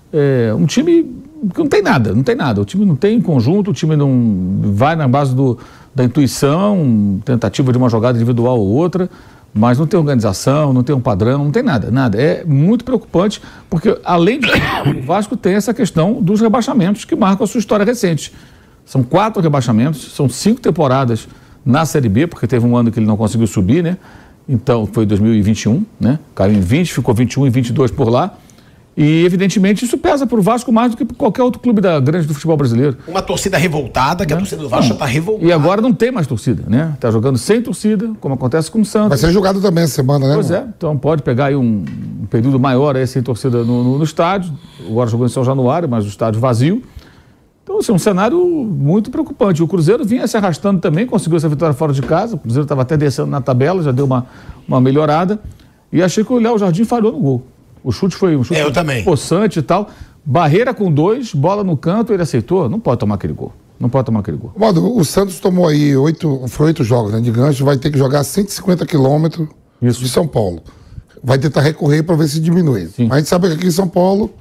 é um time que não tem nada, não tem nada. O time não tem conjunto, o time não vai na base do, da intuição, tentativa de uma jogada individual ou outra, mas não tem organização, não tem um padrão, não tem nada, nada. É muito preocupante, porque além de o Vasco tem essa questão dos rebaixamentos que marcam a sua história recente. São quatro rebaixamentos, são cinco temporadas na Série B, porque teve um ano que ele não conseguiu subir, né? Então, foi dois mil e vinte e um, né? Caiu em vinte, ficou vinte e um e vinte e dois por lá. E, evidentemente, isso pesa para o Vasco mais do que para qualquer outro clube da grande do futebol brasileiro. Uma torcida revoltada, que é? A torcida do Vasco já está revoltada. E agora não tem mais torcida, né? Está jogando sem torcida, como acontece com o Santos. Vai ser jogado também essa semana, né? Pois mano? é, então pode pegar aí um, um período maior aí sem torcida no, no, no estádio. Agora jogou em São Januário, mas o estádio vazio. Então, assim, um cenário muito preocupante. O Cruzeiro vinha se arrastando também, conseguiu essa vitória fora de casa. O Cruzeiro estava até descendo na tabela, já deu uma, uma melhorada. E achei que o Léo Jardim falhou no gol. O chute foi um chute é, eu também. possante e tal. Barreira com dois, bola no canto, ele aceitou. Não pode tomar aquele gol. Não pode tomar aquele gol. Modo, o Santos tomou aí oito, foi oito jogos, né, de gancho, vai ter que jogar cento e cinquenta quilômetros de São Paulo. Vai tentar recorrer para ver se diminui. Sim. Mas a gente sabe que aqui em São Paulo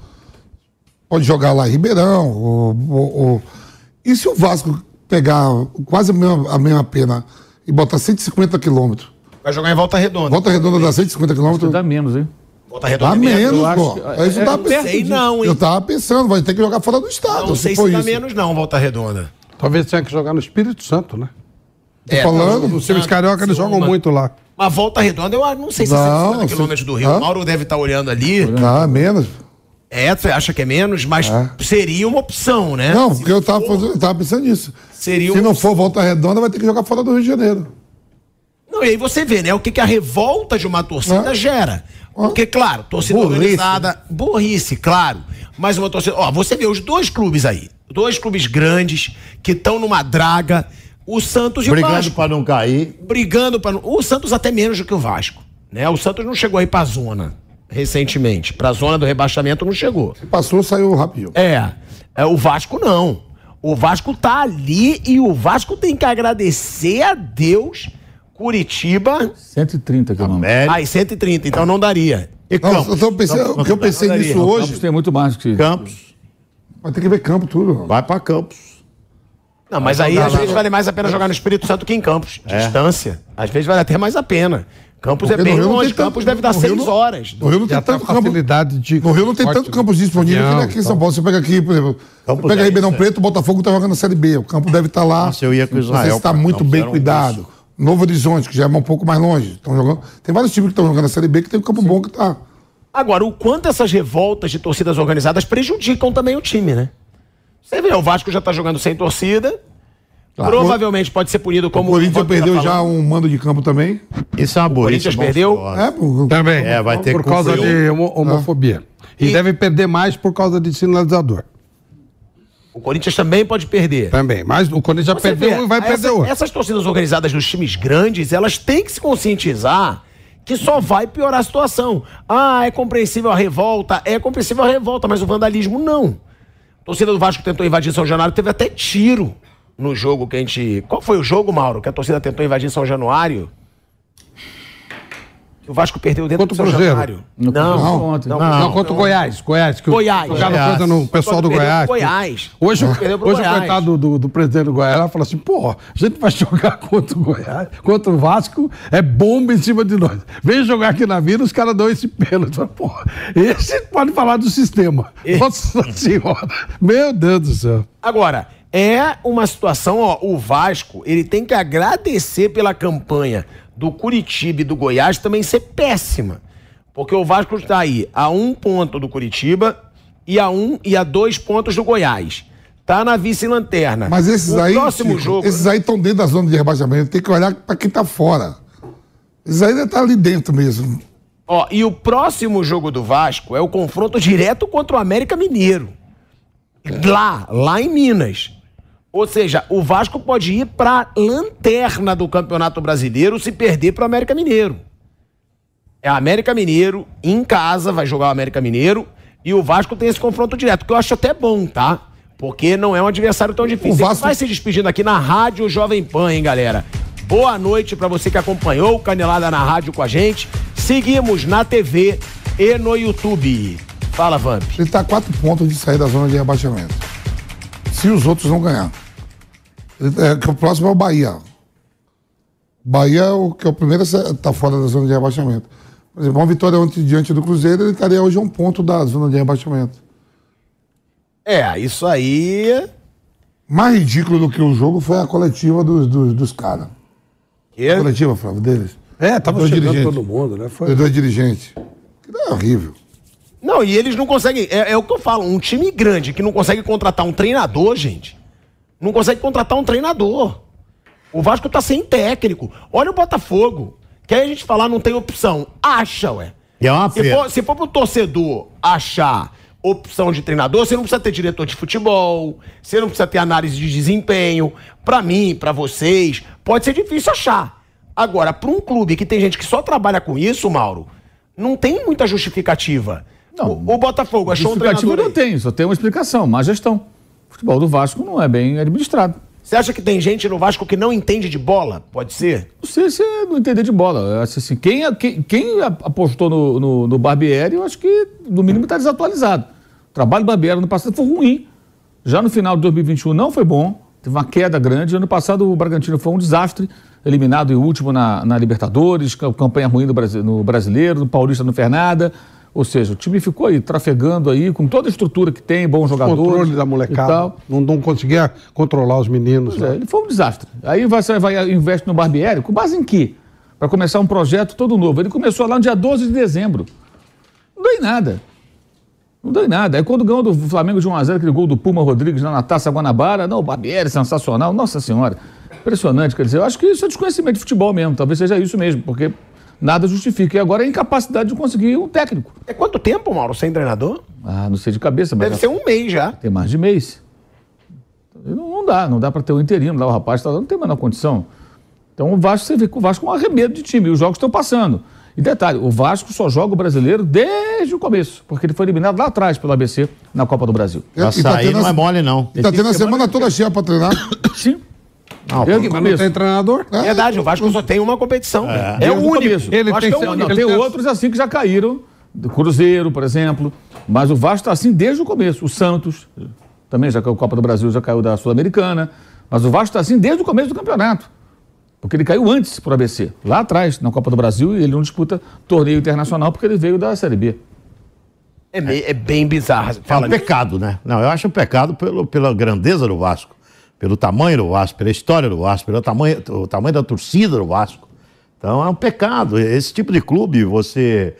pode jogar lá em Ribeirão. Ou, ou, ou... E se o Vasco pegar quase a mesma, a mesma pena e botar cento e cinquenta quilômetros? Vai jogar em Volta Redonda. Volta Redonda dá cento e cinquenta quilômetros. Dá menos, hein? Volta Redonda dá menos, pô. Que, é, isso é, eu tava pensando. Sei não, hein? Eu tava pensando, vai ter que jogar fora do estado. Não se sei for se dá isso. menos não, Volta Redonda. Talvez tenha que jogar no Espírito Santo, né? Tô É, falando. Os times carioca, eles jogam muito lá. Mas Volta Redonda, eu não sei se é Não, cento e cinquenta se- quilômetros do Rio. Hã? O Mauro deve estar olhando ali. Ah, menos. É, você acha que é menos, mas É. seria uma opção, né? Não, Se porque eu tava, for- fazendo- eu tava pensando nisso. Seria Se uma não opção. for Volta Redonda, vai ter que jogar fora do Rio de Janeiro. Não, e aí você vê, né? O que, que a revolta de uma torcida É. gera. Porque, claro, torcida Burrice. organizada, burrice, claro. Mas uma torcida. Ó, você vê os dois clubes aí. Dois clubes grandes que estão numa draga. O Santos e o Brigando Vasco. para não cair. Brigando para. O Santos até menos do que o Vasco. Né? O Santos não chegou aí pra zona recentemente. Pra zona do rebaixamento não chegou. Passou, saiu rapidinho. É, é, o Vasco não. O Vasco tá ali e o Vasco tem que agradecer a Deus. Curitiba. cento e trinta quilômetros. América. Ai, cento e trinta, então não daria. E Não, Campos? eu tô pensando, o que eu pensei Não, não nisso daria. hoje, Campos tem muito mais que... Campos. vai ter que ver campo tudo. Vai para Campos. Não, mas aí às vezes vale mais a pena jogar no Espírito Santo que em Campos. Distância. Às vezes vale até mais a pena. Campos Porque é bem no Rio não longe. tem tanto- Campos deve dar no Rio seis não- horas. No Rio não E tem até a tanto campo. facilidade de... No Rio não tem transporte tanto campos disponíveis que avião, aqui em tal. São Paulo. Você pega aqui, por exemplo, Campos você pega é Ribeirão isso, é. Preto, o Botafogo tá jogando na Série B. O campo deve estar lá. Nossa, eu ia com Não sei Israel se está pra muito Campos, bem era um cuidado. risco. Novo Horizonte, que já é um pouco mais longe. Estão jogando. Tem vários times que estão jogando na Série B que tem um campo bom que tá. Agora, o quanto essas revoltas de torcidas organizadas prejudicam também o time, né? Você vê, o Vasco já tá jogando sem torcida. Provavelmente pode ser punido O como Corinthians como tá perdeu já falando. um mando de campo também. Isso é uma burrice. Corinthians perdeu? monstruosa. É, por- Também. É, vai ter por que causa cumprir. de homo- homofobia. E, E- deve perder mais por causa de sinalizador. O Corinthians também pode perder. Também. Mas o Corinthians já Você perdeu vê, um e vai essa- perder outro. Essas torcidas organizadas dos times grandes, elas têm que se conscientizar que só vai piorar a situação. Ah, é compreensível a revolta, é compreensível a revolta, mas o vandalismo não. A torcida do Vasco tentou invadir São Januário, teve até tiro no jogo que a gente... Qual foi o jogo, Mauro, que a torcida tentou invadir São Januário? Que o Vasco perdeu dentro Contra do o São Cruzeiro? Januário. No Não, Cruzeiro não, ontem. não, Não, não, contra o Goiás. Goiás. Que Goiás. Jogava Goiás. coisa no pessoal do Perdeu Goiás. pro Goiás. Hoje, Perdeu pro hoje o Goiás. coitado do, do presidente do Goiás lá falou assim, pô, a gente vai jogar contra o Goiás, contra o Vasco, é bomba em cima de nós. Vem jogar aqui na vida, os caras dão esse pênalti. Eu falei, Pô, esse pode falar do sistema. Nossa senhora. Meu Deus do céu. Agora, é uma situação, ó, o Vasco, ele tem que agradecer pela campanha do Curitiba e do Goiás também ser péssima. Porque o Vasco está aí a um ponto do Curitiba e a um e a dois pontos do Goiás. Tá na vice-lanterna. Mas esses o aí, próximo Chico, jogo... esses aí estão dentro da zona de rebaixamento. Tem que olhar para quem tá fora. Esses aí ainda tá ali dentro mesmo. Ó, e o próximo jogo do Vasco é o confronto direto contra o América Mineiro. Lá, lá em Minas. Ou seja, o Vasco pode ir pra lanterna do Campeonato Brasileiro se perder pro América Mineiro. É América Mineiro, em casa, vai jogar o América Mineiro, e o Vasco tem esse confronto direto, que eu acho até bom, tá? Porque não é um adversário tão difícil. O Vasco vai se despedindo aqui na Rádio Jovem Pan, hein, galera? Boa noite pra você que acompanhou o Canelada na rádio com a gente. Seguimos na T V e no YouTube. Fala, Vamp. Ele tá a quatro pontos de sair da zona de rebaixamento. Se os outros não ganhar. Ele, é, que o próximo é o Bahia. Bahia é o, que é o primeiro a tá fora da zona de rebaixamento. Por exemplo, uma vitória ontem diante do Cruzeiro, ele estaria hoje a um ponto da zona de rebaixamento. É, isso aí... Mais ridículo do que o jogo foi a coletiva dos, dos, dos caras. A coletiva, Flávio, deles. É, tava dois chegando dirigentes. todo mundo, né? Foi... Os dois dirigentes. É horrível. Não, e eles não conseguem... É, é o que eu falo, um time grande que não consegue contratar um treinador, gente. Não consegue contratar um treinador. O Vasco tá sem técnico. Olha o Botafogo. Que aí a gente falar não tem opção. Acha, ué. É uma se, for, se for pro torcedor achar opção de treinador, você não precisa ter diretor de futebol, você não precisa ter análise de desempenho. Pra mim, pra vocês, pode ser difícil achar. Agora, pra um clube que tem gente que só trabalha com isso, Mauro, não tem muita justificativa. Não, o, o Botafogo achou um treinador Justificativa não aí. tem, só tem uma explicação, má gestão. O futebol do Vasco não é bem administrado. Você acha que tem gente no Vasco que não entende de bola? Pode ser? Não sei se é não entender de bola. Eu acho assim, quem, quem, quem apostou no, no, no Barbieri, eu acho que no mínimo está desatualizado. O trabalho do Barbieri no passado foi ruim. Já no final de dois mil e vinte e um não foi bom. Teve uma queda grande. Ano passado o Bragantino foi um desastre. Eliminado em último na, na Libertadores, campanha ruim do Brasi- no Brasileiro, no Paulista não fez nada. Ou seja, o time ficou aí, trafegando aí, com toda a estrutura que tem, bons jogadores. Controle da molecada. Não, não conseguia controlar os meninos. Pois é, ele foi um desastre. Aí você vai, investe no Barbieri, com base em quê? Para começar um projeto todo novo. Ele começou lá no dia doze de dezembro. Não deu em nada. Não deu em nada. Aí quando ganhou do Flamengo de um a zero, aquele gol do Puma Rodrigues lá na Taça Guanabara, não, o Barbieri, sensacional. Nossa Senhora, impressionante. Quer dizer, eu acho que isso é desconhecimento de futebol mesmo. Talvez seja isso mesmo, porque... nada justifica. E agora é a incapacidade de conseguir um técnico. É quanto tempo, Mauro, sem treinador? Ah, não sei de cabeça, mas... Deve ser um mês já. Tem mais de mês. Não, não dá, não dá para ter um interino lá, o rapaz tá, não tem a menor condição. Então o Vasco, você vê que o Vasco é um arremedo de time, os jogos estão passando. E detalhe, o Vasco só joga o brasileiro desde o começo, porque ele foi eliminado lá atrás pelo A B C na Copa do Brasil. Pra sair não é mole, não. E tá tendo a semana toda cheia pra treinar. Sim. Não, Desde o Mas não começo. tem treinador? É. Verdade, o Vasco só tem uma competição. É, é o Desde o único. começo. Ele Eu acho tem que é o seu- único. Não, tem outros assim que já caíram, do Cruzeiro, por exemplo, mas o Vasco está assim desde o começo. O Santos, também já caiu a Copa do Brasil, já caiu da Sul-Americana, mas o Vasco está assim desde o começo do campeonato, porque ele caiu antes para o A B C, lá atrás, na Copa do Brasil, e ele não disputa torneio internacional porque ele veio da Série B. É, me- é bem bizarro. É Fala, um pecado, né? Não, eu acho um pecado pelo, pela grandeza do Vasco, pelo tamanho do Vasco, pela história do Vasco, pelo tamanho, o tamanho da torcida do Vasco. Então é um pecado. Esse tipo de clube, você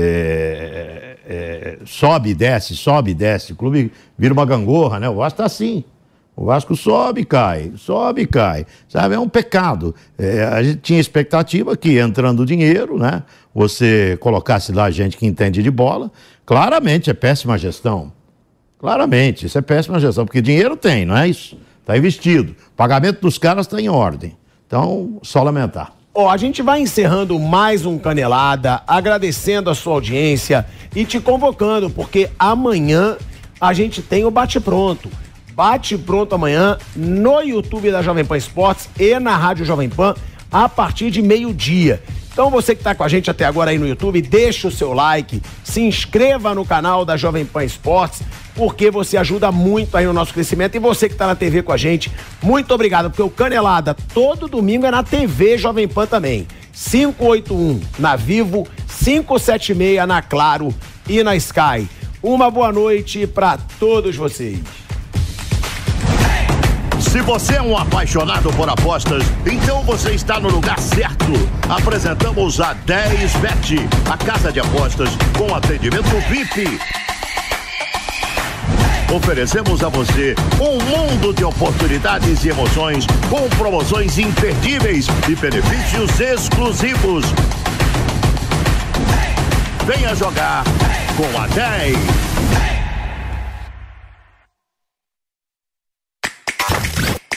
é, é, sobe e desce, sobe e desce. O clube vira uma gangorra, né? O Vasco tá assim. O Vasco sobe e cai, sobe e cai. Sabe, é um pecado. É, a gente tinha expectativa que entrando dinheiro, né? Você colocasse lá gente que entende de bola. Claramente é péssima gestão. Claramente, isso é péssima gestão, porque dinheiro tem, não é isso? Está investido. O pagamento dos caras está em ordem. Então, só lamentar. Ó, a gente vai encerrando mais um Canelada, agradecendo a sua audiência e te convocando, porque amanhã a gente tem o Bate Pronto. Bate Pronto amanhã no YouTube da Jovem Pan Esportes e na Rádio Jovem Pan a partir de meio-dia. Então você que está com a gente até agora aí no YouTube, deixa o seu like, se inscreva no canal da Jovem Pan Esportes, porque você ajuda muito aí no nosso crescimento. E você que está na T V com a gente, muito obrigado, porque o Canelada todo domingo é na T V Jovem Pan também. cinco oito um na Vivo, cinco sete seis na Claro e na Sky. Uma boa noite para todos vocês. Se você é um apaixonado por apostas, então você está no lugar certo. Apresentamos a dez Bet, a casa de apostas com atendimento V I P. Oferecemos a você um mundo de oportunidades e emoções com promoções imperdíveis e benefícios exclusivos. Venha jogar com a dez.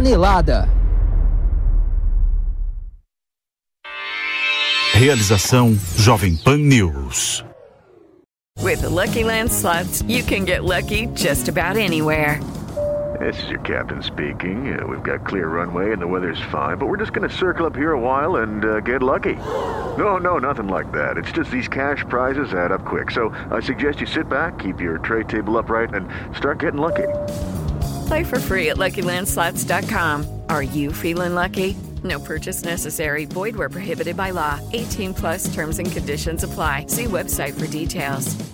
Canelada. Realização Jovem Pan News. With the Lucky Land Slots, you can get lucky just about anywhere. This is your captain speaking. Uh, we've got clear runway and the weather's fine, but we're just going to circle up here a while and uh, get lucky. No, no, nothing like that. It's just these cash prizes add up quick. So I suggest you sit back, keep your tray table upright, and start getting lucky. Play for free at Lucky Land Slots dot com. Are you feeling lucky? No purchase necessary. Void where prohibited by law. eighteen plus terms and conditions apply. See website for details.